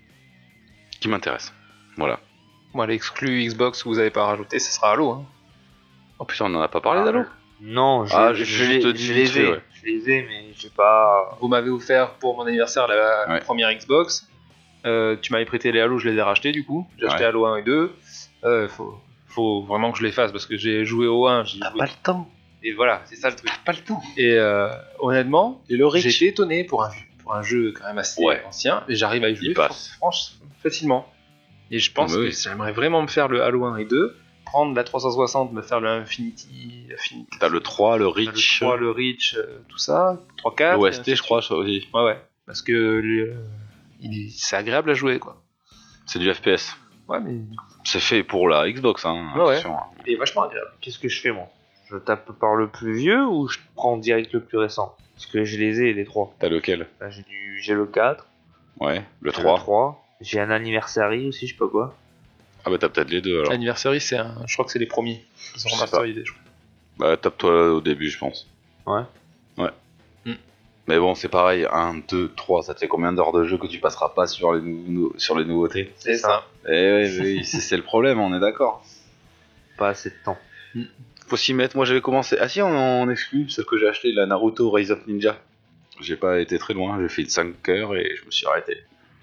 qui m'intéresse. Voilà. Moi, l'exclu Xbox que vous avez pas rajouté, ce sera Halo. Hein. Oh putain, on en a pas parlé Ah, d'Halo? Non, je, Ah, je, je- je je te les, dis je vite les fait, ai. ouais. Je les ai, mais j'ai pas. Vous m'avez offert pour mon anniversaire la Ouais. première Xbox. Euh, tu m'avais prêté les Halo, je les ai rachetés du coup. J'ai acheté Ouais. Halo un et deux. Euh, faut, faut vraiment que je les fasse parce que j'ai joué au un. J'ai T'as joué- pas le temps. Et voilà, c'est ça le truc. Pas le temps. Et euh, honnêtement, Et le j'ai été étonné pour un, pour un jeu quand même assez Ouais. ancien. Et j'arrive à y jouer Il passe. franchement facilement. Et je pense Ah bah que oui. j'aimerais vraiment me faire le Halo un et deux. Prendre la trois cent soixante, me faire le Infinity. Infinity T'as le trois, le le Reach, trois, le Reach, euh, tout ça. trois quatre. l'O S T, je crois, ça aussi. Ouais, ouais. Parce que le- il est- c'est agréable à jouer, quoi. C'est du F P S. Ouais, mais C'est fait pour la Xbox, hein. Ouais, ouais. attention, hein. il est vachement agréable. Qu'est-ce que je fais moi? Je tape par le plus vieux ou je prends direct le plus récent? Parce que je les ai les trois. T'as lequel? Là, j'ai du j'ai le quatre, Ouais, le j'ai trois. le trois, j'ai un anniversary aussi, je sais pas quoi. Ah bah t'as peut-être les deux alors. Anniversary, c'est un... je crois que c'est les premiers. Ils sont Je sais remasterisés, je crois. Bah tape-toi au début, je pense. Ouais. Ouais. Hmm. Mais bon, c'est pareil, un, deux, trois, ça te fait combien d'heures de jeu que tu passeras pas sur les, nou- sur les nouveautés? C'est ça. Eh oui, oui, c'est c'est le problème, on est d'accord. Pas assez de temps. Faut s'y mettre, moi j'avais commencé... Ah si, on en exclut, celle que j'ai acheté, la Naruto Rise of Ninja. J'ai pas été très loin, j'ai fait cinq heures et je me suis arrêté.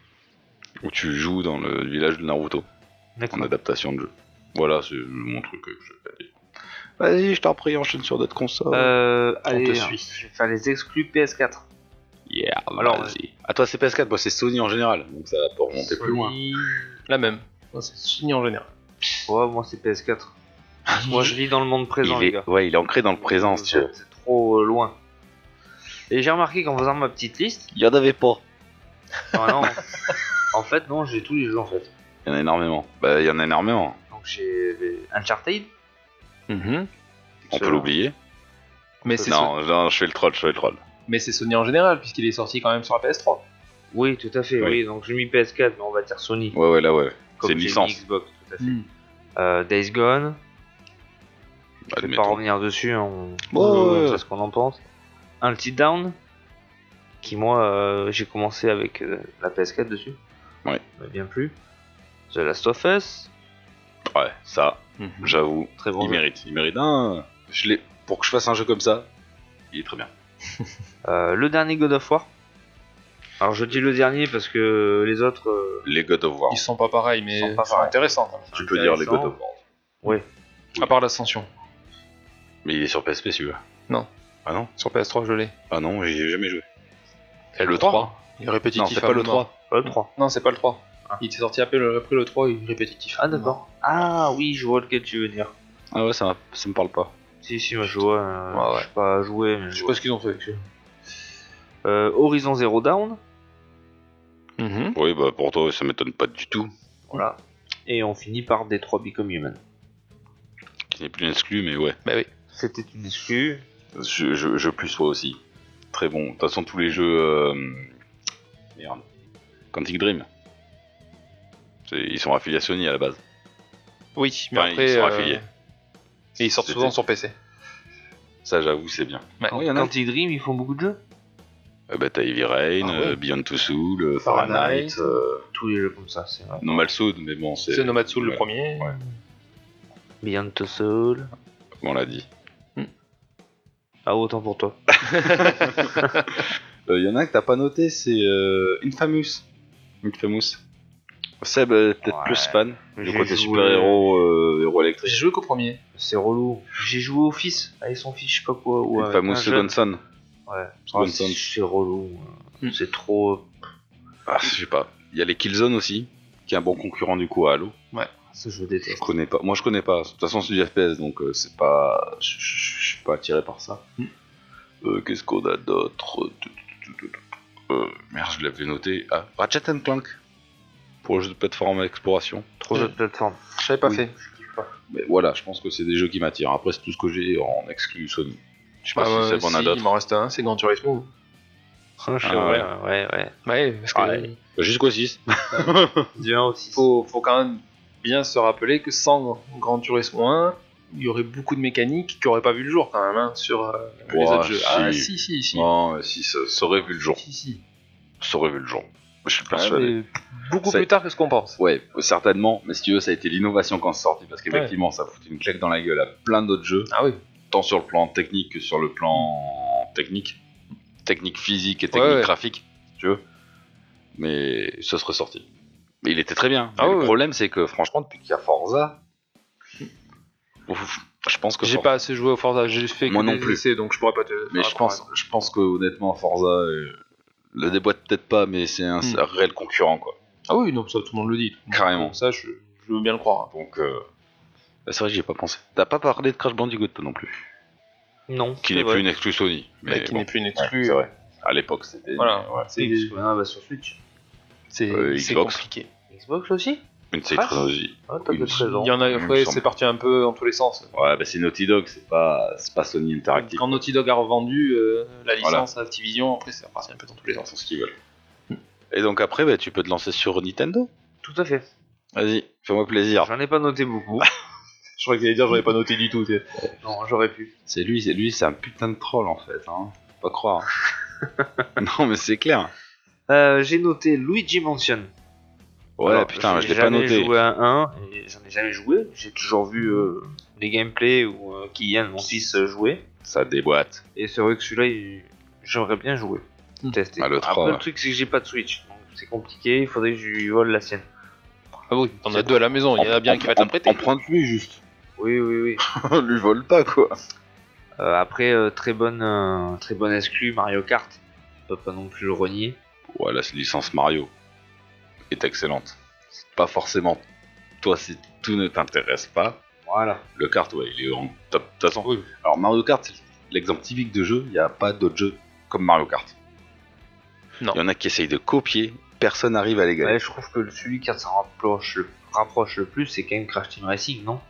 Où tu joues dans le village de Naruto, en D'accord. adaptation de jeu. Voilà, c'est mon truc que je vais dire. Vas-y, je t'en prie, enchaîne sur d'autres consoles. Euh, allez, te hein, suit. je vais faire les exclus P S quatre. Yeah, alors, vas-y. À toi c'est P S quatre, moi c'est Sony en général, donc ça va pas remonter plus loin. Sony- La même. Moi, c'est Sony en général. Ouais, moi c'est P S quatre. Moi je vis dans le monde présent, Il les est... gars. Ouais, il est ancré dans le présent, si tu veux. C'est trop euh, loin. Et j'ai remarqué qu'en faisant ma petite liste, Il y en avait pas. ah non, en fait non, j'ai tous les jeux en fait. Il y en a énormément. Bah, il y en a énormément. Donc j'ai Uncharted, Mhm. On peut Excellent. l'oublier. Mais c'est Non, non, je fais le troll, je fais le troll. So- mais c'est Sony en général, puisqu'il est sorti quand même sur la P S trois. oui tout à fait, Oui. oui. Donc j'ai mis P S quatre, mais on va dire Sony. Ouais, ouais, là, ouais. Comme C'est une j'ai licence. mis Xbox, tout à fait. Mm. Euh, Days Gone. Je vais Admettons. pas revenir dessus, hein, on Ouais, on ouais, sait ouais. ce qu'on en pense. Until Dawn, qui moi euh, j'ai commencé avec euh, la P S quatre dessus. Ouais. Ça m'a bien plu. The Last of Us, Ouais, ça, Mhm. j'avoue, très bon il jeu. mérite. Il mérite un. Je l'ai. Pour que je fasse un jeu comme ça, il est très bien. Euh, le dernier God of War. Alors je dis le dernier parce que les autres. euh, Les God of War. Ils sont pas pareils, mais Ils sont pas c'est pareils. intéressant. quand même. Tu peux dire les God intéressant. of War. Ouais. À part l'Ascension. Mais il est sur P S P celui-là. Non. Ah non Sur P S trois, je l'ai. Ah non, j'y ai jamais joué. C'est le trois. Il est répétitif. Non, c'est à pas le mort. trois. Pas le trois. Non, c'est pas le trois. Ah. Il était sorti après le, après le trois, il est répétitif. Ah d'accord. Ah oui, je vois lequel tu veux dire. Ah ouais, ça, ça me parle pas. Si si, moi je vois. Euh, Ouais, ouais. Je sais pas jouer. Mais Je sais pas ce qu'ils ont fait avec ça. Euh, Horizon Zero Dawn. Mhm. Oui, bah pour toi, ça m'étonne pas du tout. Voilà. Et on finit par Detroit Become Human. Qui n'est plus exclu, mais ouais. Bah oui. C'était une exclue. Je, je, je plus sois aussi. Très bon. De toute façon, tous les jeux. Euh... Merde. Quantic Dream. C'est- Ils sont affiliés à Sony à la base. Oui, mais Enfin, après. ils sont euh, affiliés. Et ils sortent C'était- souvent sur P C. Ça, j'avoue, c'est bien. Ouais. Quand, il y en a. Quantic Dream, ils font beaucoup de jeux. Euh, bah, t'as Heavy Rain, Ah ouais. euh, Beyond Two Soul, euh, Fahrenheit, Fahrenheit, euh, Tous les jeux comme ça, c'est vrai. Nomad Soul, mais bon, c'est. C'est Nomad Soul le ouais, premier. Ouais. Beyond Two Soul. On l'a dit. Ah, autant pour toi. Il y en a un que t'as pas noté, c'est euh, Infamous. Infamous. Seb, euh, peut-être Ouais. plus fan. Du J'ai côté joué- super-héros, euh, héros J'ai électrique. joué qu'au premier. C'est relou. J'ai joué au fils, avec son fils, je sais pas quoi. Ou avec Infamous un Second jeune. Son. Ouais. Second Ah, c'est Son. c'est relou. Hmm. C'est trop. Ah, je sais pas. Il y a les Killzone aussi, qui est un bon concurrent du coup à Halo. Ce jeu Je déteste. connais pas. Moi, je connais pas. De toute façon, c'est du F P S, donc euh, c'est pas. Je je- je suis pas attiré par ça. Mm. Euh, Qu'est-ce qu'on a d'autre euh, Merde, je l'avais noté. Ah, Ratchet and Clank. Pour le jeu de plateforme exploration. Trop de plateformes. Je savais pas Oui. fait. Mais voilà, je pense que c'est des jeux qui m'attirent. Après, c'est tout ce que j'ai en exclu Sony. Je sais pas Ah, si ouais, Seb en a si, d'autres. il m'en reste un, c'est Gran Turismo. Ah, je sais, Ah, ouais, ouais, ouais. Ouais, parce que Ouais. Bah, Jusqu'au six. Bien aussi. faut, faut quand même bien se rappeler que sans Gran Turismo un, il y aurait beaucoup de mécaniques qui auraient pas vu le jour quand même hein, sur euh, les Ouah, autres jeux. si. Ah si si si. Non, euh, si, ça, ça aurait vu le jour. Si si. Ça aurait vu le jour. Je suis Ouais, persuadé. mais beaucoup Ça- plus tard que ce qu'on pense. Ouais, certainement. Mais si tu veux, ça a été l'innovation quand c'est sorti. Parce qu'effectivement, ça fout une claque dans la gueule à plein d'autres jeux. Ah oui. Tant sur le plan technique que sur le plan technique. Technique physique et technique Ouais, ouais. graphique, si tu veux. Mais ça serait sorti. Mais il était très bien. Ah Mais ouais, le ouais. problème, c'est que franchement, depuis qu'il y a Forza. Ouf, je pense que J'ai For- pas assez joué au Forza, j'ai fait que Moi non des plus. essais, donc je pourrais pas te. Mais faire je un pense, comparaison. je pense que honnêtement, Forza euh, le déboîte peut-être pas, mais c'est un, Hmm. un réel concurrent, quoi. Ah oui, non, ça tout le monde le dit. Carrément. Ça, je, je veux bien le croire. Donc, euh, bah, c'est vrai que j'y ai pas pensé. T'as pas parlé de Crash Bandicoot, toi non plus. Non. Qui c'est n'est vrai. plus une exclu Sony. Mais Mais qui bon, n'est plus une ouais, exclue. c'est vrai. À l'époque, c'était. Voilà. ouais. C'est, Oui, parce que maintenant, elle va sur Switch. c'est, Euh, c'est Xbox. compliqué. Xbox aussi. Une Crash trilogie. Ah, t'as Une- peut-être raison. Il y en a, il me ouais, semble. c'est parti un peu dans tous les sens. Ouais, bah c'est Naughty Dog, c'est pas, c'est pas Sony Interactive. Quand Naughty Dog a revendu euh, la Voilà. licence à Activision, après c'est reparti un peu dans tous les Ils sens. font ce qu'ils veulent. Et donc après, bah, tu peux te lancer sur Nintendo. Tout à fait. Vas-y, fais-moi plaisir. J'en ai pas noté beaucoup. Je crois qu'il allait dire j'aurais pas noté du tout. tu sais. non, j'aurais pu. C'est lui, c'est lui, c'est un putain de troll en fait. Hein. Faut pas croire. non, mais c'est clair. Euh, j'ai noté Luigi Mansion. Ouais, Alors, putain, j'ai je l'ai pas jamais noté. joué à un, et j'en ai jamais joué. J'ai toujours vu euh, les gameplays où euh, Kylian, mon fils, euh, jouait. Ça déboîte. Et c'est vrai que celui-là, il- j'aimerais bien jouer. Hmm. Tester. Ah, le Après, trois, le ouais. truc, c'est que j'ai pas de Switch. Donc c'est compliqué, il faudrait que je lui vole la sienne. Ah oui, t'en as deux à la maison, il y en a bien qui va te la prêter. Emprunte-lui juste. Oui, oui, oui. lui vole pas quoi. Euh, après, euh, très bonne euh, très bonne exclu Mario Kart. On peut pas non plus le renier. Ouais, la licence Mario est excellente. C'est pas forcément. Toi, si tout ne t'intéresse pas, Voilà. le kart, ouais, il est en top. De toute façon, Oui. alors Mario Kart, c'est l'exemple typique de jeu. Il n'y a pas d'autres jeux comme Mario Kart. Non. Il y en a qui essayent de copier, personne n'arrive à l'égaler. Ouais, je trouve que celui qui s'en rapproche, rapproche le plus, c'est quand même Crash Team Racing, non?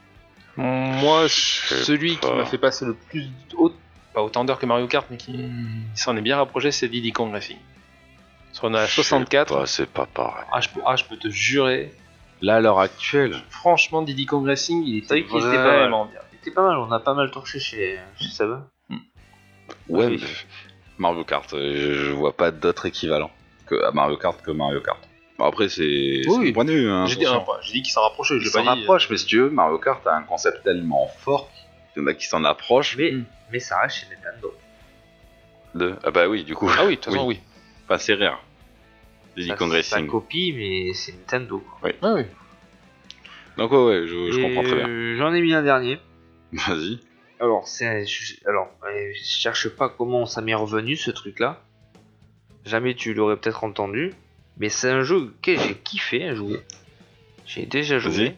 Moi, sais celui qui pas. m'a fait passer le plus haut, pas autant d'heures que Mario Kart, mais qui s'en est bien rapproché, c'est Diddy Kong Racing. Sur la soixante-quatre, Bah, c'est pas pareil. ah, je peux, ah, je peux te jurer, Là, à l'heure actuelle, Franchement, Diddy Kong Racing, il C'est était vrai qu'il était pas mal. vraiment bien. C'était pas mal, on a pas mal torché chez, chez Seb. ouais, Oui. mais Mario Kart, euh, je, je vois pas d'autre équivalent que à Mario Kart que Mario Kart. Bon, après, c'est c'est Oui. mon point de vue. Hein, J'ai dit, attention. hein, j'ai dit qu'il s'en rapprochait, je Il l'ai s'en pas dit. rapproche, mais si tu veux, Mario Kart a un concept tellement fort qu'il y en a qui s'en approchent. Mais, Mm. mais ça reste chez Nintendo. De... Ah bah oui, du coup. Ah oui, de toute façon, oui. Enfin, c'est rare. Diddy Ça, Kong ça Racing. copie, mais c'est Nintendo. quoi. Ah oui. Donc ouais, ouais, je, je Et, comprends très bien. euh, J'en ai mis un dernier. Vas-y. Alors, c'est, je, alors, euh, je cherche pas comment ça m'est revenu ce truc-là. Jamais tu l'aurais peut-être entendu, mais c'est un jeu que j'ai kiffé à jouer. J'ai déjà joué. Vas-y.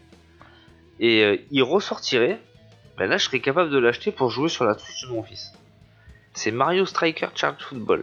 Et euh, il ressortirait. Ben là, je serais capable de l'acheter pour jouer sur la Switch de mon fils. C'est Mario Striker Charge Football.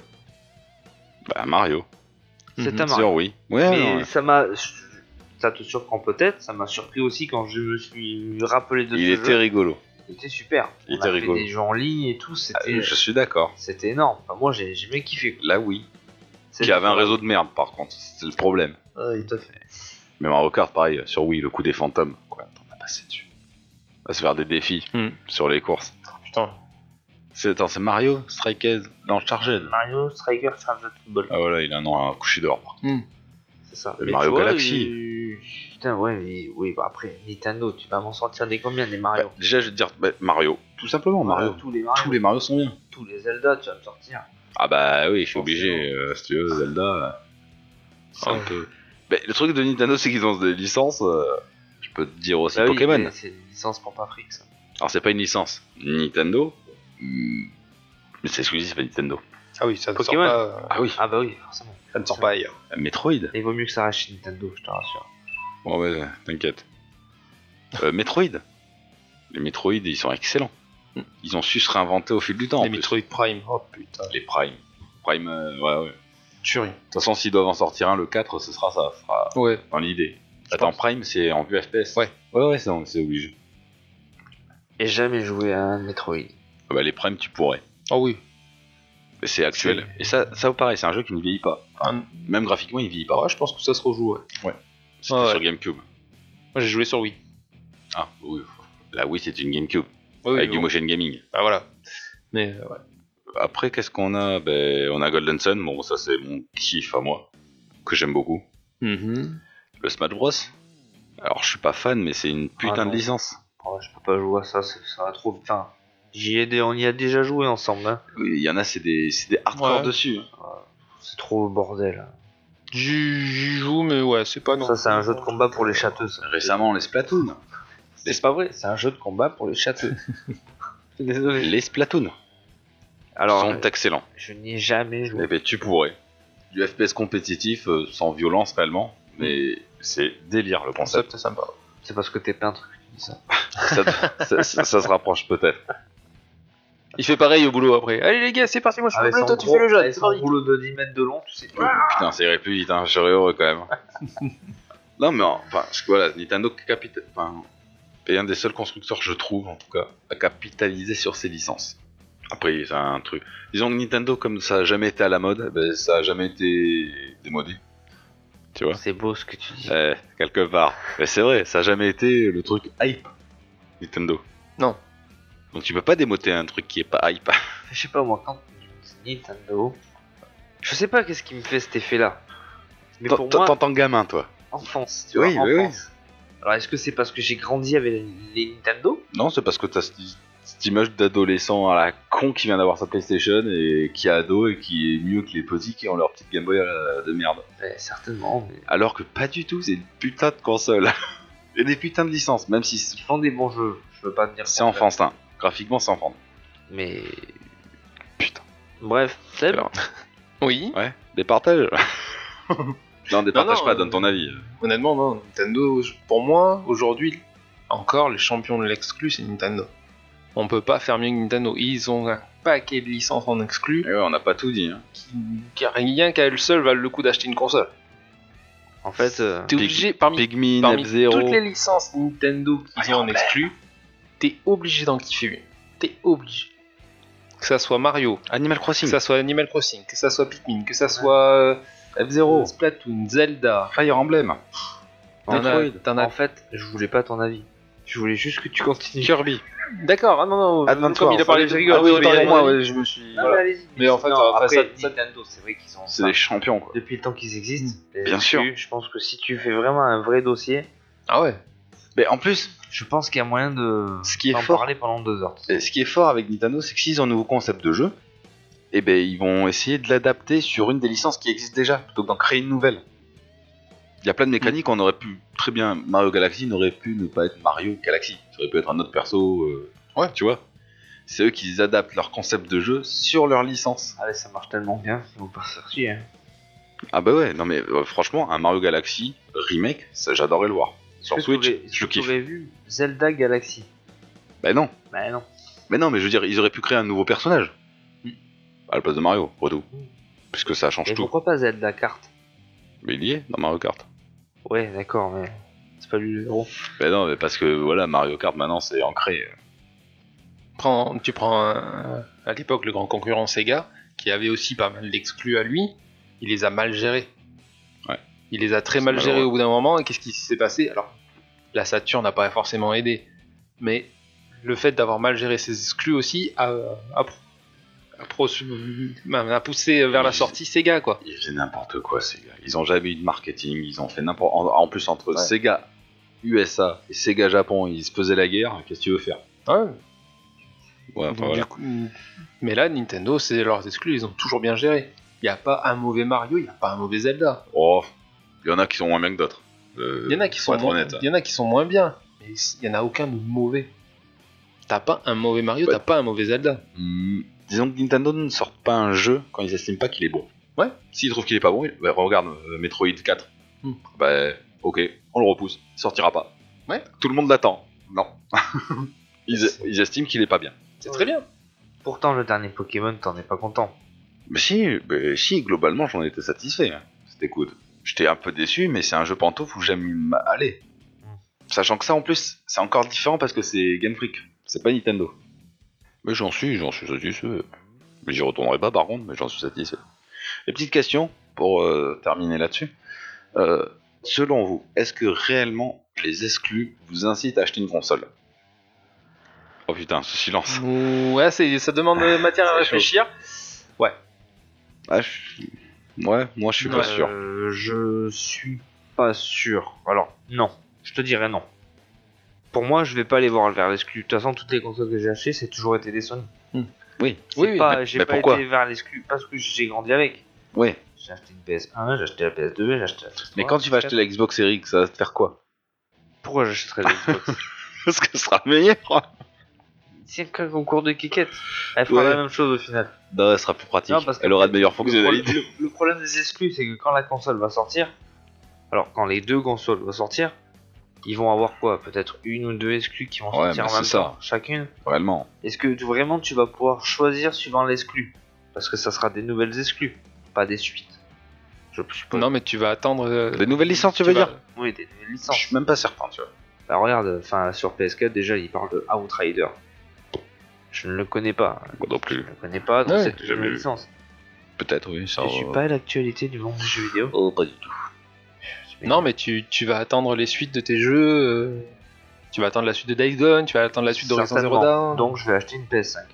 Bah Mario. C'est Mhm. un Sûr, Mario. oui. Ouais, Mais non, ouais. ça m'a, ça te surprend peut-être. Ça m'a surpris aussi quand je me suis rappelé de Il ce était jeu. rigolo. Il était super. Il On était a fait rigolo. des jeux en ligne et tout. C'était, Euh, Je suis d'accord. c'était énorme. Enfin, moi, j'ai, j'ai bien kiffé. quoi. Là, oui. C'était Il y avait un pas mal. réseau de merde, par contre. C'est le problème. Ouais, tout à fait. Mais Mario Kart, pareil, sur Wii, le coup des fantômes. Quoi, t'en as passé dessus. On va se faire des défis Hmm. sur les courses. Putain. C'est, attends, c'est Mario Strikers dans Charged. Mario Striker Charge Football. Ah voilà, il a un nom à coucher d'or. par contre. C'est ça. Le Mais Mario tu vois, Galaxy. il- Putain, ouais, mais oui, bah après, Nintendo, tu vas m'en sortir des combien des Mario Bah, déjà, je vais te dire bah, Mario. Tout simplement, Mario. Voilà, tous les Mario. Tous les Mario sont bien. tous les Zelda, tu vas me sortir. Ah bah oui, je suis Forcément. obligé. euh, si tu veux, Zelda. euh, c'est un Ouais. peu. Bah, le truc de Nintendo, c'est qu'ils ont des licences. euh, je peux te dire aussi Bah oui, Pokémon. mais c'est une licence pour pas fric, ça. Alors, c'est pas une licence Nintendo, hmm, mais c'est exclusif à Nintendo. Ah oui, ça ne Pokémon. sort pas. Ah oui, Ah bah oui, forcément. Ça ne sort pas ailleurs. Metroid. Et il vaut mieux que ça reste chez Nintendo, je te rassure. Bon, ouais, t'inquiète. Euh, Metroid. Les Metroid, ils sont excellents. Hmm. Ils ont su se réinventer au fil du temps. en Les plus. Metroid Prime. Oh putain. Les Prime. Prime, euh, ouais, ouais. De Tuerie. toute façon, s'ils doivent en sortir un, le quatre, ce sera ça. Ce sera Ouais. dans l'idée. Je Attends, pense. Prime, c'est en vue F P S. Ouais. Ouais, ouais, c'est c'est obligé. Et jamais joué à un Metroid. Ah bah, les Prime, tu pourrais. Ah oui. Mais c'est actuel. C'est- Et ça, ça, pareil, c'est un jeu qui ne vieillit pas. Enfin, même graphiquement, il vieillit pas. Ouais, je pense que ça se rejoue, ouais. C'était Ah ouais. sur GameCube. Moi j'ai joué sur Wii. Ah, oui. La Wii, c'est une GameCube. Ouais, avec oui, du bon. motion gaming. Ah voilà. Mais euh, ouais. Après, qu'est-ce qu'on a ben, on a Golden Sun, bon, ça c'est mon kiff à moi, que j'aime beaucoup. Mhm. Le Smash Bros. Alors, je suis pas fan, mais c'est une putain Ah de non. licence. Oh, je peux pas jouer à ça, c'est- ça va trop. Enfin, j'y ai dé- on y a déjà joué ensemble. Hein. Oui, il y en a, c'est des, c'est des hardcore Ouais. dessus. C'est trop le bordel. J'y j'y joue, mais ouais, c'est pas non. Ça, c'est un jeu de combat pour les châteux. Ça. Récemment, les Splatoon. C'est pas vrai, c'est un jeu de combat pour les châteux. Désolé. Les Splatoon Alors, sont euh, excellents. je n'y ai jamais joué. Eh ben, tu pourrais. Du F P S compétitif, euh, sans violence réellement, mais c'est délire le Ça, concept. c'est sympa. C'est parce que t'es peintre que tu dis ça. ça, ça- ça- ça se rapproche peut-être. Il fait pareil au boulot après. Allez les gars, c'est parti, moi je fais le Avec bleu, son toi tu gros- fais le jaune. avec C'est son parti. rouleau de dix mètres de long, tu sais. Putain, ça irait plus vite, hein. Je serais heureux quand même. Non, mais enfin, je- voilà, Nintendo capita- enfin, est un des seuls constructeurs, je trouve, en tout cas, à capitaliser sur ses licences. Après, c'est un truc. Disons que Nintendo, comme ça a jamais été à la mode, ben, ça a jamais été démodé. Tu vois C'est beau ce que tu dis. Eh, quelque part. Mais c'est vrai, ça a jamais été le truc hype, Nintendo. Non. Donc tu peux pas démoter un truc qui est pas hype. Je sais pas moi, quand Nintendo, je sais pas qu'est-ce qui me fait cet effet-là. Mais pour moi, T'entends gamin, toi. enfance, tu vois, Oui, oui, oui. enfance. Alors est-ce que c'est parce que j'ai grandi avec les- les Nintendo? Non, c'est parce que t'as cette, cette image d'adolescent à la con qui vient d'avoir sa PlayStation et qui est ado et qui est mieux que les petits qui ont leur petite Game Boy euh, de merde. Ben, certainement, mais Alors que pas du tout, c'est une putain de console. Et des putains de licences, même si ils font des bons jeux, je veux pas te dire c'est le enfantin. contraire. Graphiquement, c'est enfantin. Mais Putain. bref, Seb, Alors, Oui. ouais, des partages. Non, départage non, pas, euh, donne ton avis. Honnêtement, non. Nintendo, je- pour moi, aujourd'hui, encore, les champions de l'exclu, c'est Nintendo. On peut pas faire mieux que Nintendo. Ils ont un paquet de licences en exclu Et ouais, on n'a pas tout dit. Hein. qui, qui rien qu'à elles seules valent le coup d'acheter une console. en fait, euh, T'es obligé, parmi, Pikmin, parmi F-Zero. toutes les licences Nintendo qu'ils ont en exclu, t'es obligé d'en kiffer une. T'es obligé. Que ça soit Mario, Animal que Crossing, ça soit Animal Crossing, que ça soit Pikmin, que ça soit euh, F-Zero, Splatoon, Zelda. Fire Emblem. en T'en as, Metroid. t'en as En fait, je voulais pas ton avis. Je voulais juste que tu continues. Kirby. D'accord, ah non, non, Advance comme il a Wars. parlé, je rigole. Ah oui, mais autant il y a pour moi, mon avis. ouais, je me suis. Non, voilà. mais allez-y. Mais en fait, non, après, après, ça- ça- Nintendo, c'est vrai qu'ils sont. C'est enfin, des champions, quoi. Depuis le temps qu'ils existent. les Bien sûr. exclus, Je pense que si tu fais vraiment un vrai dossier, Ah ouais. Mais en plus, je pense qu'il y a moyen de Ce qui est d'en fort- parler pendant deux heures. Et ce qui est fort avec Nintendo, c'est que s'ils ont un nouveau concept de jeu, eh ben ils vont essayer de l'adapter sur une des licences qui existe déjà, plutôt que d'en créer une nouvelle. Il y a plein de mécaniques, on aurait pu très bien Mario Galaxy n'aurait pu ne pas être Mario Galaxy, ça aurait pu être un autre perso, euh, Ouais. tu vois. C'est eux qui adaptent leur concept de jeu sur leur licence. Allez, ça marche tellement bien, ils vont pas se faire chier. Hein. Ah bah ouais, non mais euh, franchement, un Mario Galaxy remake, ça j'adorerais le voir. Sur Est-ce que Switch, t'aurais- est-ce je que kiffe. t'aurais vu Zelda Galaxy. Bah non, Bah non. mais non, mais je veux dire, ils auraient pu créer un nouveau personnage à la place de Mario, pour tout, puisque ça change Et tout. pourquoi pas Zelda Kart? Mais il y est dans Mario Kart. Ouais, d'accord, mais c'est pas lui le héros. Mais non, mais parce que voilà, Mario Kart maintenant c'est ancré. Prends- tu prends un- à l'époque le grand concurrent Sega, qui avait aussi pas mal d'exclus à lui, il les a mal gérés. Ouais. Il les a très C'est mal malheureux. gérés au bout d'un moment, et qu'est-ce qui s'est passé? Alors, la Saturn n'a pas forcément aidé, mais le fait d'avoir mal géré ses exclus aussi a, a, a, pro- a poussé vers la Oui. sortie Sega, quoi. Ils faisaient n'importe quoi, Sega. Ils ont jamais eu de marketing, ils ont fait n'importe. En, en plus, entre Ouais. Sega U S A et Sega Japon, ils se faisaient la guerre, qu'est-ce que tu veux faire? Ouais. Ouais, enfin, Donc, voilà. du coup, mais là, Nintendo, c'est leurs exclus, ils ont toujours bien géré. Il n'y a pas un mauvais Mario, il n'y a pas un mauvais Zelda. Oh, il y en a qui sont moins bien que d'autres. Euh, Il y en a qui faut sont être moins, honnête. il y en a qui sont moins bien, mais il y en a aucun de mauvais. T'as pas un mauvais Mario, Ouais. t'as pas un mauvais Zelda. Hmm, disons que Nintendo ne sort pas un jeu quand ils estiment pas qu'il est bon. Ouais. S'ils trouvent qu'il est pas bon, ils- bah, regarde euh, Metroid quatre. Hmm. Bah, ok, on le repousse, il sortira pas. Ouais. Tout le monde l'attend. Non. ils, ils estiment qu'il est pas bien. C'est très bien. Pourtant, le dernier Pokémon, t'en es pas content. Mais si, mais si, globalement, j'en étais satisfait. hein. C'était cool. J'étais un peu déçu, mais c'est un jeu pantoufle où j'aime aller. Mm. Sachant que ça, en plus, c'est encore différent parce que c'est Game Freak. C'est pas Nintendo. Mais j'en suis, j'en suis satisfait. Mais j'y retournerai pas par contre, mais j'en suis satisfait. Les petites questions, pour euh, terminer là-dessus. Euh, selon vous, est-ce que réellement les exclus vous incitent à acheter une console? Oh putain, ce silence. Ouais, c'est, ça demande de matière à C'est réfléchir. Ouais. Ah, je suis- Ouais, moi je suis pas Ouais, sûr. Euh, je suis pas sûr. Alors, non. Je te dirais non. Pour moi, je vais pas aller voir vers l'exclu. De toute façon, toutes les consoles que j'ai achetées, c'est toujours été des Sony. Oui, C'est Oui, oui, pas, mais- j'ai mais pas pourquoi été vers l'exclu parce que j'ai grandi avec. ouais. J'ai acheté une P S un, j'ai acheté la P S deux, j'ai acheté la P S trois. Mais quand tu vas acheter la Xbox Series X, ça va te faire quoi? Pourquoi j'achèterais la Xbox? Parce que ce sera meilleur. C'est qu'un concours de kickette. Elle fera Ouais. la même chose au final. Non, elle sera plus pratique. Non, parce que Elle aura de meilleures Le, fonctionnalités. problème- le- le problème des exclus, c'est que quand la console va sortir, alors quand les deux consoles vont sortir, ils vont avoir quoi? Peut-être une ou deux exclus qui vont Ouais, sortir mais en même c'est ça. temps, chacune. Réellement. Est-ce que tu- vraiment tu vas pouvoir choisir suivant l'exclu? Parce que ça sera des nouvelles exclus, pas des suites. Je suppose. Non, mais tu vas attendre. euh, Des nouvelles licences, tu veux vas- dire? Oui, des nouvelles Je licences. suis même pas certain, tu vois. Bah regarde, enfin sur P S quatre déjà, il parle de Outrider. Je ne le connais pas. Moi non Je plus. ne le connais pas, donc Ouais, c'est une jamais nouvelle vu. licence. Peut-être, oui. Ça, Je suis euh, pas à l'actualité du monde des jeux vidéo. Oh, pas du tout. Non, mais tu, tu vas attendre les suites de tes jeux. euh, Tu vas attendre la suite de Days Gone, tu vas attendre la suite d'Horizon Zero Certainement. Dawn. Donc je vais acheter une P S cinq.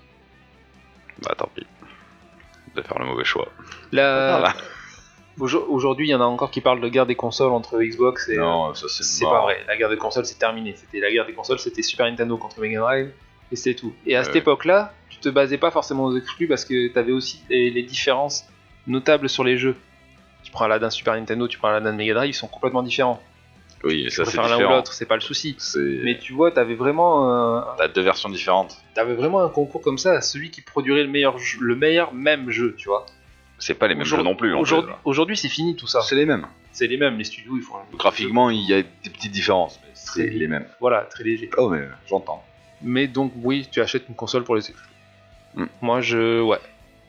Bah, tant pis. De faire le mauvais choix. La- Voilà. Aujo- Aujourd'hui, il y en a encore qui parlent de guerre des consoles entre Xbox et. Non, ça c'est C'est mort. pas vrai, la guerre des consoles c'est terminé. C'était la guerre des consoles, c'était Super Nintendo contre Mega Drive et c'est tout. Et à Ouais. cette époque-là, tu te basais pas forcément aux exclus parce que t'avais aussi les, les différences notables sur les jeux. Tu prends Aladdin Super Nintendo, tu prends Aladdin Mega Drive, ils sont complètement différents. Oui, et Tu ça c'est préfères l'un ou différent. l'autre, c'est pas le souci. C'est... Mais tu vois, t'avais vraiment, un... T'as deux versions différentes. t'avais vraiment un concours comme ça, celui qui produirait le meilleur, jeu- le meilleur même jeu, tu vois. C'est pas les mêmes jeux Aujourd'hui- non plus. en Aujourd'hui, fait. aujourd'hui, c'est fini tout ça. C'est les mêmes. C'est les mêmes, les studios ils font. Graphiquement, il y a des petites différences, mais c'est C'est- les mêmes. Voilà, très léger. Oh, mais j'entends. Mais donc oui, tu achètes une console pour les exclus. Mm. Moi je ouais.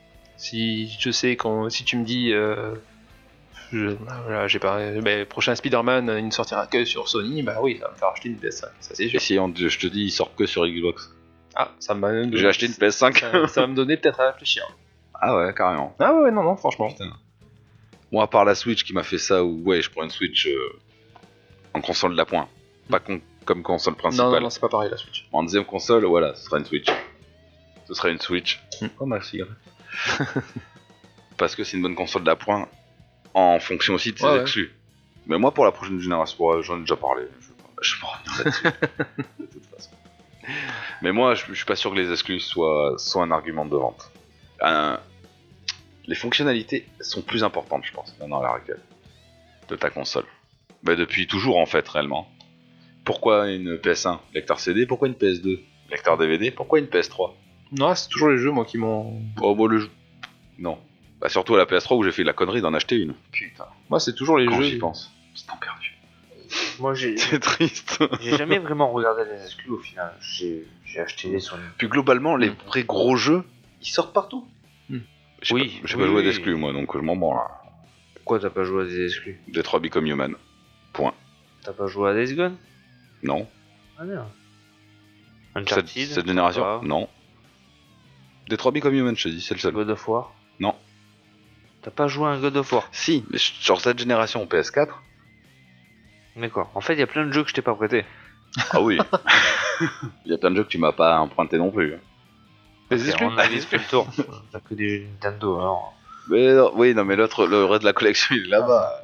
Si je sais qu'on si tu me dis euh, je, voilà, j'ai pas ben, prochain Spider-Man il ne sortira que sur Sony, bah oui, ça va me faire acheter une P S cinq, ça c'est Et sûr. si on- je te dis, il sort que sur Xbox. Ah, ça va J'ai acheté une P S cinq. ça, ça va me donner peut-être à réfléchir. Ah ouais, carrément. Ah ouais, non non, franchement. Putain. Moi, à part la Switch qui m'a fait ça, ou ouais, je prends une Switch euh, En console d'appoint. Pas con- comme console principale. Non, non, non, c'est pas pareil la Switch. En deuxième console, voilà, ce sera une Switch. Ce sera une Switch. Oh merci. Parce que c'est une bonne console d'appoint en fonction aussi de ses Ouais, ouais. exclus. Mais moi, pour la prochaine génération, ouais, j'en ai déjà parlé. Je vais pas, je vais pas revenir là-dessus. de toute façon. Mais moi, je, je suis pas sûr que les exclus soient, soient un argument de vente. Euh, les fonctionnalités sont plus importantes, je pense, maintenant à l'heure actuelle, de ta console. Bah, depuis toujours, en fait, réellement. Pourquoi une P S un lecteur C D? Pourquoi une P S deux lecteur D V D? Pourquoi une P S trois? Non, c'est toujours les jeux, moi, qui m'ont. Oh, bon, le jeu. Non. Bah, surtout à la P S trois où j'ai fait la connerie d'en acheter une. Putain. Moi, c'est toujours les Quand jeux. j'y pense. C'est temps perdu. Moi, j'ai C'est triste. j'ai jamais vraiment regardé les exclus au final. J'ai j'ai acheté les Sony. Puis globalement, les vrais gros jeux, ils sortent partout. Hmm. J'ai Oui, pas, j'ai oui, pas joué oui. d'exclus, moi, donc je m'en branle. Là. Pourquoi t'as pas joué à des exclus? Detroit Become Human. Point. T'as pas joué à Days Gone? Non. Ah merde. Cette, Uncharted? cette génération, pas. non. Detroit Become Human, je te dis, c'est le seul. God of War? Non. T'as pas joué à un God of War? Si, mais sur cette génération P S quatre. D'accord. En fait, il y a plein de jeux que je t'ai pas prêté. Ah oui. Il y a plein de jeux que tu m'as pas emprunté non plus. Les exclus. On a vite fait le tour. T'as que des Nintendo alors. Mais non, oui, non, mais l'autre, le reste de la collection, il est là-bas.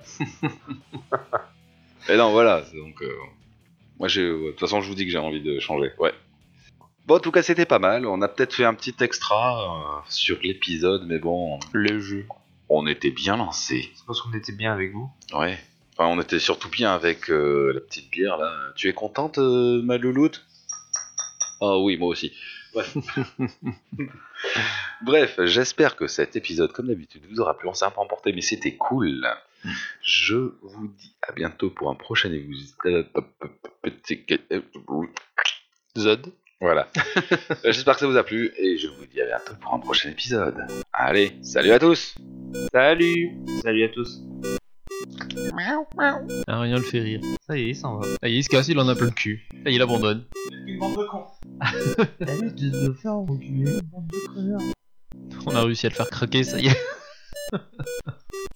Et non, voilà, c'est donc... euh, moi, j'ai... ouais, de toute façon, je vous dis que j'ai envie de changer, ouais. Bon, en tout cas, c'était pas mal. On a peut-être fait un petit extra euh, sur l'épisode, mais bon... Les jeux. On était bien lancés. C'est parce qu'on était bien avec vous. Ouais. Enfin, on était surtout bien avec euh, la petite bière, là. Tu es contente, euh, ma louloute? Ah oui, moi aussi. Bref. Bref, j'espère que cet épisode, comme d'habitude, vous aura plu. On s'est un peu emporté, mais c'était cool. Je vous dis à bientôt pour un prochain épisode. Z. Voilà. J'espère que ça vous a plu et je vous dis à bientôt pour un prochain épisode. Allez, salut à tous. Salut. Salut à tous. Ah, rien le fait rire. Ça y est, il s'en va. Ah, il se casse, il en a plein le cul. Et il abandonne. Une bande de cons. Allez, de faire enculer, bande de connards. On a réussi à le faire craquer, ça y est.